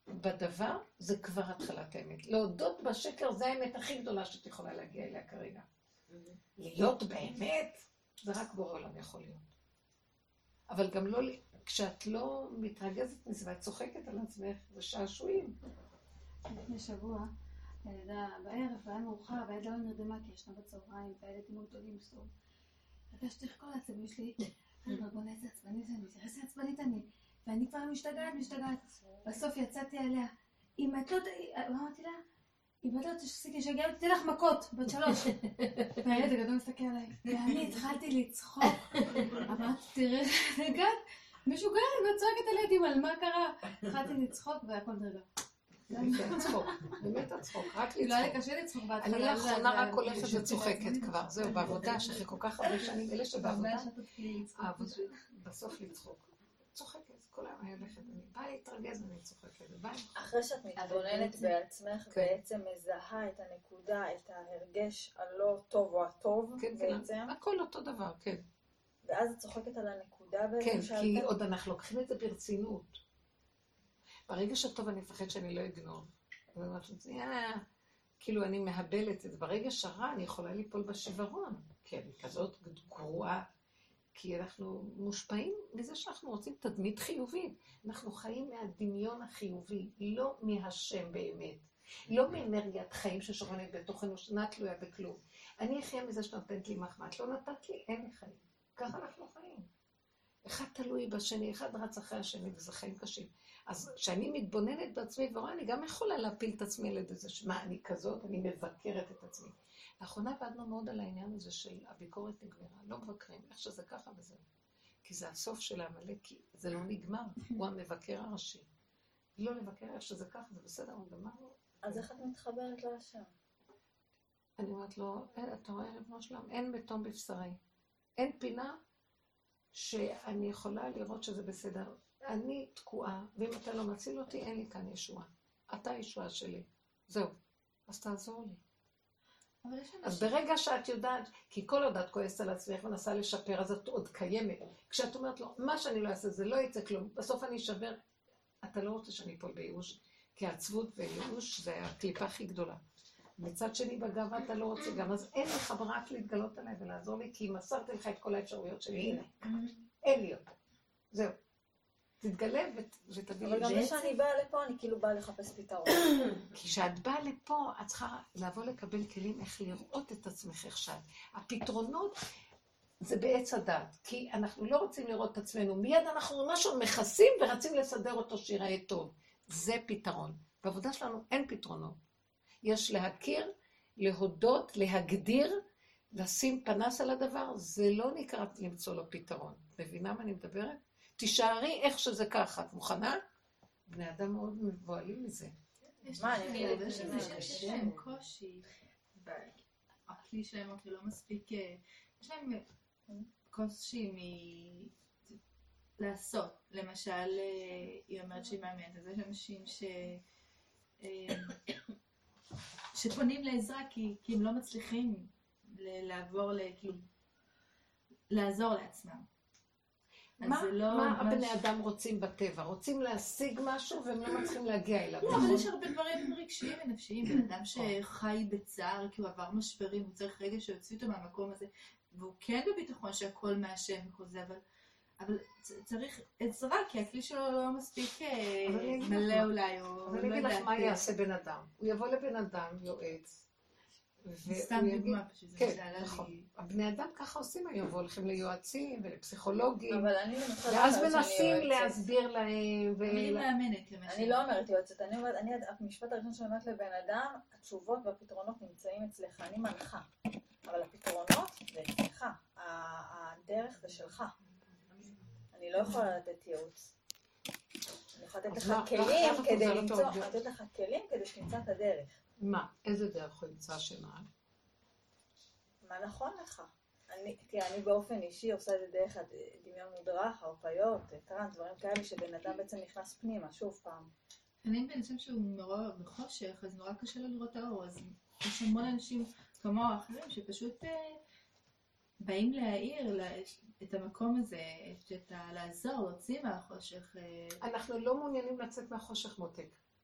בדבר, זה כבר התחלת האמת. להודות בשקר זה האמת הכי גדולה שאת יכולה להגיע אליה כרגע. להיות באמת, זה רק בורא עולם יכול להיות. אבל גם לא, כשאת לא מתרגזת מזה ואת צוחקת על עצמך, זה שעשועים. לפני שבוע, הילדה בערב, והיה מאוחר, והילדה לא נרדמה כי ישנה בצהריים, והילדים מאוד גדולים סתום. הרגשתי איך כל העצבים שלי, רבונה איזה עצבנית אני, תראה איזה עצבנית אני, ואני כבר משתגעת. בסוף יצאתי עליה, אם את לא, אמרתי לה, אם את לא תפסיקי לשגע אותי, תן לך מכות, בת 3. והילד הגדול מסתכל עליי, ואני התחלתי לצחוק. אמרתי, תראה, רגע, משוגעת, ואת צועקת על ילדים, על מה קרה? התחלתי לצחוק והכל נרגע. באמת הצחוק, רק לא היה לי לצחוק. קשה לצחוק בהתחלה. אני לאחרונה רק הולכת וצוחקת כבר, זהו, בעבודה, שאחרי כל כך הרבה שנים, אלה שבעבודה, בסוף לצחוק. צוחקת, כל היום אני הולכת, אני באה להתרגז ואני צוחקת, אחרי שאת מתבוננת בעצמך, בעצם מזהה את הנקודה, את ההרגש הלא טוב או הטוב, בעצם. הכל אותו דבר, כן. ואז את צוחקת על הנקודה בעצם. כן, כי עוד אנחנו לוקחים את זה ברצינות. ברגע שטוב אני מפחד שאני לא אגנוב. כאילו אני מהבלת את זה. ברגע שרע אני יכולה ליפול בשברון. כי אני כזאת גרועה. כי אנחנו מושפעים מזה שאנחנו רוצים תדמית חיובית. אנחנו חיים מהדמיון החיובי, לא מהשם באמת. לא מאנרגיית חיים ששוכנת בתוכנו, שאינה תלויה בכלום. אני אחיה מזה שנותנת לי מחמאה. את לא נתת לי, אין לי חיים. ככה אנחנו חיים. אחד תלוי בשני, אחד רץ אחרי השני, וזה חיים קשים. אז כשאני מתבוננת בעצמי ורואה, אני גם יכולה להפיל את עצמי לידי זה, שמה, אני כזאת, אני מבקרת את עצמי. לאחרונה עבדנו מאוד על העניין הזה של הביקורת נגמרה, לא מבקרים, איך שזה ככה וזהו. כי זה הסוף של העמלק, כי זה לא נגמר, הוא המבקר הראשי. לא לבקר איך שזה ככה, זה בסדר, הוא גמר לו. אז איך את מתחברת להשם? אני אומרת לו, אתה רואה ריבונו שלם, אין מתום בבשרי. אין פינה שאני יכולה לראות שזה בסדר. אני תקועה, ואם אתה לא מציל אותי, אין לי כאן ישועה. אתה הישועה שלי. זהו. אז תעזור לי. אז ברגע שאת יודעת, כי כל עוד את כועסת על עצמך ונסה לשפר, אז את עוד קיימת. כשאת אומרת לו, מה שאני לא אעשה, זה לא יצא כלום. בסוף אני אשבר. אתה לא רוצה שאני אפול בייאוש, כי העצבות וייאוש זה הקליפה הכי גדולה. מצד שני בגאווה אתה לא רוצה גם, אז אין לך רק להתגלות עליי ולעזור לי, כי מסרתי לך את כל האפשרויות שלי, הנה, אין לי אותה. זהו. תתגלה ותביא לי. אבל גם כשאני באה לפה, אני כאילו באה לחפש פתרון. כי כשאת באה לפה, את צריכה לבוא לקבל כלים איך לראות את עצמך עכשיו. הפתרונות זה בעץ הדת, כי אנחנו לא רוצים לראות את עצמנו, מיד אנחנו משהו מכסים ורצים לסדר אותו שיראה טוב. זה פתרון. בעבודה שלנו אין פתרונות. יש להכיר, להודות, להגדיר, לשים פנס על הדבר, זה לא נקרא למצוא לו פתרון. מבינה מה אני מדברת? תישארי איך שזה ככה, את מוכנה? בני אדם מאוד מבועלים מזה. מה, אני יש להם קושי, הכלי שלהם לא מספיק, יש להם קושי לעשות. למשל, היא אומרת שהיא מאמנת, אז יש אנשים שפונים לעזרה כי הם לא מצליחים לעזור לעצמם. מה הבני אדם רוצים בטבע? רוצים להשיג משהו והם לא מצליחים להגיע אליו. לא, אבל יש הרבה דברים רגשיים ונפשיים. בן אדם שחי בצער כי הוא עבר משברים, הוא צריך רגע שיוציא אותו מהמקום הזה, והוא כן בביטחון שהכל מהשם וכל זה, אבל צריך עזרה, כי הכלי שלו לא מספיק מלא אולי, אבל אני אגיד לך מה יעשה בן אדם. הוא יבוא לבן אדם, יועץ, סתם דוגמה פשוט, כן, נכון. הבני אדם ככה עושים היום, והולכים ליועצים ולפסיכולוגים, ואז מנסים להסביר להם. אני מאמנת. אני לא אומרת יועצת, אני אומרת, המשפט הראשון שאני אומרת לבן אדם, התשובות והפתרונות נמצאים אצלך, אני מנחה, אבל הפתרונות זה אצלך, הדרך זה שלך. אני לא יכולה לתת ייעוץ. אני יכולה לתת לך כלים כדי למצוא, לתת לך כלים כדי שתמצא את הדרך. מה? איזה דרך הוא ימצא שמה? מה נכון לך? אני באופן אישי עושה את זה דרך דמיון מודרך, הרפיות, טרנס, דברים כאלה שבן אדם בעצם נכנס פנימה, שוב פעם. אני בן אדם שהוא נורא בחושך, אז נורא קשה לו לראות האור, אז יש המון אנשים כמו האחרים שפשוט באים להעיר את המקום הזה, לעזור, להוציא מהחושך. אנחנו לא מעוניינים לצאת מהחושך מותק.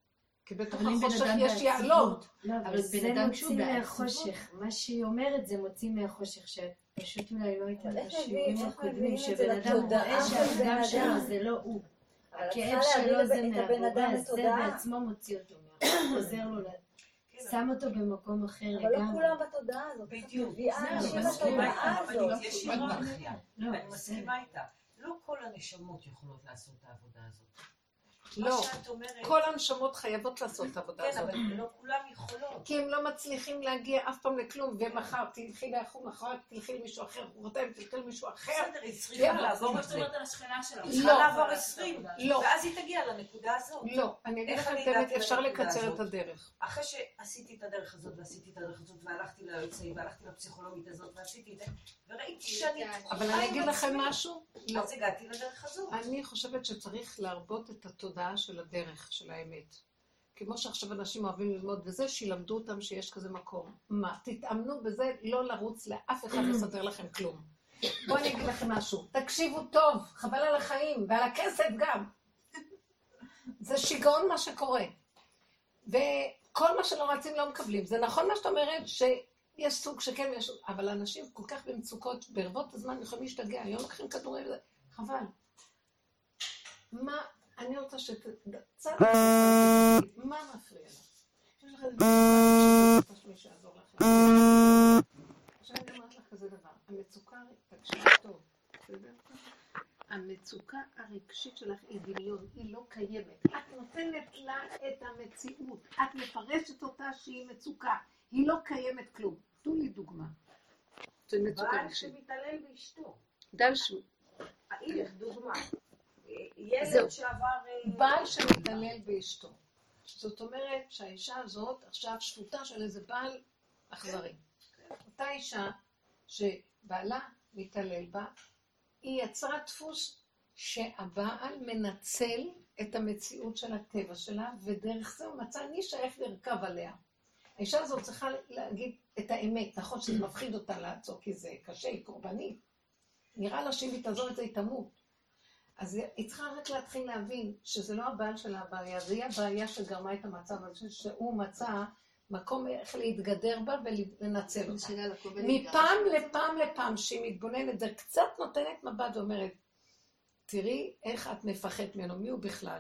כי בתוך אבל אם בן החושך אדם יש יעלום. לא, אבל זה מוציא מהחושך. מה שהיא אומרת זה מוציא מהחושך, שפשוט אולי לא הייתה בשיעורים הקודמים, שבן אדם רואה שהפגם שלו זה לא הוא. הכאב שלו זה מהבורא, זה בעצמו מוציא אותו מהחושך, עוזר לו, שם אותו במקום אחר לגמרי. אבל לא כולם בתודעה הזאת. בדיוק. מביאה אנשים בתודעה הזאת. יש היררכיה. לא, אני מסכימה איתה. לא כל הנשמות יכולות לעשות את העבודה הזאת. לא, מה שאת אומרת... כל הנשמות חייבות לעשות את העבודה כן, הזאת. אבל לא כולם יכולות. כי הם לא מצליחים להגיע אף פעם לכלום, ומחר תלכי לאחור, מחר תלכי למישהו אחר, וחרתיים תלכי למישהו אחר. בסדר, היא צריכה לעבור כמו את שאת זה. אומרת על השכנה שלה. היא צריכה לעבור 20, לא. ואז היא תגיע לנקודה הזאת. לא, אני אגיד איך לכם אני את האמת, הגעתי אפשר לנקודה לקצר הזאת? את הדרך. אחרי שעשיתי את הדרך הזאת, ועשיתי את הדרך הזאת, והלכתי ליועצי, והלכתי לפסיכולוגית הזאת, ועשיתי את זה, וראיתי שאני... אבל אני אגיד לכם משהו, לא. אז הגעתי לדרך הזאת. אני חושבת שצריך להרבות את התודעה של הדרך, של האמת. כמו שעכשיו אנשים אוהבים ללמוד בזה, שילמדו אותם שיש כזה מקום. מה? תתאמנו בזה, לא לרוץ לאף אחד לסדר לכם כלום. בואו אני אגיד לכם משהו. תקשיבו טוב, חבל על החיים, ועל הכסף גם. זה שיגעון מה שקורה. וכל מה שלא רצים לא מקבלים. זה נכון מה שאת אומרת, שיש סוג שכן, אבל אנשים כל כך במצוקות, ברבות הזמן יכולים להשתגע, היום לוקחים כדורים וזה. חבל. מה... אני רוצה שצד מה מפריע לך? יש לך איזה מצוקה שמישהו יעזור לכם. עכשיו אני אומרת לך כזה דבר, המצוקה, תקשיבי טוב, המצוקה הרגשית שלך היא דמיון, היא לא קיימת. את נותנת לה את המציאות, את מפרשת אותה שהיא מצוקה, היא לא קיימת כלום. תנו לי דוגמה. זה מצוקה בעל רגשית. שמתעלל באשתו. דלשו. הנה, דוגמה. ילד שעבר... בעל שמתעלל באשתו. זאת אומרת שהאישה הזאת עכשיו שפוטה של איזה בעל אכזרי. אותה אישה שבעלה מתעלל בה, היא יצרה דפוס שהבעל מנצל את המציאות של הטבע שלה, ודרך זה הוא מצא נישה איך לרכב עליה. האישה הזאת צריכה להגיד את האמת, נכון שזה מפחיד אותה לעצור, כי זה קשה, היא קורבנית. נראה לה שאם היא תעזור את זה, היא תמות. אז היא צריכה רק להתחיל להבין שזה לא הבעל של הבעיה, זה היא הבעיה שגרמה את המצב הזה, שהוא מצא מקום איך להתגדר בה ולנצל אותה. מפעם לפעם לפעם שהיא מתבוננת, זה קצת נותנת מבט ואומרת, תראי איך את מפחדת ממנו, מי הוא בכלל?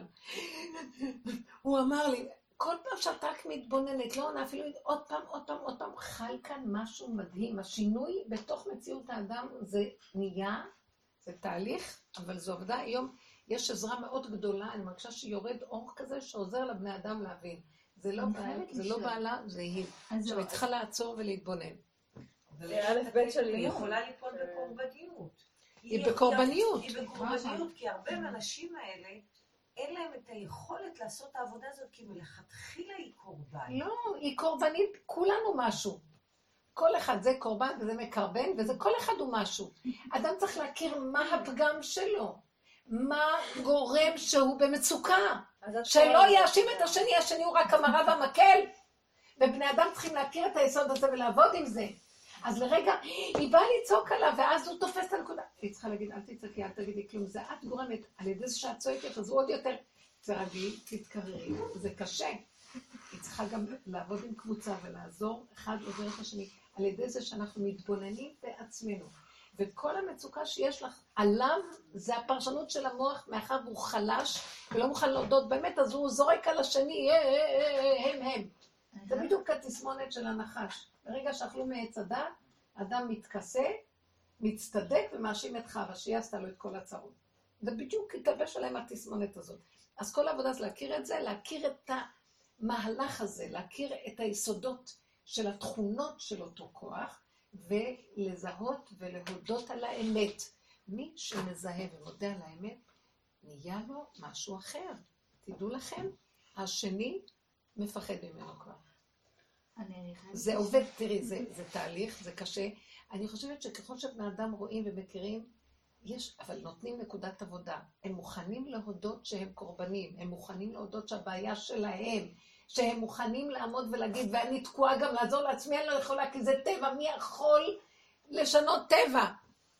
הוא אמר לי, כל פעם שאת רק מתבוננת, לא עונה אפילו עוד פעם, חי כאן משהו מדהים. השינוי בתוך מציאות האדם זה נהיה, זה תהליך, אבל זו עבודה. היום יש עזרה מאוד גדולה, אני מרגישה שיורד אור כזה שעוזר לבני אדם להבין. זה לא בעלה, זה היא. עכשיו היא צריכה לעצור ולהתבונן. זה א' ב' של היא לימוד. יכולה ליפול בקורבניות. היא בקורבניות. היא בקורבניות, כי הרבה מהאנשים האלה, אין להם את היכולת לעשות את העבודה הזאת, כי מלכתחילה היא קורבן. לא, היא קורבנית, כולנו משהו. כל אחד זה קורבן וזה מקרבן, וזה כל אחד הוא משהו. אדם צריך להכיר מה הפגם שלו, מה גורם שהוא במצוקה, שלא יאשים את השני, השני הוא רק המראה והמקל, ובני אדם צריכים להכיר את היסוד הזה ולעבוד עם זה. אז לרגע, היא באה לצעוק עליו, ואז הוא תופס את הנקודה. היא צריכה להגיד, אל תצעקי, אל תגידי כלום, זה את גורמת, על ידי זה שאת צועקת, אז הוא עוד יותר, תרגי, תתקררי, זה קשה. היא צריכה גם לעבוד עם קבוצה ולעזור, אחד עוזר את השני, על ידי זה שאנחנו מתבוננים בעצמנו. וכל המצוקה שיש לך עליו, זה הפרשנות של המוח, מאחר והוא חלש, ולא מוכן להודות באמת, אז הוא זורק על השני, הם. זה בדיוק התסמונת של הנחש. ברגע שאכלו מעץ הדת, אדם מתכסה, מצטדק ומאשים את חווה, שהיא עשתה לו את כל הצרות. זה בדיוק התלבש עליהם התסמונת הזאת. אז כל העבודה זה להכיר את זה, להכיר את המהלך הזה, להכיר את היסודות של התכונות של אותו כוח, ולזהות ולהודות על האמת. מי שמזהה ומודה על האמת, נהיה לו משהו אחר. תדעו לכם, השני מפחד ממנו כבר. זה עובד, תראי, זה תהליך, זה קשה. אני חושבת שככל שבני אדם רואים ומכירים, אבל נותנים נקודת עבודה. הם מוכנים להודות שהם קורבנים, הם מוכנים להודות שהבעיה שלהם, שהם מוכנים לעמוד ולהגיד, ואני תקועה גם לעזור לעצמי, אני לא יכולה, כי זה טבע, מי יכול לשנות טבע?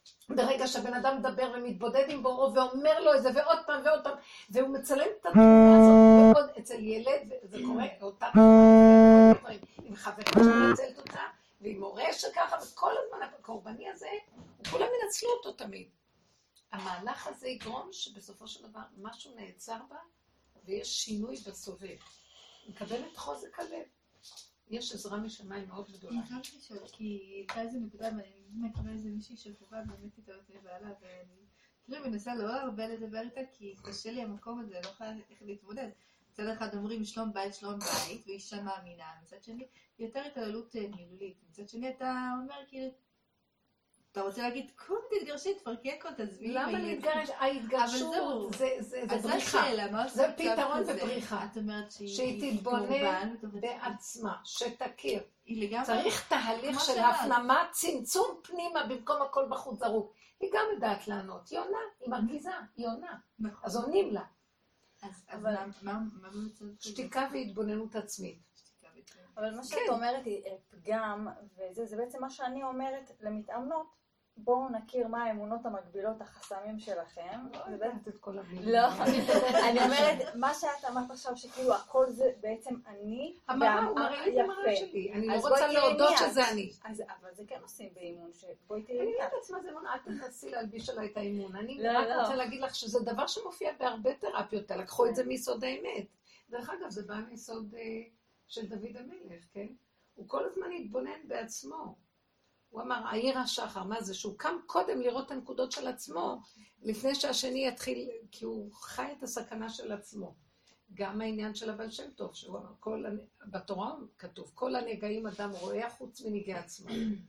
ברגע שהבן אדם מדבר ומתבודד עם בוראו ואומר לו את זה ועוד פעם ועוד פעם, והוא מצלם את התמונה הזאת, ועוד אצל ילד, וזה קורה אותה תמונה, עם חברה שמצלת אותה, ועם מורה שככה, וכל הזמן הקורבני הזה, כולם מנצלו אותו תמיד. המהלך הזה יגרום שבסופו של דבר משהו נעצר בה, ויש שינוי בסובב. מקבלת חוזק הלב. יש עזרה משמיים מאוד גדולה. אני חייבת לשאול, כי הייתה איזה נקודה, ואני מכירה איזה מישהי שחובה באמת איתה אותי בעלה, ואני כאילו מנסה לא הרבה לדבר איתה, כי קשה לי המקום הזה, לא יכולה איך להתמודד. מצד אחד אומרים שלום בית, ואישה מאמינה, מצד שני, יותר התעללות מילולית. מצד שני אתה אומר כאילו, אתה רוצה להגיד, קום תתגרשי, תפרקי הכל, תעזבי. למה להתגרש? ההתגרשות זה בריחה. זה פתרון ובריחה. את אומרת שהיא תתבונן בעצמה, שתכיר. צריך תהליך של הפנמה, צמצום פנימה במקום הכל בחוץ זרוק. היא גם יודעת לענות, היא עונה, היא מרגיזה, היא עונה. אז עונים לה. אבל מה במצב? שתיקה והתבוננות עצמית. אבל מה שאת אומרת היא פגם, וזה בעצם מה שאני אומרת למתאמנות, בואו נכיר מה האמונות המקבילות, החסמים שלכם. לא, אני אומרת, מה שאת אמרת עכשיו שכאילו הכל זה בעצם אני, המראה, הוא מראה לי את המראה שלי, אני לא רוצה להודות שזה אני. אבל זה כן עושים באימון, שבואי תראי אני מיד. יודעת עצמה זה אמונה, אל תנסי להלביש עליי את האימון, אני רק רוצה להגיד לך שזה דבר שמופיע בהרבה תרפיות, לקחו את זה מיסוד האמת. דרך אגב, זה בא מיסוד של דוד המלך, כן? הוא כל הזמן התבונן בעצמו. הוא אמר, העיר השחר, מה זה? שהוא קם קודם לראות את הנקודות של עצמו, לפני שהשני יתחיל, כי הוא חי את הסכנה של עצמו. גם העניין של הבעל שם טוב, שהוא אמר, בתורה כתוב, כל הנגעים אדם רואה חוץ מנגעי עצמו.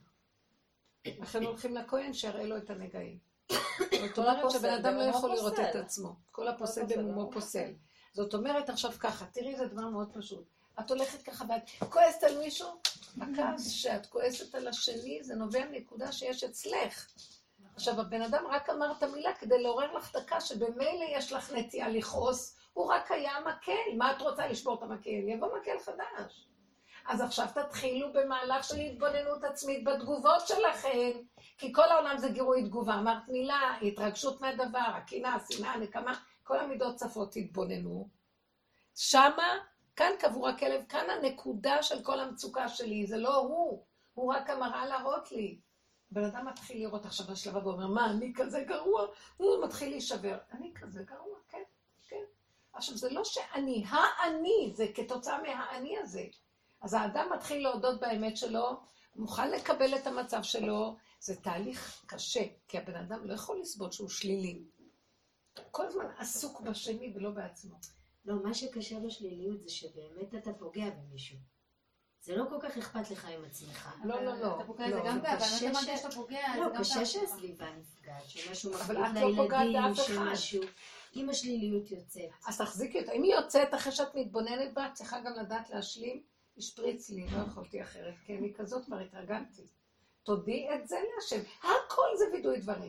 לכן הולכים לכהן שיראה לו את הנגעים. זאת אומרת שבן אדם לא יכול לראות את עצמו. כל הפוסל במומו פוסל. זאת אומרת עכשיו ככה, תראי, זה דבר מאוד פשוט. את הולכת ככה ואת כועסת על מישהו, הכעס שאת כועסת על השני זה נובע מנקודה שיש אצלך. עכשיו הבן אדם רק אמר את המילה כדי לעורר לך את הכעס שבמילא יש לך נטייה לכעוס, הוא רק היה מקל, מה את רוצה לשבור את המקל? יבוא מקל חדש. אז עכשיו תתחילו במהלך של התבוננות עצמית בתגובות שלכם, כי כל העולם זה גירוי תגובה, אמרת מילה, התרגשות מהדבר, הקנאה, השנאה, הנקמה, כל המידות צפות תתבוננו. שמה כאן קבור הכלב, כאן הנקודה של כל המצוקה שלי, זה לא הוא רק המראה להראות לי. בן אדם מתחיל לראות עכשיו בשלב הבא, אומר, מה, אני כזה גרוע? הוא מתחיל להישבר. אני כזה גרוע, כן, כן. עכשיו, זה לא שאני, האני, זה כתוצאה מהאני הזה. אז האדם מתחיל להודות באמת שלו, מוכן לקבל את המצב שלו, זה תהליך קשה, כי הבן אדם לא יכול לסבול שהוא שלילי. כל הזמן עסוק בשני ולא בעצמו. לא, מה שקשה בשליליות זה שבאמת אתה פוגע במישהו. זה לא כל כך אכפת לך עם עצמך. לא. אתה פוגע זה גם בעבר, אני לא שאתה פוגע, זה גם קשה שהסביבה נפגעת, שמשהו אבל מחליט את לא פוגעת לילדים, באף אחד. שמשהו, אם השליליות יוצאת. אז תחזיקי אותה. אם היא יוצאת אחרי שאת מתבוננת בה, צריכה גם לדעת להשלים, השפריץ לי, לא יכולתי אחרת, כי אני כזאת כבר התרגלתי. תודי את זה להשם. הכל זה וידוי דברים.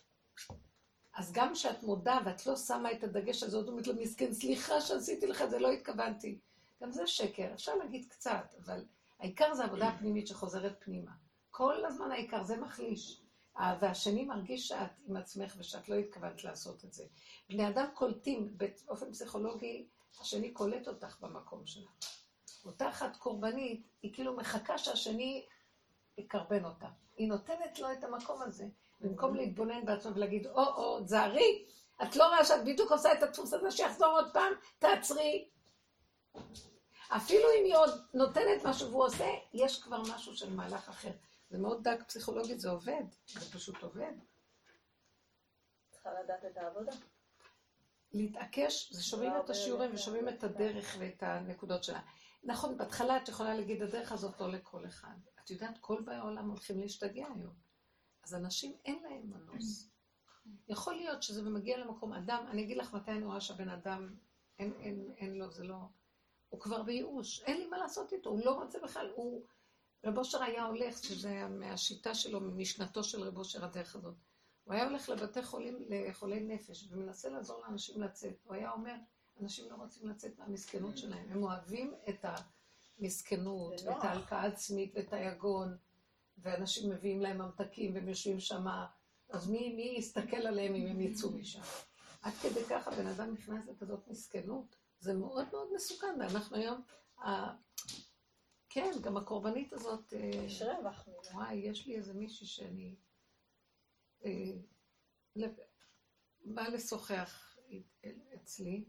אז גם שאת מודה ואת לא שמה את הדגש הזה, עוד אומרת לו, מסכן, סליחה שעשיתי לך, זה לא התכוונתי. גם זה שקר, אפשר להגיד קצת, אבל העיקר זה עבודה הפנימית שחוזרת פנימה. כל הזמן העיקר, זה מחליש. והשני מרגיש שאת עם עצמך ושאת לא התכוונת לעשות את זה. בני אדם קולטים, באופן פסיכולוגי, השני קולט אותך במקום שלה. אותה אחת קורבנית, היא כאילו מחכה שהשני יקרבן אותה. היא נותנת לו את המקום הזה. במקום להתבונן בעצמו ולהגיד, או, תזהרי, את לא רואה שאת בדיוק עושה את הדפוס הזה שיחזור עוד פעם, תעצרי. אפילו אם היא עוד נותנת משהו והוא עושה, יש כבר משהו של מהלך אחר. זה מאוד דק פסיכולוגית, זה עובד, זה פשוט עובד. צריכה לדעת את העבודה. להתעקש, זה שומעים את השיעורים ושומעים את הדרך ואת הנקודות שלה. נכון, בהתחלה את יכולה להגיד, הדרך הזאת לא לכל אחד. את יודעת, כל באי העולם הולכים להשתגע היום. אז אנשים אין להם מנוס. יכול להיות שזה מגיע למקום אדם, אני אגיד לך מתי אני רואה שהבן אדם, אין לו, זה לא, הוא כבר בייאוש, אין לי מה לעשות איתו, הוא לא רוצה בכלל, רב אושר היה הולך, שזה מהשיטה שלו, ממשנתו של רב אושר הדרך הזאת, הוא היה הולך לבתי חולים, לחולי נפש, ומנסה לעזור לאנשים לצאת, הוא היה אומר, אנשים לא רוצים לצאת מהמסכנות שלהם, הם אוהבים את המסכנות, ואת ההלקאה העצמית, ואת היגון, ואנשים מביאים להם ממתקים, והם יושבים שמה, אז מי יסתכל עליהם אם הם יצאו משם? עד כדי ככה בן אדם נכנס לכזאת מסכנות. זה מאוד מאוד מסוכן, ואנחנו היום, כן, גם הקורבנית הזאת, יש רווח מזה. וואי, יש לי איזה מישהי שאני באה לשוחח אצלי,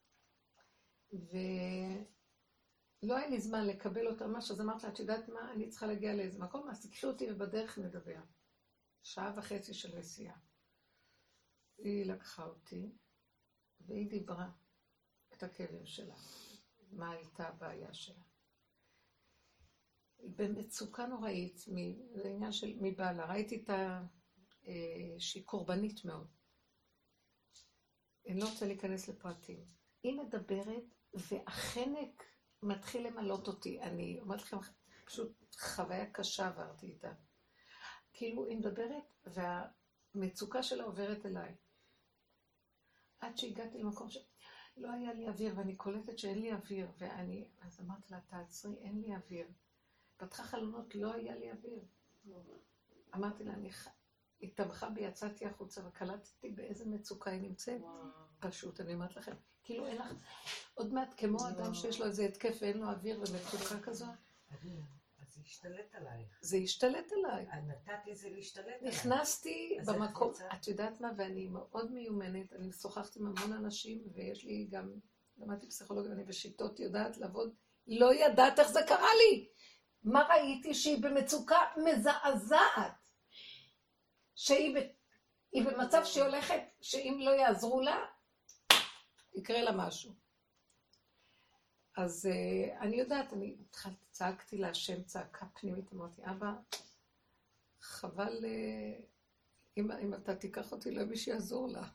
ולא היה לי זמן לקבל אותה משהו, אז אמרתי לה, את יודעת מה, אני צריכה להגיע לאיזה מקום, אז תקחי אותי ובדרך נדבר. 1.5 שעה של נסיעה. היא לקחה אותי, והיא דיברה את הכאבים שלה, מה הייתה הבעיה שלה. היא במצוקה נוראית, זה עניין של מבעלה, ראיתי שהיא קורבנית מאוד. אני לא רוצה להיכנס לפרטים. היא מדברת, והחנק מתחיל למלות אותי. אני אומרת לכם, פשוט חוויה קשה עברתי איתה. כאילו היא מדברת, והמצוקה שלה עוברת אליי. עד שהגעתי למקום שלא היה לי אוויר, ואני קולטת שאין לי אוויר, אז אמרתי לה, תעצרי, אין לי אוויר. פתחה חלונות, לא היה לי אוויר. אמרתי לה, היא תמכה בי, יצאתי החוצה, וקלטתי באיזה מצוקה היא נמצאת. פשוט, אני אומרת לכם, כאילו אין לך, עוד מעט כמו אדם שיש לו איזה התקף ואין לו אוויר ומצוקה כזאת. אז זה השתלט עלייך. זה השתלט עליי. נתתי זה להשתלט עלייך. נכנסתי במקום, את יודעת מה, ואני מאוד מיומנת, אני משוחחת עם המון אנשים, ויש לי גם, למדתי פסיכולוגיה, ואני בשיטות יודעת לעבוד, לא ידעת איך זה קרה לי. מה ראיתי? שהיא במצוקה מזעזעת. שהיא במצב שהיא הולכת, שאם לא יעזרו לה, יקרה לה משהו. אז אני יודעת, אני צעקתי לה שם צעקה פנימית, אמרתי, אבא, חבל, אם אתה תיקח אותי, לא מי שיעזור לה.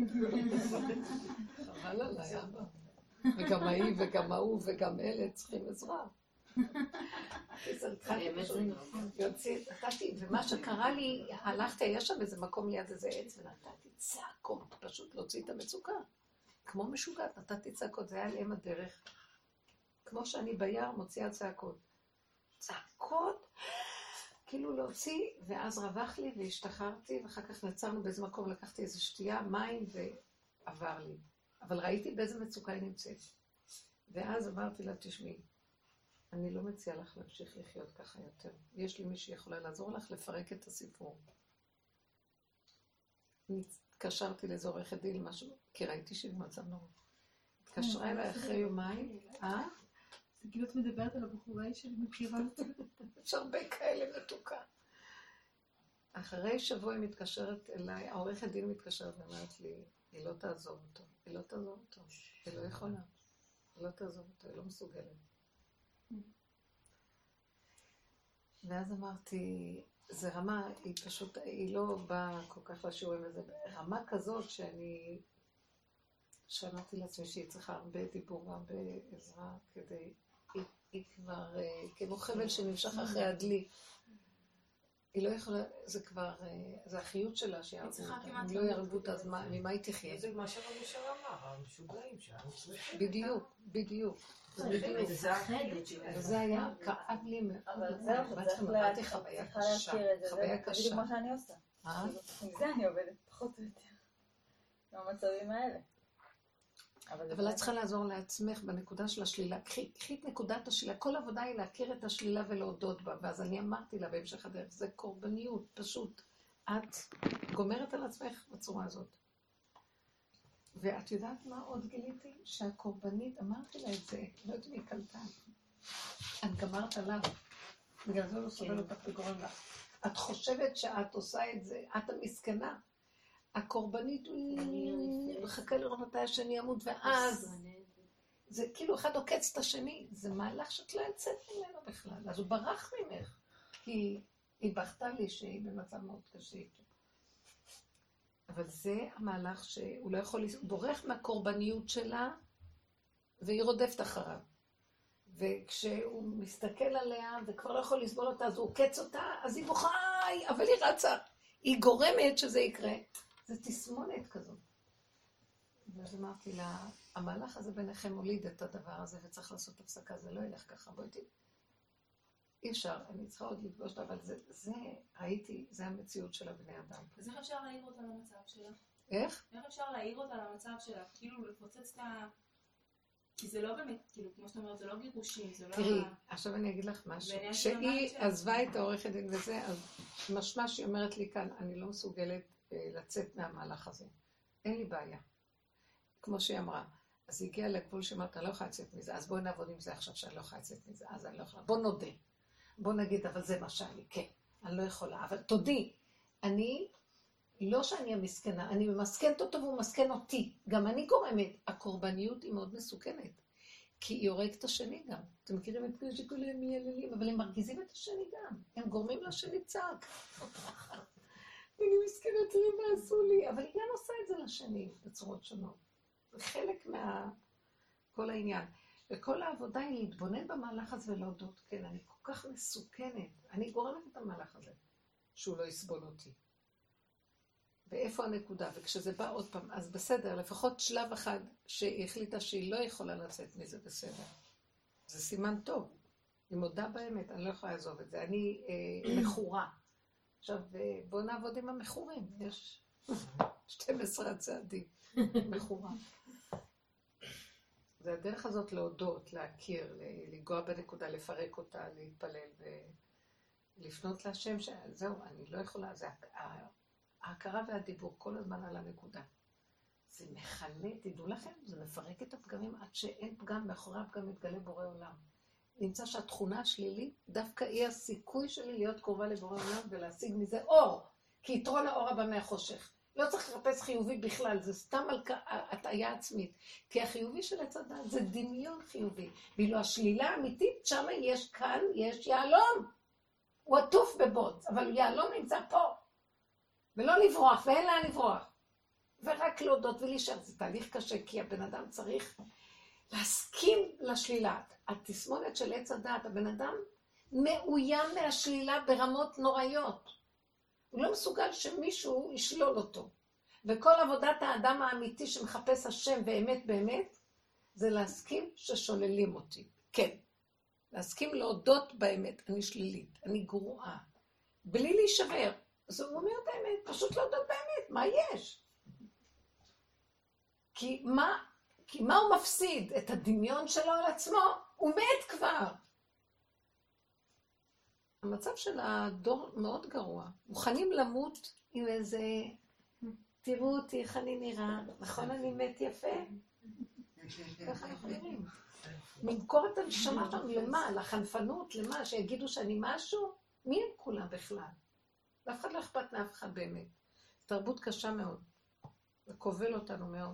חבל עליי, אבא. וגם ההיא וגם ההוא וגם אלה צריכים עזרה. נתתי, ומה שקרה לי, הלכתי, היה שם איזה מקום ליד איזה עץ, ונתתי צעקות, פשוט להוציא את המצוקה. כמו משוגעת, נתתי צעקות, זה היה להם הדרך. כמו שאני ביער מוציאה צעקות. צעקות, כאילו להוציא, ואז רווח לי והשתחררתי, ואחר כך נצרנו באיזה מקום, לקחתי איזו שתייה, מים, ועבר לי. אבל ראיתי באיזה מצוקה היא נמצאת. ואז אמרתי לה, תשמעי, אני לא מציעה לך להמשיך לחיות ככה יותר. יש לי מי שיכולה לעזור לך לפרק את הסיפור. התקשרתי לאיזו עורכת דין, משהו, כי ראיתי שהיא במצב נורא. התקשרה אליי אחרי יומיים, זה כאילו את מדברת על הבחורה שאני מכירה אותה. יש הרבה כאלה מתוקה. אחרי שבוע היא מתקשרת אליי, העורכת דין מתקשרת ואומרת לי, היא לא תעזוב אותו, היא לא תעזוב אותו, היא לא יכולה, היא לא תעזוב אותו, היא לא מסוגלת. ואז אמרתי, זה רמה, היא פשוט, היא לא באה כל כך לשיעורים הזה, רמה כזאת שאמרתי לעצמי שהיא צריכה הרבה דיבור והרבה עזרה כדי, היא כבר כמו חבל שנמשך אחרי הדלי. היא לא יכולה, זה כבר, זה החיות שלה שיעבוד, אם לא ירבו אותה, אז ממה היא תחיה? זה מה שרבי שר אמר, המשוגעים שלנו צריכים. בדיוק, בדיוק. זה החיות שלהם. וזה היה כאב לי מאוד. אבל זהו, צריך להכיר את זה, זה בדיוק מה שאני עושה. עם זה אני עובדת, פחות או יותר. במצבים האלה. אבל את צריכה לעזור לעצמך בנקודה של השלילה. קחי את נקודת השלילה. כל עבודה היא להכיר את השלילה ולהודות בה. ואז אני אמרתי לה בהמשך הדרך, זה קורבניות, פשוט. את גומרת על עצמך בצורה הזאת. ואת יודעת מה עוד גיליתי? שהקורבנית, אמרתי לה את זה, לא יודעת מי קלטה. את גמרת עליו. בגלל זה לא סובל אותך וגורם לך. את חושבת שאת עושה את זה, את המסכנה. הקורבנית, מחכה לראות מתי השני ימות, ואז זה כאילו אחד עוקץ את השני, זה מהלך שאת לא יצאת ממנו בכלל, אז הוא ברח ממך, כי היא בכתה לי שהיא במצב מאוד קשה איתו. אבל זה המהלך שהוא לא יכול, הוא בורח מהקורבניות שלה, והיא רודפת אחריו. וכשהוא מסתכל עליה וכבר לא יכול לסבול אותה, אז הוא עוקץ אותה, אז היא בוכה, אבל היא רצה, היא גורמת שזה יקרה. זה תסמונת כזאת. ואז אמרתי לה, המהלך הזה ביניכם הוליד את הדבר הזה, וצריך לעשות הפסקה, זה לא ילך ככה, בואי תראי. אי אפשר, אני צריכה עוד לפגוש אותה, אבל זה, ראיתי, זה המציאות של הבני אדם. אז איך אפשר להעיר אותה למצב שלה? איך? איך אפשר להעיר אותה למצב שלה? כאילו לפוצץ את ה... כי זה לא באמת, כאילו, כמו שאתה אומרת, זה לא גירושים, זה לא... תראי, עכשיו אני אגיד לך משהו. בעניין של כשהיא המוות שלה. עזבה את העורכת דין וזה, אז משמע שהיא אומרת לי כאן, אני לא מסוגלת לצאת מהמהלך הזה. אין לי בעיה. כמו שהיא אמרה. אז היא הגיעה לגבול שאמרת, אני לא יכולה לצאת מזה, אז בואי נעבוד עם זה עכשיו שאני לא יכולה לצאת מזה, אז אני לא יכולה. בוא נודה. בוא נגיד, אבל זה מה שאני, כן, אני לא יכולה. אבל תודי, לא שאני המסכנה, אני ממסכנת אותו והוא מסכן אותי. גם אני גורמת. הקורבניות היא מאוד מסוכנת. כי היא הורגת את השני גם. אתם מכירים את זה שכולם מייללים, אבל הם מרגיזים את השני גם. הם גורמים לשני צעק. אני מסכנת, תראי מה עשו לי. אבל היא גם עושה את זה לשני בצורות שונות. זה חלק כל העניין. וכל העבודה היא להתבונן במהלך הזה ולהודות. כן, אני כל כך מסוכנת. אני גורמת את המהלך הזה. שהוא לא יסבול אותי. ואיפה הנקודה? וכשזה בא עוד פעם, אז בסדר, לפחות שלב אחד שהיא החליטה שהיא לא יכולה לצאת מזה בסדר. זה סימן טוב. היא מודה באמת, אני לא יכולה לעזוב את זה. אני מכורה. עכשיו, בואו נעבוד עם המכורים. יש 12 צעדים. מכורה. זה הדרך הזאת להודות, להכיר, לגוע בנקודה, לפרק אותה, להתפלל ולפנות להשם זהו, אני לא יכולה, זה ההכרה והדיבור כל הזמן על הנקודה. זה מכנה, תדעו לכם, זה מפרק את הפגמים עד שאין פגם, מאחורי הפגם מתגלה בורא עולם. נמצא שהתכונה השלילית, דווקא היא הסיכוי שלי להיות קרובה לבורא עולם ולהשיג מזה אור, כי יתרון האור הבא מהחושך. לא צריך לחפש חיובי בכלל, זה סתם הטעיה עצמית. כי החיובי של עץ הדת זה דמיון חיובי. ואילו השלילה האמיתית, שם יש יעלום. הוא עטוף בבוץ, אבל יעלום נמצא פה. ולא לברוח, ואין לאן לברוח. ורק להודות ולהישאר. זה תהליך קשה, כי הבן אדם צריך להסכים לשלילה. התסמונת של עץ הדת, הבן אדם מאוים מהשלילה ברמות נוראיות. הוא לא מסוגל שמישהו ישלול אותו. וכל עבודת האדם האמיתי שמחפש השם באמת באמת, זה להסכים ששוללים אותי. כן. להסכים להודות באמת, אני שלילית, אני גרועה. בלי להישבר. אז הוא אומר את האמת, פשוט להודות באמת, מה יש? כי מה הוא מפסיד? את הדמיון שלו על עצמו? הוא מת כבר. המצב של הדור מאוד גרוע. מוכנים למות עם איזה, תראו אותי איך אני נראה, נכון אני מת יפה? ככה אנחנו נראים. נמכור את הנשמה שלנו למה? לחנפנות? למה? שיגידו שאני משהו? מי הם כולם בכלל? ואף אחד לא אכפת מאף אחד באמת. תרבות קשה מאוד. זה כובל אותנו מאוד.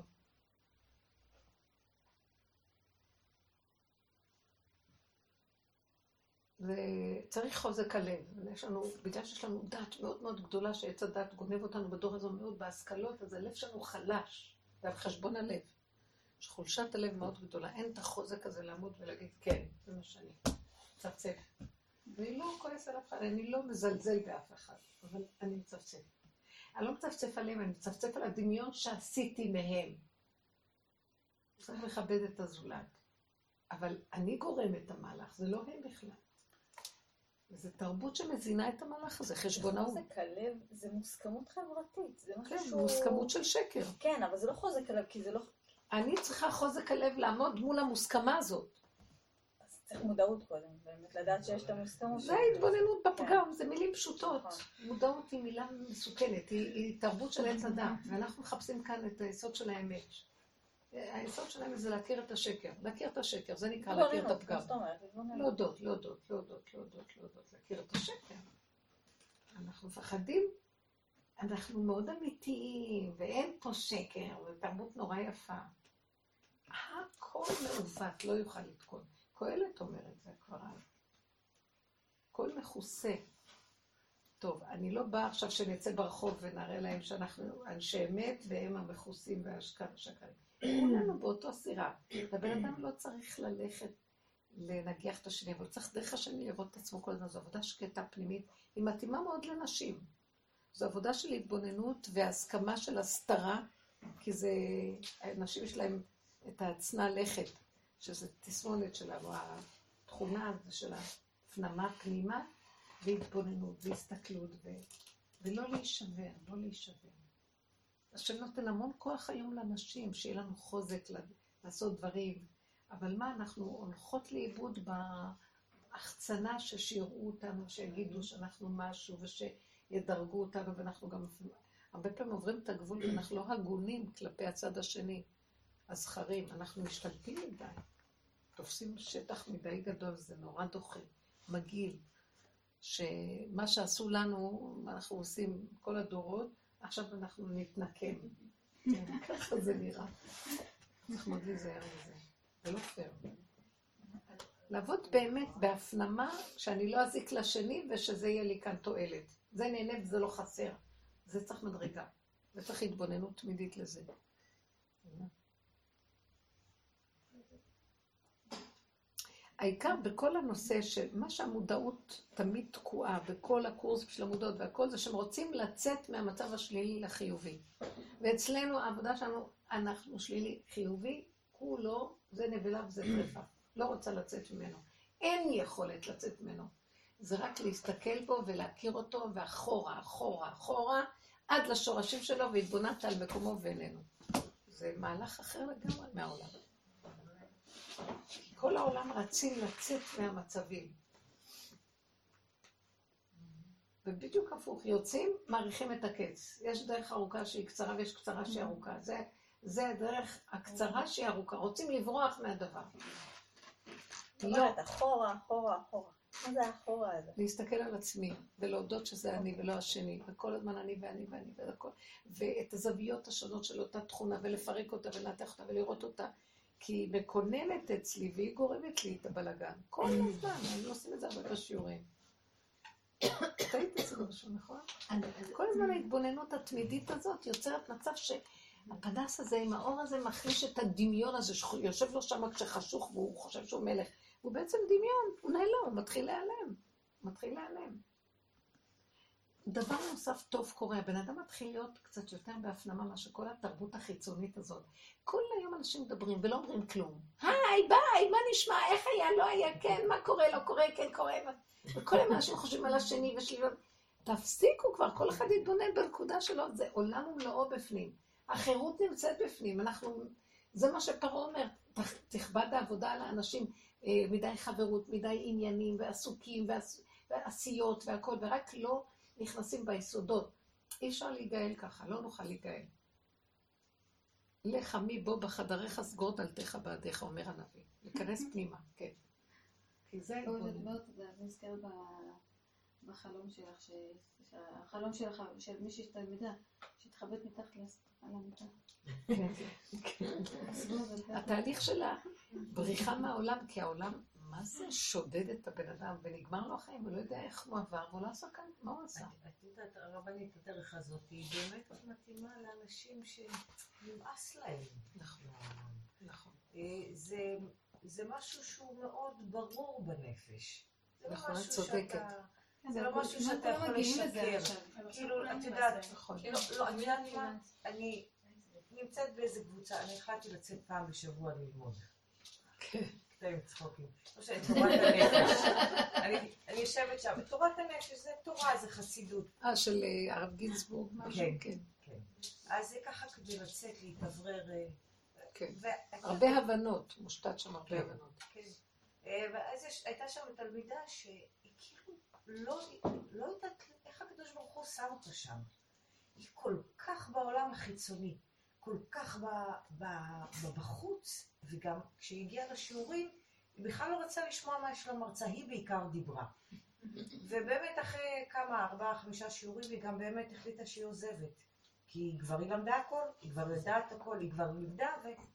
וצריך חוזק הלב. בגלל שיש לנו דת מאוד מאוד גדולה, שעץ הדת גונב אותנו בדור הזה מאוד בהשכלות, אז הלב שלנו חלש, ועל חשבון הלב. יש חולשת הלב מאוד גדולה. אין את החוזק הזה לעמוד ולהגיד, כן, זה מה שאני מצפצף. אני לא כועס על אף אחד, אני לא מזלזל באף אחד, אבל אני מצפצף. אני לא מצפצף עליהם, אני מצפצף על הדמיון שעשיתי מהם. צריך לכבד את הזולת. אבל אני גורם את המהלך, זה לא הם בכלל. וזו תרבות שמזינה את המהלך הזה, חשבונאות. חוזק הלב זה מוסכמות חברתית, זה משהו כן, שהוא... מוסכמות של שקר. כן, אבל זה לא חוזק הלב, כי זה לא... אני צריכה חוזק הלב לעמוד מול המוסכמה הזאת. אז צריך מודעות קודם, באמת לדעת שיש את המוסכמות. זה התבוננות בפגם, זה מילים פשוטות. מודעות היא מילה מסוכנת, היא תרבות של עץ הדת, ואנחנו מחפשים כאן את היסוד של האמת. היסוד של האמת זה להכיר את השקר. להכיר את השקר, זה נקרא להכיר את הפגם. להודות, להכיר את השקר. אנחנו מפחדים, אנחנו מאוד אמיתיים, ואין פה שקר, ותרבות נורא יפה. הכל מעוות, לא יוכל לתקון. קהלת אומרת זה כבר. הכל מכוסה. טוב, אני לא באה עכשיו שנצא ברחוב ונראה להם שאנחנו אנשי אמת, והם המכוסים והשקרים. כולנו באותו סירה. הבן אדם לא צריך ללכת לנגיח את השני, אבל צריך דרך השני לראות את עצמו כל הזמן. זו עבודה שקטה פנימית, היא מתאימה מאוד לנשים. זו עבודה של התבוננות והסכמה של הסתרה, כי זה, הנשים יש להם את העצנה לכת, שזה תסמונת שלנו, התכונה הזו של הפנמה פנימה, והתבוננות, והסתכלות, ולא להישבר, לא להישבר. השם נותן המון כוח היום לאנשים, שיהיה לנו חוזק לעשות דברים, אבל מה, אנחנו הולכות לאיבוד בהחצנה שיראו אותנו, שיגידו שאנחנו משהו, ושידרגו אותנו, ואנחנו גם הרבה פעמים עוברים את הגבול, ואנחנו לא הגונים כלפי הצד השני, הזכרים, אנחנו משתלטים מדי, תופסים שטח מדי גדול, זה נורא דוחה, מגעיל, שמה שעשו לנו, מה אנחנו עושים כל הדורות, עכשיו אנחנו נתנקם. ככה זה נראה. צריך מאוד להיזהר מזה. זה לא פייר. לעבוד באמת בהפנמה שאני לא אזיק לשני ושזה יהיה לי כאן תועלת. זה נהנה וזה לא חסר. זה צריך מדרגה. זה צריך התבוננות תמידית לזה. העיקר בכל הנושא של מה שהמודעות תמיד תקועה, בכל הקורס של המודעות והכל זה שהם רוצים לצאת מהמצב השלילי לחיובי. ואצלנו העבודה שלנו, אנחנו שלילי חיובי, כולו זה נבלה וזה טרפה. לא רוצה לצאת ממנו. אין יכולת לצאת ממנו. זה רק להסתכל בו ולהכיר אותו ואחורה, אחורה, אחורה, עד לשורשים שלו והתבוננת על מקומו ואיננו. זה מהלך אחר לגמרי מהעולם. כל העולם רצים לצאת מהמצבים. ובדיוק הפוך, יוצאים, מעריכים את הקץ. יש דרך ארוכה שהיא קצרה ויש קצרה שהיא ארוכה. זה הדרך הקצרה שהיא ארוכה. רוצים לברוח מהדבר. לא. אחורה, אחורה, אחורה. מה זה האחורה הזה? להסתכל על עצמי ולהודות שזה אני ולא השני. וכל הזמן אני ואני ואני והכל. ואת הזוויות השונות של אותה תכונה ולפרק אותה ולנתח אותה ולראות אותה. כי היא מקוננת אצלי והיא גורמת לי את הבלגן. כל הזמן, אני לא עושים את זה הרבה בשיעורים. תהיית את זה משהו, נכון? כל הזמן ההתבוננות התמידית הזאת יוצרת מצב שהפנס הזה עם האור הזה מחליש את הדמיון הזה שיושב לו שם כשחשוך והוא חושב שהוא מלך. הוא בעצם דמיון, הוא נעלם, הוא מתחיל להיעלם. מתחיל להיעלם. דבר נוסף טוב קורה, הבן אדם מתחיל להיות קצת יותר בהפנמה מה שכל התרבות החיצונית הזאת. כל היום אנשים מדברים ולא אומרים כלום. היי, ביי, מה נשמע, איך היה, לא היה, כן, מה קורה, לא קורה, כן קורה. וכל היום אנשים חושבים על השני ושלילות. תפסיקו כבר, כל אחד יתבונן בנקודה שלו, זה עולם ומלואו בפנים. החירות נמצאת בפנים, זה מה שפרעה אומר, תכבד העבודה על האנשים, מדי חברות, מדי עניינים ועסוקים ועשיות והכל, ורק לא נכנסים ביסודות. אי אפשר להיגאל ככה, לא נוכל להיגאל. לך מי בו בחדריך סגור דלתך בעדיך, אומר הנביא. להיכנס פנימה, כן. כי זה מאוד נזכר בחלום שלך, החלום שלך, של מישהי שתלמידה, שתחבט מתחת על המיטה. התהליך של הבריחה מהעולם, כי העולם, מה זה שודד את הבן אדם, ונגמר לו החיים, הוא לא יודע איך הוא עבר, והוא לא עשה כאן, מה הוא עשה? את יודעת, הרבנית, הדרך הזאת היא באמת מתאימה לאנשים שנמאס להם. נכון. זה משהו שהוא מאוד ברור בנפש. נכון, את צודקת. זה לא משהו שאתה יכול לשקר. כאילו, את יודעת, אני נמצאת באיזה קבוצה, אני החלטתי לצאת פעם בשבוע ללמוד. קטעים צחוקים. תורת הנפש. אני יושבת שם, תורת הנפש זה תורה, זה חסידות. של הרב גינזבורג משהו? כן. אז זה ככה כדי לצאת, להתאוורר. כן. הרבה הבנות, מושתת שם הרבה הבנות. כן. ואז הייתה שם תלמידה שהיא כאילו לא יודעת איך הקדוש ברוך הוא שם אותה שם. היא כל כך בעולם החיצוני, כל כך בחוץ, וגם כשהיא הגיעה לשיעורים, היא בכלל לא רצה לשמוע מה יש למרצה, היא בעיקר דיברה. ובאמת אחרי כמה, 4-5 שיעורים, היא גם באמת החליטה שהיא עוזבת. כי כבר היא למדה הכל, היא כבר יודעת הכל, היא כבר לימדה,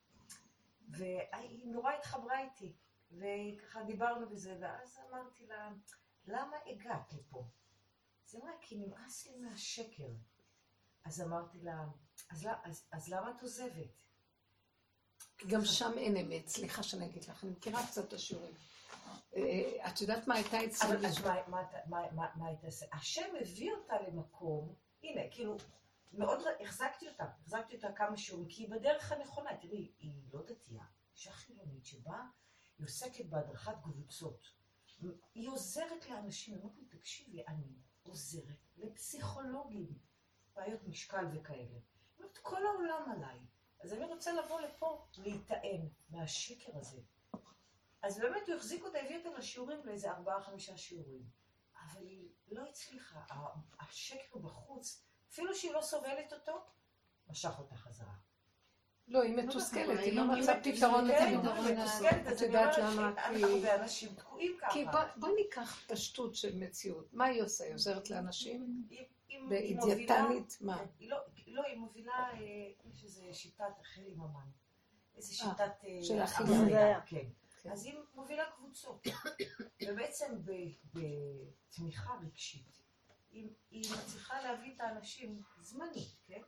והיא נורא התחברה איתי. וככה דיברנו בזה, ואז אמרתי לה, למה הגעת לפה? אז היא אמרה, כי נמאס לי מהשקר. אז אמרתי לה, אז למה את עוזבת? גם שם אין אמת, סליחה שאני אגיד לך, אני מכירה קצת את השיעורים. את יודעת מה הייתה אצלי? אבל אז מה הייתה עושה? השם הביא אותה למקום, הנה, כאילו, מאוד החזקתי אותה כמה שיעורים, כי היא בדרך הנכונה, תראי, היא לא דתייה, אישה חילונית שבה היא עוסקת בהדרכת קבוצות, היא עוזרת לאנשים, היא אומרת לי, תקשיבי, אני עוזרת לפסיכולוגים, בעיות משקל וכאלה. היא אומרת, כל העולם עליי. אז אני רוצה לבוא לפה, להיטען מהשקר הזה. אז באמת הוא החזיק אותה, הביא אותה לשיעורים, לאיזה 4-5 שיעורים. אבל היא לא הצליחה, השקר בחוץ, אפילו שהיא לא סובלת אותו, משך אותה חזרה. לא, היא מתוסכלת, היא לא מצאה פתרון את מתוסכלת, אז אני אומרת שאנחנו באנשים תקועים ככה. כי בוא ניקח פשטות של מציאות. מה היא עושה? היא עוזרת לאנשים? דיאטנית? מה? לא, היא מובילה, יש איזו שיטת חלי ממן. איזו שיטת... של אכילה. כן. אז היא מובילה קבוצות. ובעצם בתמיכה רגשית, היא מצליחה להביא את האנשים זמנית, כן?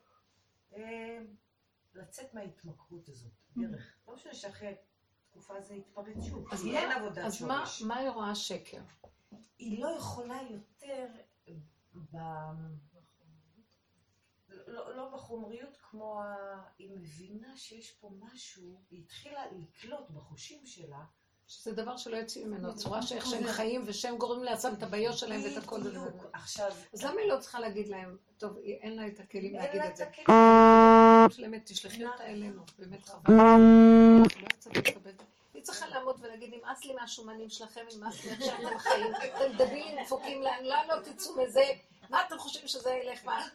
לצאת מההתמכרות הזאת, דרך. לא משנה שאחרי תקופה זה יתפרץ שוב. אז מה היא רואה שקר? היא לא יכולה יותר לא בחומריות כמו היא מבינה שיש פה משהו, היא התחילה לקלוט בחושים שלה. שזה דבר שלא יוצאים ממנו, צורה שאיך שהם חיים ושהם גורמים לעצמם את הבעיות שלהם ואת הכל. אז למה היא לא צריכה להגיד להם, טוב, אין לה את הכלים להגיד את זה. שלמת, תשלחי אותה אלינו, באמת חבל. היא צריכה לעמוד ולהגיד, נמאס לי מהשומנים שלכם, נמאס לי איך שאתם חיים, אתם דבילים, דפוקים להם, לא תצאו מזה, מה אתם חושבים שזה ילך מה?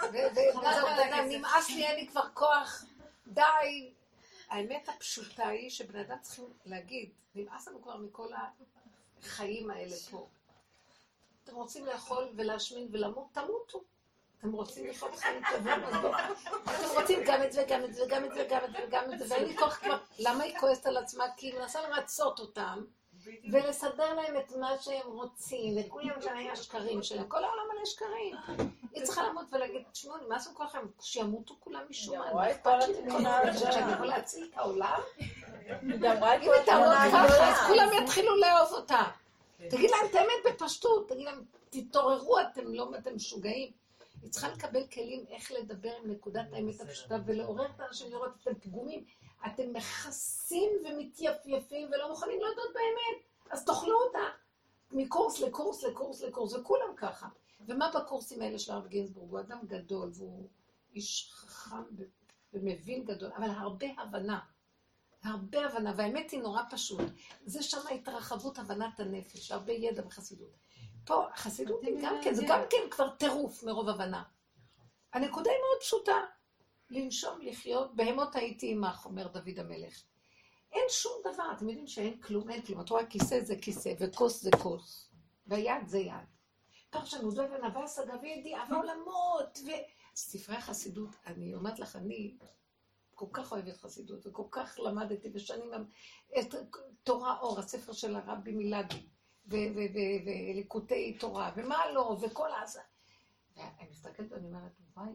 נמאס לי, אין לי כבר כוח, די. האמת הפשוטה היא שבן אדם צריכים להגיד, נמאס לנו כבר מכל החיים האלה פה. אתם רוצים לאכול ולהשמין ולמות, תמותו. אתם רוצים לחיות חיים טובים, אז בואו. אתם רוצים גם את זה, גם את זה, גם את זה, גם את זה, גם את זה, ואין לי כוח כבר. למה היא כועסת על עצמה? כי היא מנסה לרצות אותם, ולסדר להם את מה שהם רוצים, וכולם שם השקרים שלהם. כל העולם מלא שקרים. היא צריכה לעמוד ולהגיד, תשמעו, נמאס לנו כולכם, שימותו כולם משום מה. רואה את כל התמונה הגדולה. שאני יכול להציל את העולם? גם רואה את אם כל היא תעמוד התמונה ככה, הגדולה. אז כולם יתחילו לאהוב אותה. תגיד להם את האמת בפשטות, תגיד להם, תתעוררו, אתם משוגעים. היא צריכה לקבל כלים איך לדבר עם נקודת האמת הפשוטה, ולעורר את האנשים לראות, אתם פגומים, אתם מכסים ומתייפייפים ולא מוכנים להודות באמת, אז תאכלו אותה מקורס לקורס לקורס לקורס, וכולם ככה. ומה בקורסים האלה של הרב גינזבורג? הוא אדם גדול, והוא איש חכם ומבין גדול, אבל הרבה הבנה, והאמת היא נורא פשוט. זה שם התרחבות הבנת הנפש, הרבה ידע בחסידות. פה החסידות היא גם כן, זה גם כן כבר טירוף מרוב הבנה. הנקודה היא מאוד פשוטה, לנשום, לחיות, בהמות הייתי עמך, אומר דוד המלך. אין שום דבר, אתם יודעים שאין כלום, אין כלום. את רואה, כיסא זה כיסא, וכוס זה כוס, והיד זה יד. פרשנות ואבן אבס אגב ידיעה ועולמות, ספרי החסידות, אני אומרת לך, אני כל כך אוהבת חסידות, וכל כך למדתי בשנים את תורה אור, הספר של הרבי מילדי, וליקוטי תורה, ומה לא, וכל העזה. ואני מסתכלת ואני אומרת, וואי,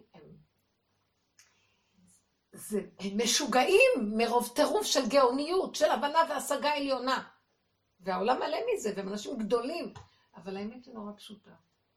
הם משוגעים מרוב טירוף של גאוניות, של הבנה והשגה עליונה. והעולם מלא מזה, והם אנשים גדולים. אבל האמת היא נורא פשוטה.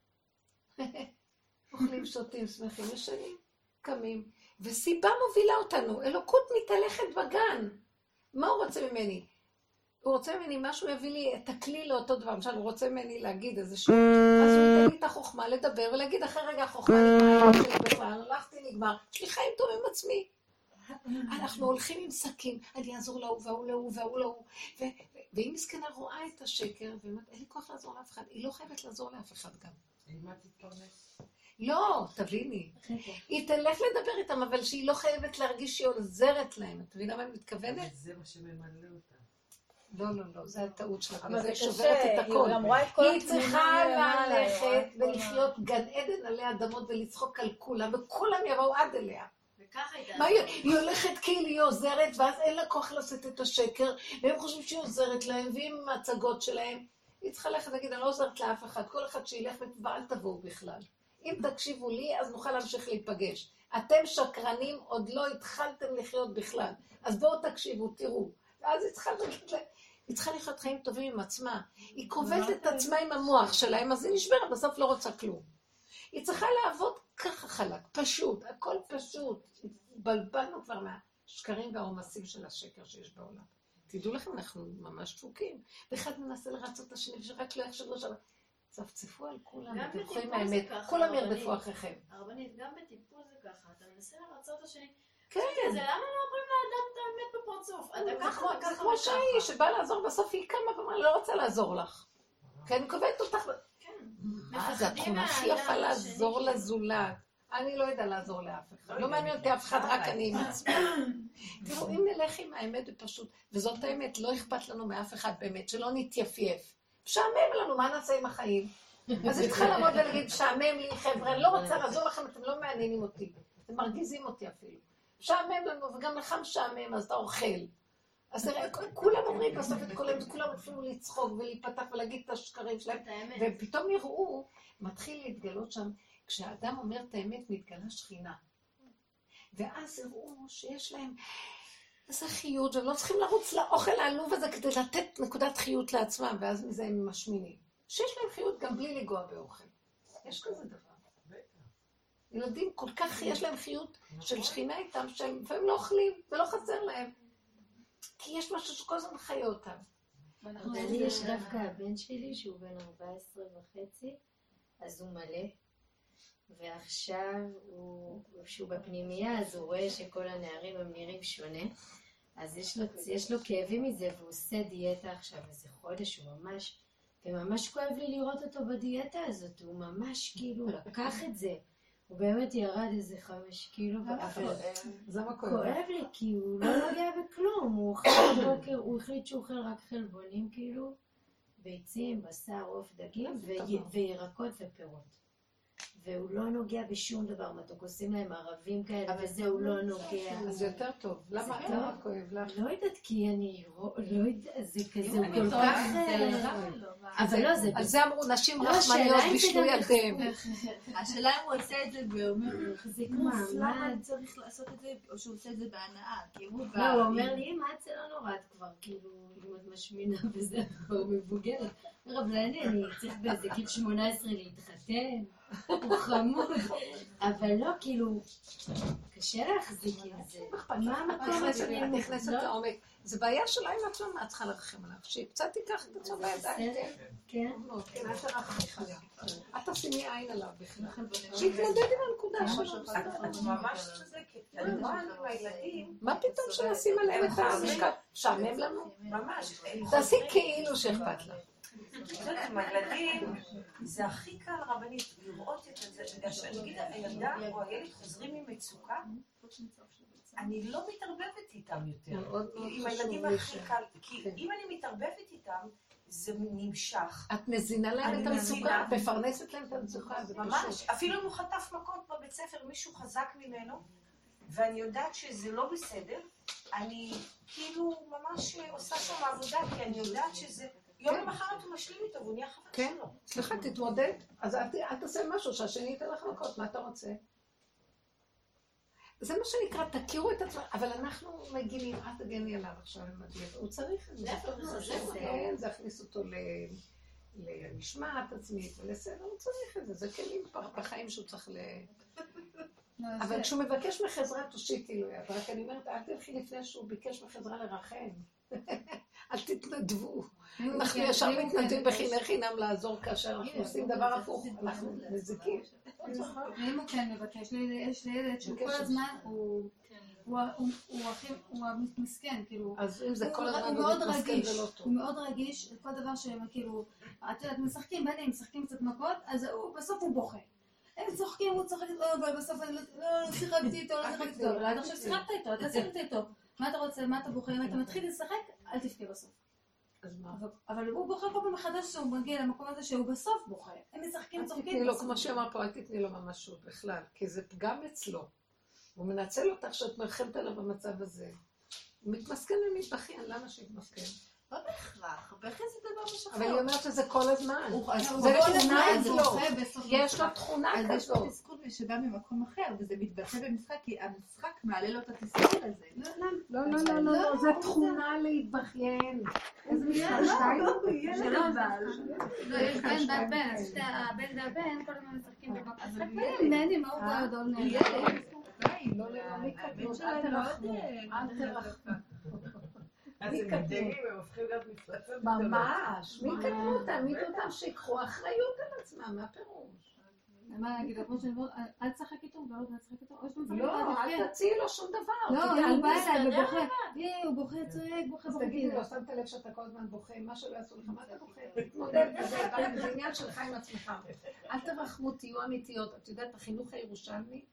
אוכלים, שותים, שמחים, ישנים, קמים. וסיבה מובילה אותנו, אלוקות מתהלכת בגן. מה הוא רוצה ממני? הוא רוצה ממני משהו, יביא לי את הכלי לאותו דבר. למשל, הוא רוצה ממני להגיד איזה שום. אז הוא ייתן לי את החוכמה לדבר ולהגיד, אחרי רגע החוכמה נגמר, הלכתי נגמר. יש לי חיים טובים עם עצמי. אנחנו הולכים עם שקים, אני אעזור להוא והוא להוא והוא להוא. והיא מסכנה רואה את השקר, ואומרת, אין לי כוח לעזור לאף אחד. היא לא חייבת לעזור לאף אחד גם. מה תתפרנס? לא, תביני. היא תלך לדבר איתם, אבל שהיא לא חייבת להרגיש שהיא עוזרת להם. את מבינה מה אני מתכוונת? אבל זה מה שממלא אותה. לא, זה הטעות שלה. אבל זה היא שוברת קשה, את הכל. היא גם רואה את כל היא צריכה התמונה ללכת ולחיות גן עדן עלי אדמות ולצחוק על כולם, וכולם יבואו עד אליה. וככה הייתה. מה היא הולכת כאילו היא עוזרת, ואז אין לה כוח לעשות את השקר, והם חושבים שהיא עוזרת להם, ועם ההצגות שלהם, היא צריכה ללכת להגיד, אני לא עוזרת לאף אחד, כל אחד שילך ואל תבואו בכלל. אם תקשיבו לי, אז נוכל להמשיך להיפגש. אתם שקרנים, עוד לא התחלתם לחיות בכלל, אז בואו תקשיבו, תראו. ואז היא צריכה להגיד להם, היא צריכה לחיות חיים טובים עם עצמה. היא כובלת את עצמה עם המוח שלהם, אז היא נשברה, בסוף לא רוצה כלום. היא צריכה לעבוד ככה חלק, פשוט, הכל פשוט. בלבלנו כבר מהשקרים והעומסים של השקר שיש בעולם. תדעו לכם, אנחנו ממש דפוקים. ואחד מנסה לרצות את השני, ושרק לא יחשבו שם. צפצפו על כולם, אתם יכולים האמת, כולם ירדפו אחריכם. הרבנית, גם בטיפול זה ככה, אתה מנסה לרצות את השני. כן. זה למה לא אומרים לאדם את האמת בפרצוף? זה כמו שהיא שבאה לעזור בסוף, היא קמה ואומרה, לא רוצה לעזור לך. כן, קובעת אותך. מה זה התכונה הכי יפה לעזור לזולת? אני לא יודע לעזור לאף אחד. לא מעניין אותי אף אחד, רק אני עם עצמי. תראו, אם נלך עם האמת בפשוט, וזאת האמת, לא אכפת לנו מאף אחד באמת, שלא נתייפייף. משעמם לנו, מה נעשה עם החיים? אז היא צריכה לעמוד ולהגיד, משעמם לי, חבר'ה, אני לא רוצה לעזור לכם, אתם לא מעניינים אותי. אתם מרגיזים אותי אפילו. משעמם לנו, וגם לך משעמם, אז אתה אוכל. אז כולם אומרים בסוף את כולם התחילו לצחוק ולהיפתח ולהגיד את השקרים שלהם, ופתאום יראו, מתחיל להתגלות שם, כשהאדם אומר את האמת, מתגלה שכינה. ואז יראו שיש להם איזה חיות, והם לא צריכים לרוץ לאוכל העלוב הזה כדי לתת נקודת חיות לעצמם, ואז מזה הם משמינים. שיש להם חיות גם בלי לגוע באוכל. יש כזה דבר. ילדים כל כך יש להם חיות של שכינה איתם, שהם לפעמים לא אוכלים, ולא חסר להם. כי יש משהו שכל הזמן חיה אותם. ואני יש דווקא הבן שלי, שהוא בן 14 וחצי, אז הוא מלא. ועכשיו כשהוא בפנימייה, אז הוא רואה שכל הנערים הם נראים שונה. אז יש לו כאבים מזה, והוא עושה דיאטה עכשיו איזה חודש, הוא ממש כואב לי לראות אותו בדיאטה הזאת, הוא ממש כאילו לקח את זה. הוא באמת ירד איזה 5 קילו, אבל כואב לי, כי הוא לא נוגע בכלום, הוא החליט שהוא אוכל רק חלבונים כאילו, ביצים, בשר, עוף, דגים, וירקות ופירות. והוא לא נוגע בשום דבר, מתוק עושים להם ערבים כאלה, וזה הוא לא נוגע. אז זה יותר טוב. למה כואב לך? לא יודעת, כי אני לא יודעת, זה כזה, הוא כל כך... אבל לא, זה... על זה אמרו, נשים רחמניות בשלו ילדיהם. השאלה אם הוא עושה את זה ואומר, מחזיק מעמד. למה צריך לעשות את זה, או שהוא עושה את זה בהנאה? לא, הוא אומר לי, מה זה לא נורא, את כבר כאילו, אם את משמינה וזה, את כבר מבוגרת. אבל אני צריך באיזה גיל 18 להתחתן. הוא חמוד, אבל לא, כאילו, קשה להחזיק עם זה. מה המקום הזה? את נכנסת לעומק. זה בעיה שלה עם עצמה, מה את צריכה לרחם עליו? שהיא קצת תיקח את עצמה בידיים. כן. כן, אל תרחם עליו. אל תשימי עין עליו בכלל. שיתמודד עם הנקודה שלו. את ממש צודקת. אני רואה עם הילדים... מה פתאום שנשים עליהם את המשקל? משעמם לנו? ממש. תעשי כאילו שאכפת לך. עם הילדים, זה הכי קל רבנית, לראות את זה. נגיד, הילדה או הילד חוזרים ממצוקה, אני לא מתערבבת איתם יותר. עם הילדים הכי קל, כי אם אני מתערבבת איתם, זה נמשך. את מזינה להם את המצוקה, מפרנסת להם את המצוקה, זה ממש. אפילו אם הוא חטף מכות בבית ספר, מישהו חזק ממנו, ואני יודעת שזה לא בסדר, אני כאילו ממש עושה שם עבודה, כי אני יודעת שזה... יום למחרת הוא משלים איתו, והוא נהיה חבר שלו. כן, סליחה, תתמודד. אז אל תעשה משהו שהשני ייתן לך מכות, מה אתה רוצה? זה מה שנקרא, תכירו את עצמם, אבל אנחנו מגינים, את תגני עליו עכשיו למדהים, הוא צריך את זה. כן, זה הכניס אותו למשמעת עצמית ולסדר, הוא צריך את זה, זה כלים בחיים שהוא צריך אבל כשהוא מבקש מחזרה, תושיטי לו יד, רק אני אומרת, אל תלכי לפני שהוא ביקש מחזרה לרחם. אל תתנדבו. אנחנו ישר מתנדבים בחינך חינם לעזור כאשר אנחנו עושים דבר הפוך, אנחנו מזיקים. ואם הוא כן מבקש, יש לי ילד שכל הזמן הוא מסכן, כאילו, אז אם זה כל הזמן הוא מתמסכן זה לא טוב. הוא מאוד רגיש, כל דבר שהם כאילו, את יודעת, משחקים ביניהם, משחקים קצת מכות, אז בסוף הוא בוכה. הם צוחקים, הוא צוחק, אבל בסוף אני לא שיחקתי איתו, לא שיחקתי איתו, אבל עד עכשיו שיחקת איתו, אתה שיחקת איתו. מה אתה רוצה, מה אתה בוכה, אם אתה מתחיל לשחק, אל תבכה בסוף. אז מה? אבל הוא בוכה כל פעם מחדש שהוא מגיע למקום הזה שהוא בסוף בוכה. הם משחקים, צוחקים. אל תתני לו, כמו שאמר פה, אל תתני לו ממשות בכלל, כי זה פגם אצלו. הוא מנצל אותך שאת מרחמת עליו במצב הזה. הוא מתמסכן ומתבכיין, למה שיתמסכן? לא בהכרח, בכי זה דבר משחרר. אבל היא אומרת שזה כל הזמן. זה תכונה אצלו. יש לו תכונה כזאת. אז יש לו תסכול שבא ממקום אחר, וזה מתבטא במשחק, כי המשחק מעלה לו את התסכול הזה. לא, זה תכונה להתבכיין. איזה משחק שתיים? זה לא אבל. לא, יש בן בת בן, אז הבן והבן כל הזמן משחקים במקום. נהנים, מה הוא גדול נהנים? לא, לא, לא, אל תרחמו. אז הם גדלים, הם הופכים להיות מפלצות גדולות. ממש, מי קטנו אותם? מי אותם שיקחו אחריות על עצמם, מה פירוש? מה להגיד, כמו שאני אומרת, אל תשחק איתו, ולא תשחק איתו, או שאתה משחק איתו, לא, אל תציעי לו שום דבר. לא, הוא בא אליי ובוכה, הוא בוכה, צועק, בוכה. אז תגידי לו, שמת לב שאתה כל הזמן בוכה, מה שלא יעשו לך, מה אתה בוכה? תתמודד בזה, זה עניין שלך עם עצמך. אל תרחמו, תהיו אמיתיות. את יודעת, החינוך הירושלמי,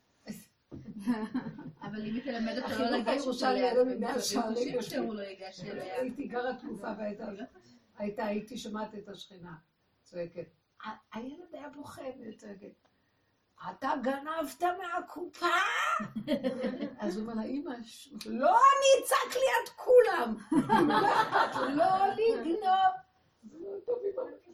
אבל אם היא תלמד אותו לא החינוך לגשת הירושלמי אליה, היה לו מאה שערים. חושבים שהוא לא ייגש אליה. הייתי גרה תקופה הייתי שומעת את השכנה צועקת. הילד היה בוכה וצועקת. אתה גנבת מהקופה? אז הוא אומר לה, אמא, לא אני אצעק ליד כולם. לא לגנוב. אז הוא אומר, טוב,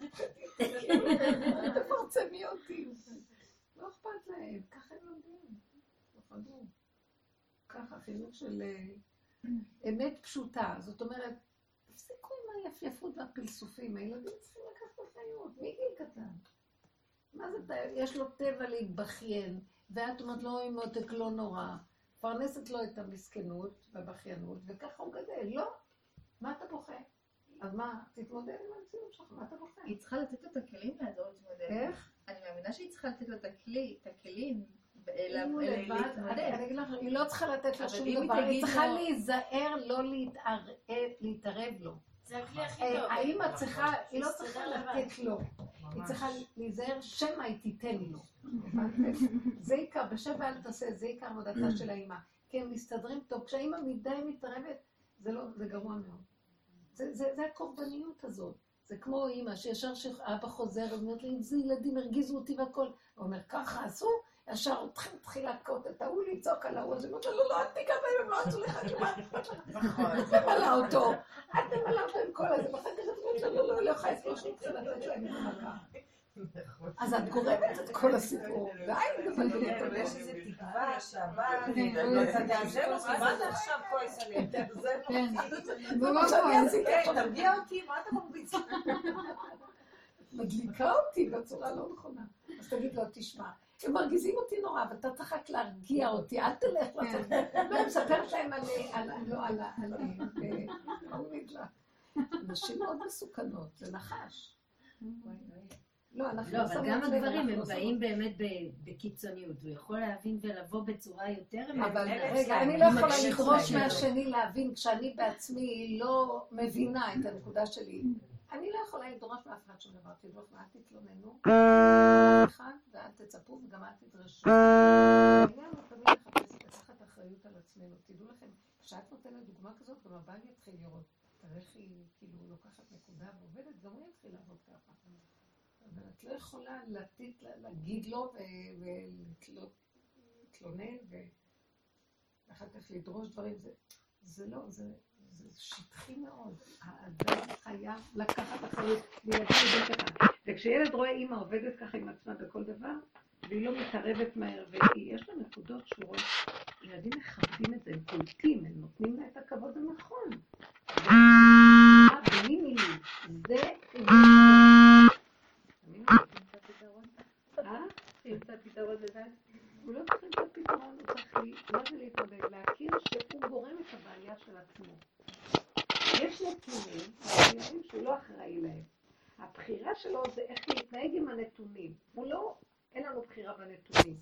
אמא, תפרצמי אותי. לא אכפת להם, ככה הם לומדים. לא ככה, חינוך של אמת פשוטה. זאת אומרת, תפסיקו עם היפייפות והפלסופים. הילדים צריכים לקחת אחריות. מי גיל קטן? מה זה, יש לו טבע להתבכיין, ואת אומרת לו, אם מותק לא נורא, פרנסת לו את המסכנות והבכיינות, וככה הוא גדל. לא, מה אתה בוכה? אז מה, תתמודד עם המציאות שלך, מה אתה בוכה? היא צריכה לתת לו את הכלים לעזור להתמודד. איך? אני מאמינה שהיא צריכה לתת לו את הכלים. אם הוא לבד, אני אגיד לך, היא לא צריכה לתת לו שום אם דבר, היא היא תגיד צריכה לו- להיזהר, לא להתערב לו. זה הכלי הכי טוב. האמא צריכה, היא לא צריכה לתת לו. היא צריכה להיזהר שמא היא תיתן לו. זה עיקר, בשב ואל תעשה, זה עיקר עבודתה של האמא. כי הם מסתדרים טוב. כשהאמא מדי מתערבת, זה גרוע מאוד. זה הקורבניות הזאת. זה כמו אמא, שישר שאבא חוזר, ואומרת לי, זה ילדים הרגיזו אותי והכל. הוא אומר, ככה עשו, ישר תתחיל להכות את ההוא, לצעוק על ההוא, אז הוא אומר, לא, אל תיגע בהם, הם לא עשו לך כמעט. אל תמלא אותו, אל תמלא אותו עם כל הזה, ואחר כך את אומרת, לא יכולה לספור שנתחיל לתת להם את המכה. אז את גורמת את כל הסיפור, די, אבל יש איזו תקווה שהבא, תעזב אותי, מה אתה עכשיו כועס עליהם? תעזב אותי. תרגיע אותי, מה אתה מרביץ? מדליקה אותי בצורה לא נכונה. אז תגיד לו, תשמע, הם מרגיזים אותי נורא, אבל אתה צריך רק להרגיע אותי, אל תלך לעשות. אני מספרת להם נשים מאוד מסוכנות, זה נחש. לא, אבל גם הגברים הם באים באמת בקיצוניות, הוא יכול להבין ולבוא בצורה יותר... אבל רגע, אני לא יכולה לדרוש מהשני להבין, כשאני בעצמי לא מבינה את הנקודה שלי. אני לא יכולה לדרוש מאף אחד שום דבר, תדרוש ואל תתלוננו, ואל תצפו וגם אל תדרשו. העניין הוא תמיד לחפש לקחת אחריות על עצמנו. תדעו לכם, כשאת נותנת דוגמה כזאת, גם הבן יתחיל לראות. תראה איך היא כאילו לוקחת נקודה ועובדת, גם הוא יתחיל לעבוד ככה. אבל את לא יכולה להגיד לו ולהתלונן ואחר כך לדרוש דברים. זה לא, זה שטחי מאוד. האדם חייב לקחת אחריות וילדים עובד ככה. וכשילד רואה אמא עובדת ככה עם עצמה בכל דבר, והיא לא מתערבת מהר, ויש לה נקודות שורות, ילדים מכבדים את זה, הם קולטים, הם נותנים לה את הכבוד הנכון. בני מילי, זה... תמצא פתרון לדעת? הוא לא צריך למצוא פתרון, הוא צריך מה זה להתמודד, להכיר שהוא גורם את הבעיה של עצמו. יש נתונים שהוא לא אחראי להם. הבחירה שלו זה איך להתנהג עם הנתונים. הוא לא, אין לנו בחירה בנתונים.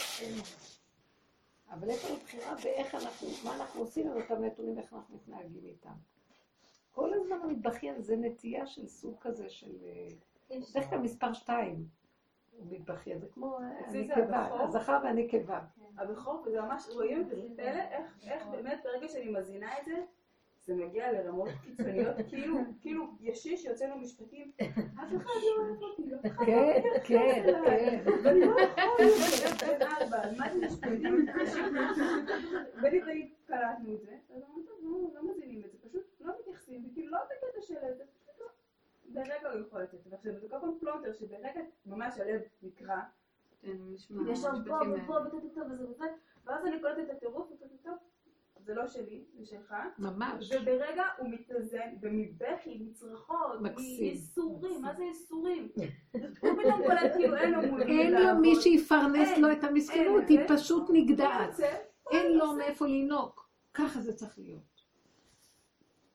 אבל יש לנו בחירה באיך אנחנו, מה אנחנו עושים עם אותם נתונים, איך אנחנו מתנהגים איתם. כל הזמן המתבכיין זה נטייה של סוג כזה של... דרך כלל מספר 2. הוא מתבכיין, זה כמו הנקבה, הזכר והנקבה. הבכור, זה ממש רואים את זה פלא, איך באמת ברגע שאני מזינה את זה, זה מגיע לרמות קיצוניות, כאילו ישיש יוצא לו משפטים, אף אחד לא אוהב אותי, לא אחד לא אוהב אותי, כן. ואני לא יכול להיות בן 4, אז מה זה משפטים? בלי קלטנו את זה, אז אמרנו, לא מזינים את זה, פשוט לא מתייחסים, וכאילו לא בקטע של זה, פשוט לא. ברגע הוא יכול לתת, ועכשיו זה כל פעם פלונטר שברגע ממש הלב נקרא, יש שם פה וטטטו וזה וזה, ואז אני קולטת את הטירוף וטטטו, זה לא שלי, זה שלך. ממש. וברגע הוא מתאזן ומבכי, מצרחות, מיסורים, מה זה איסורים? הוא פתאום קולט כאילו אין לו מול אין לו מי שיפרנס לו את המסכנות, היא פשוט נגדעת. אין לו מאיפה לנוק. ככה זה צריך להיות.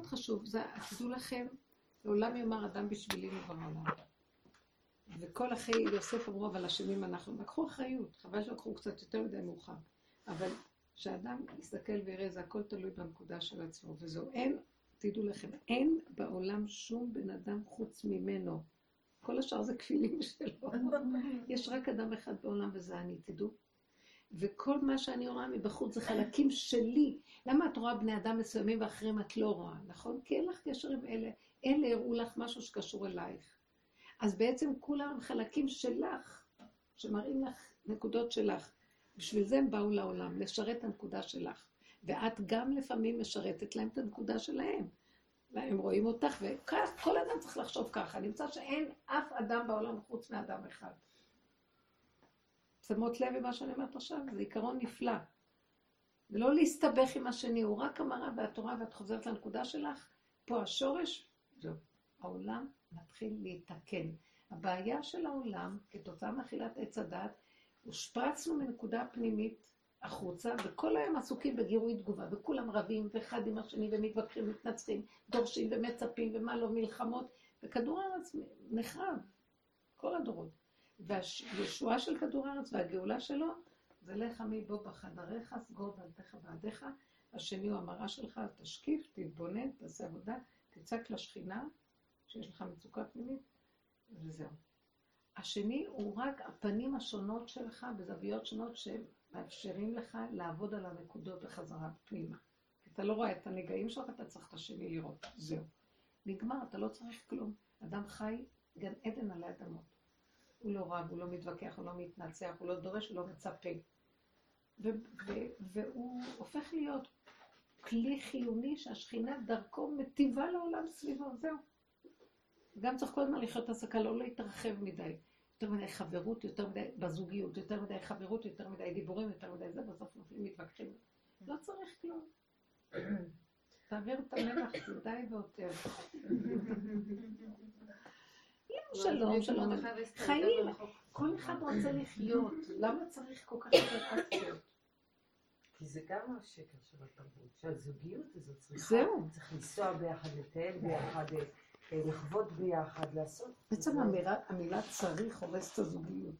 מאוד חשוב, תדעו לכם, לעולם יאמר אדם בשבילי נברא העולם. וכל אחי יוסף אמרו, אבל אשמים אנחנו. לקחו אחריות, חבל שלקחו קצת יותר מדי מאוחר. אבל כשאדם יסתכל ויראה, זה הכל תלוי בנקודה של עצמו. וזהו, תדעו לכם, אין בעולם שום בן אדם חוץ ממנו. כל השאר זה כפילים שלו. יש רק אדם אחד בעולם וזה אני, תדעו. וכל מה שאני רואה מבחוץ זה חלקים שלי. למה את רואה בני אדם מסוימים ואחרים את לא רואה, נכון? כי אין לך קשר עם אלה. אלה הראו לך משהו שקשור אלייך. אז בעצם כולם חלקים שלך, שמראים לך נקודות שלך. בשביל זה הם באו לעולם, לשרת את הנקודה שלך. ואת גם לפעמים משרתת להם את הנקודה שלהם. הם רואים אותך, וכל אדם צריך לחשוב ככה. נמצא שאין אף אדם בעולם חוץ מאדם אחד. שמות לב במה שאני אומרת עכשיו, זה עיקרון נפלא. ולא להסתבך עם השני, הוא רק המראה והתורה, ואת חוזרת לנקודה שלך, פה השורש, זהו. העולם מתחיל להתקן. הבעיה של העולם, כתוצאה מאכילת עץ הדת, הושפרצנו מנקודה פנימית החוצה, וכל היום עסוקים בגירוי תגובה, וכולם רבים, ואחד עם השני, ומתווכחים, מתנצחים, דורשים ומצפים, ומה לא מלחמות, וכדור הארץ נחרב, כל הדורות. והישועה של כדור הארץ והגאולה שלו, זה לך עמי בו בחדריך, סגור דלתך ועדיך, השני הוא המראה שלך, תשקיף, תתבונן, תעשה עבודה, תצעק לשכינה, שיש לך מצוקה פנימית, וזהו. השני הוא רק הפנים השונות שלך, בזוויות שונות שמאפשרים לך לעבוד על הנקודות בחזרה פנימה. אתה לא רואה את הנגעים שלך, אתה צריך את השני לראות, זהו. נגמר, אתה לא צריך כלום. אדם חי גן עדן עלי אדמות. הוא לא רב, הוא לא מתווכח, הוא לא מתנצח, הוא לא דורש, הוא לא מצפה. והוא הופך להיות כלי חיוני שהשכינה דרכו מטיבה לעולם סביבו, זהו. גם צריך כל הזמן לחיות הסקה, לא להתרחב מדי. יותר מדי חברות, יותר מדי בזוגיות, יותר מדי חברות, יותר מדי דיבורים, יותר מדי זה, בסוף נופלים מתווכחים. לא צריך כלום. תעביר את המלח, זה די ועותר. שלום, שלום. חיים, כל אחד רוצה לחיות. למה צריך כל כך הרבה אקציות? כי זה גם השקר של התרבות, שהזוגיות הזאת צריכה. זהו. צריך לנסוע ביחד, לטייל ביחד, לחוות ביחד, לעשות. בעצם המילה צריך הורס את הזוגיות.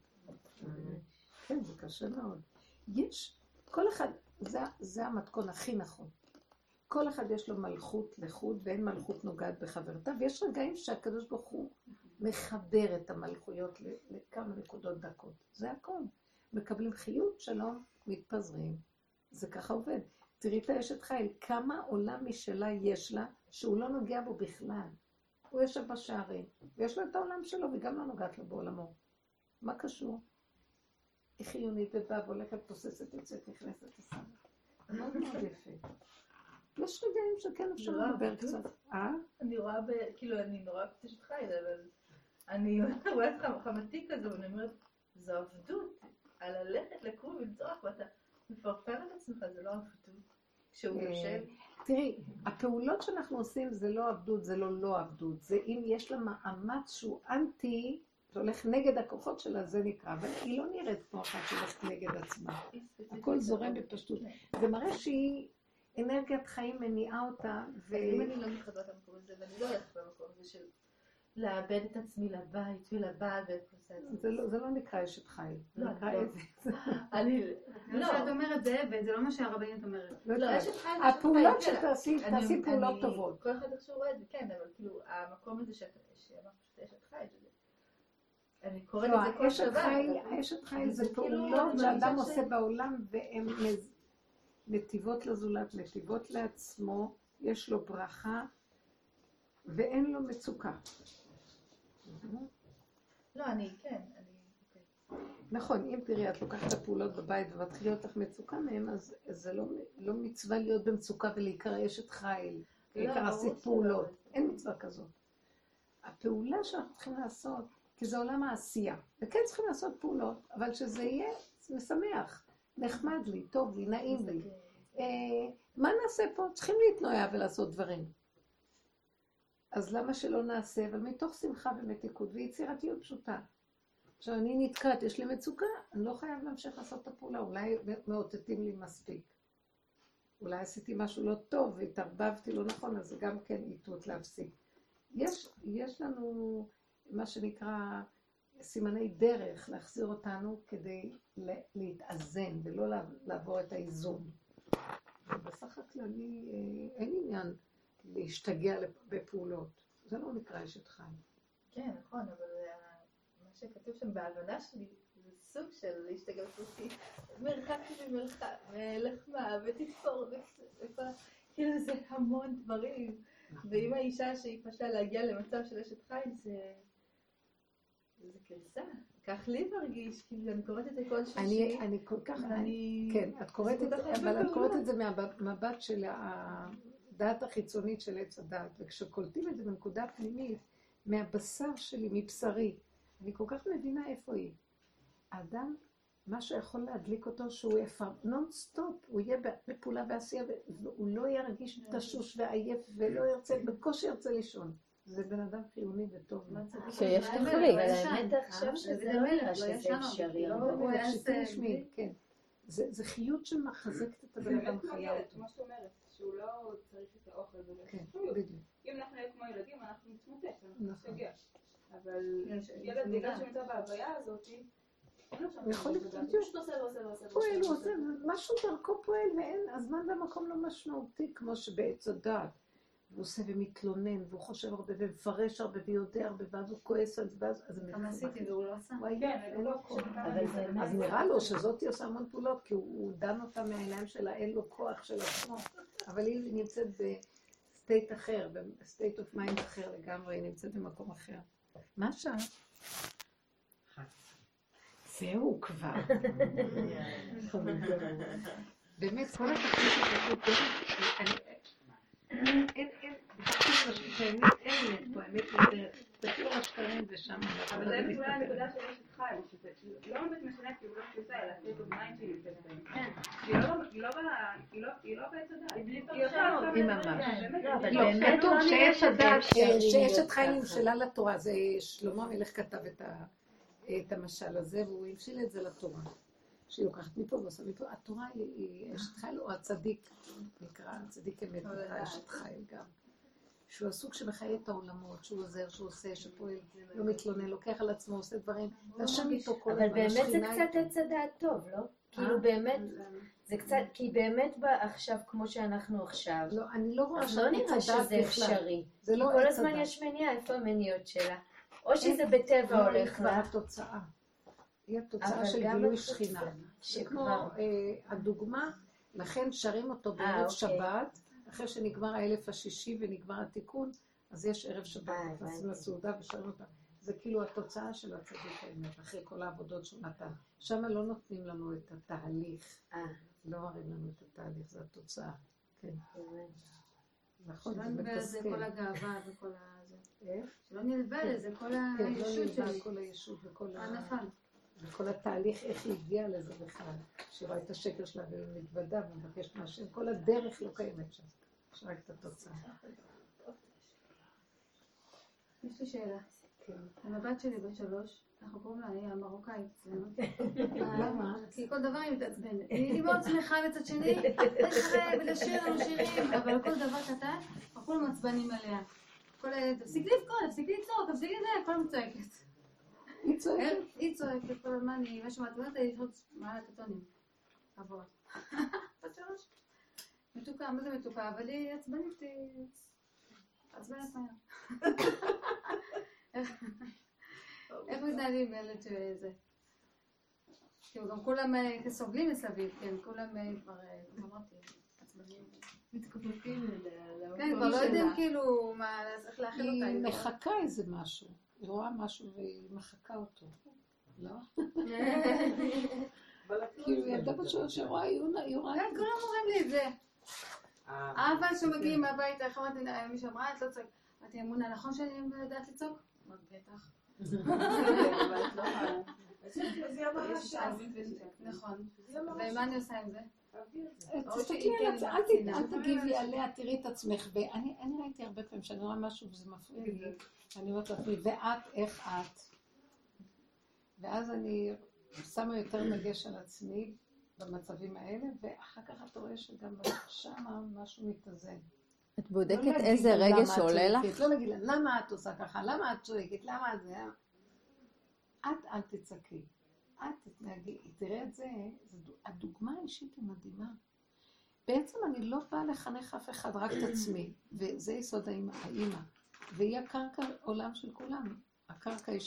כן, זה קשה מאוד. יש, כל אחד, זה המתכון הכי נכון. כל אחד יש לו מלכות לחוד, ואין מלכות נוגעת בחברתה, ויש רגעים שהקדוש ברוך הוא מחבר את המלכויות לכמה נקודות דקות. זה הכל. מקבלים חיות, שלום, מתפזרים. זה ככה עובד. תראי את האשת חיל, כמה עולם משלה יש לה, שהוא לא נוגע בו בכלל. הוא יושב בשערים, ויש לו את העולם שלו, וגם לא נוגעת לו בעולמו. מה קשור? היא חיונית ובאה, והולכת, תוססת, יוצאת, נכנסת, תסמת. מאוד מאוד יפה. יש רגעים שכן אפשר לדבר קצת. אני רואה, כאילו, אני נורא פתשת חיל, אבל אני רואה את חמתי כזו, ואני אומרת, זו עבדות, על ללכת, לקום ולצרוח, ואתה מפרפר על עצמך, זה לא עבדות. כשהוא יושב. תראי, הפעולות שאנחנו עושים זה לא עבדות, זה לא עבדות. זה אם יש לה מאמץ שהוא אנטי, שהולך נגד הכוחות שלה, זה נקרא. אבל היא לא נראית כמו אחת שהולכת נגד עצמה. הכל זורם בפשטות. זה מראה שהיא אנרגיית חיים מניעה אותה. אם אני לא מתחברת למקום הזה, ואני לא הולכת במקום הזה של לאבד את עצמי לבית ולבעל ולפוסה את זה. זה לא נקרא אשת חי. זה נקרא איזה. לא, שאת אומרת זה, וזה לא מה שהרבנית אומרת. לא, אשת חי. הפעולות שתעשי פעולות טובות. כל אחד איך שהוא רואה את זה, כן, אבל כאילו, המקום הזה שאמרת פשוט אשת חי, אני קוראת את זה כל שבת. אשת חי זה פעולות שאדם עושה בעולם, והן נתיבות לזולת, נתיבות לעצמו, יש לו ברכה, ואין לו מצוקה. לא, כן, נכון, אם תראי, את לוקחת את הפעולות בבית ומתחיל להיות לך מצוקה מהם, אז זה לא מצווה להיות במצוקה ולהיקרא אשת חיל, להיקרא עשית פעולות. אין מצווה כזאת. הפעולה שאנחנו צריכים לעשות, כי זה עולם העשייה, וכן צריכים לעשות פעולות, אבל שזה יהיה משמח, נחמד לי, טוב לי, נעים לי. מה נעשה פה? צריכים להתנועע ולעשות דברים. אז למה שלא נעשה? אבל מתוך שמחה ומתיקות ויצירתיות פשוטה. עכשיו, אני נתקעת, יש לי מצוקה, אני לא חייב להמשיך לעשות את הפעולה, אולי מאותתים לי מספיק. אולי עשיתי משהו לא טוב והתערבבתי לא נכון, אז זה גם כן איתות להפסיק. יש לנו מה שנקרא סימני דרך להחזיר אותנו כדי להתאזן ולא לעבור את האיזון. בסך הכללי אין עניין להשתגע בפעולות. זה לא נקרא אשת חי. כן, נכון, אבל מה שכתוב שם בהבנה שלי, זה סוג של להשתגע פרטי. מרחקתי מלחמה ותתפור, כאילו זה המון דברים. ואם האישה שהיא פשעה להגיע למצב של אשת חי, זה קריסה. כך לי מרגיש, כאילו אני קוראת את זה כל שישי. אני כל כך, כן, את קוראת את זה, אבל את קוראת את זה מהמבט של הדעת החיצונית של עץ הדעת, וכשקולטים את זה בנקודה פנימית, מהבשר שלי, מבשרי, אני כל כך מבינה איפה היא. האדם, מה שיכול להדליק אותו, שהוא נון סטופ, הוא יהיה בפעולה ועשייה, והוא לא ירגיש תשוש ועייף, ולא ירצה, בקושי ירצה לישון. זה בן אדם חיוני וטוב. שיש תכלית. אבל האמת עכשיו שזה לא נראה שזה אפשרי. זה חיות שמחזקת את הבן אדם חיה אותו. מה שאת אומרת, שהוא לא צריך את האוכל ולא כן, חיות. בדיוק. אם אנחנו נהיה כמו ילדים, אנחנו נתמוטט, אנחנו נשתגע. אבל ילד בגלל שנמצא בהוויה הזאת, יכול להיות בדיוק. פשוט עושה. פועל, הוא עושה, משהו דרכו פועל, ואין, הזמן והמקום לא משמעותי, כמו שבעץ הדעת. הוא עושה ומתלונן, והוא חושב הרבה, ומפרש הרבה, ויודע הרבה, ואז הוא כועס על זה, ואז זה כמה עשיתי והוא לא עשה. כן, הוא לא קורה. אז נראה לו שזאת עושה המון פעולות, כי הוא דן אותה מהעיניים שלה, אין לו כוח של עצמו, אבל היא נמצאת בסטייט אחר, בסטייט אוף מיינד אחר לגמרי, היא נמצאת במקום אחר. מה השעה? זהו כבר. באמת, כל התקציב הזה, אין אמת פה, האמת נדרת. תקראו השקרים ושם. אבל זה אולי הנקודה של אשת חי, שזה לא באמת משנה פעולות שעושה, אלא סטייט אוף מיינד שהיא נמצאת בהם. כן. היא לא בעץ הדעת. היא ממש. לא, כתוב שאשת חי נמשלה לתורה. זה שלמה המלך כתב את המשל הזה, והוא המשיל את זה לתורה. שהיא לוקחת מפה ועושה מפה. התורה היא אשת חי, או הצדיק נקרא, הצדיק אמת נקרא אשת חי גם. שהוא הסוג שמחיה את העולמות, שהוא עוזר, שהוא עושה, שפועל, לא מתלונן, לוקח על עצמו, עושה דברים, והשם איתו כל הזמן. אבל באמת זה קצת עץ הדעת טוב, לא? כאילו באמת, זה קצת, כי באמת עכשיו, כמו שאנחנו עכשיו, לא, אני לא רואה אז לא נראה שזה אפשרי. זה לא כל הזמן יש מניעה, איפה המניעות שלה? או שזה בטבע הולך לה. התוצאה. היא התוצאה של גילוי שכינה. כמו הדוגמה, לכן שרים אותו בערב שבת, אחרי שנגמר האלף השישי ונגמר התיקון, אז יש ערב שבת, נכנסים לסעודה ושרים אותה. זה כאילו התוצאה של הצדיק האמת, אחרי כל העבודות שהוא נתן. שם לא נותנים לנו את התהליך. לא מראים לנו את התהליך, זה התוצאה. כן. נכון, זה מתסכל. זה כל הגאווה וכל הזה. איך? שלא נלווה לזה, כל הישות שלי. כל הישות וכל הנפל. וכל התהליך, איך היא הגיעה לזה בכלל. שרואה את השקר שלה ומתוודה ומבקשת מהשם. כל הדרך לא קיימת שם. יש רק את התוצאה. יש לי שאלה. כן. הבת שלי בת 3, אנחנו קוראים לה, היא המרוקאית אצלנו. למה? כי כל דבר היא מתעצבנת. היא מאוד שמחה מצד שני, ולשיר לנו שירים, אבל כל דבר קטן, אנחנו לא מעצבנים עליה. תפסיק לבכות, תפסיק לצעוק, תפסיק לזה, כל מצועקת. היא צועקת? היא צועקת כל הזמן, היא משהו מעצבנת, היא יכולת מעלה את הטונים. עבור. בת 3. מתוקה, מה זה מתוקה? אבל היא עצבנית, היא עצבנת מהר. איך מתנהלים בילד שזה? כאילו גם כולם סובלים מסביב, כן, כולם כבר, אמרתי, עצבנים. מתכופפים כן, כבר לא יודעים כאילו איך להכיל אותה. היא מחכה איזה משהו, היא רואה משהו והיא מחכה אותו, לא? כאילו ילדה פשוט שרואה יונה. כן, כולם אומרים לי את זה. אבל כשמגיעים מהבית, איך אמרתי, מי שאמרה, את לא צועק. אמרתי, אמונה, נכון שאני יודעת לצעוק? אמרתי, בטח. נכון. ומה אני עושה עם זה? תסתכלי, אל תגיבי עליה, תראי את עצמך. ואני ראיתי הרבה פעמים שאני רואה משהו וזה מפריע לי. אני אומרת לעצמי, ואת, איך את? ואז אני שמה יותר דגש על עצמי, במצבים האלה, ואחר כך אתה רואה שגם שם משהו מתאזן. את בודקת איזה רגע שעולה לך? לא להגיד לה, למה את עושה ככה? למה את צועקת? למה את זה? את אל תצעקי. את תתנהגי. תראה את זה, הדוגמה האישית היא מדהימה. בעצם אני לא באה לחנך אף אחד, רק את עצמי. וזה יסוד האמא. והיא הקרקע עולם של כולם. הקרקע היא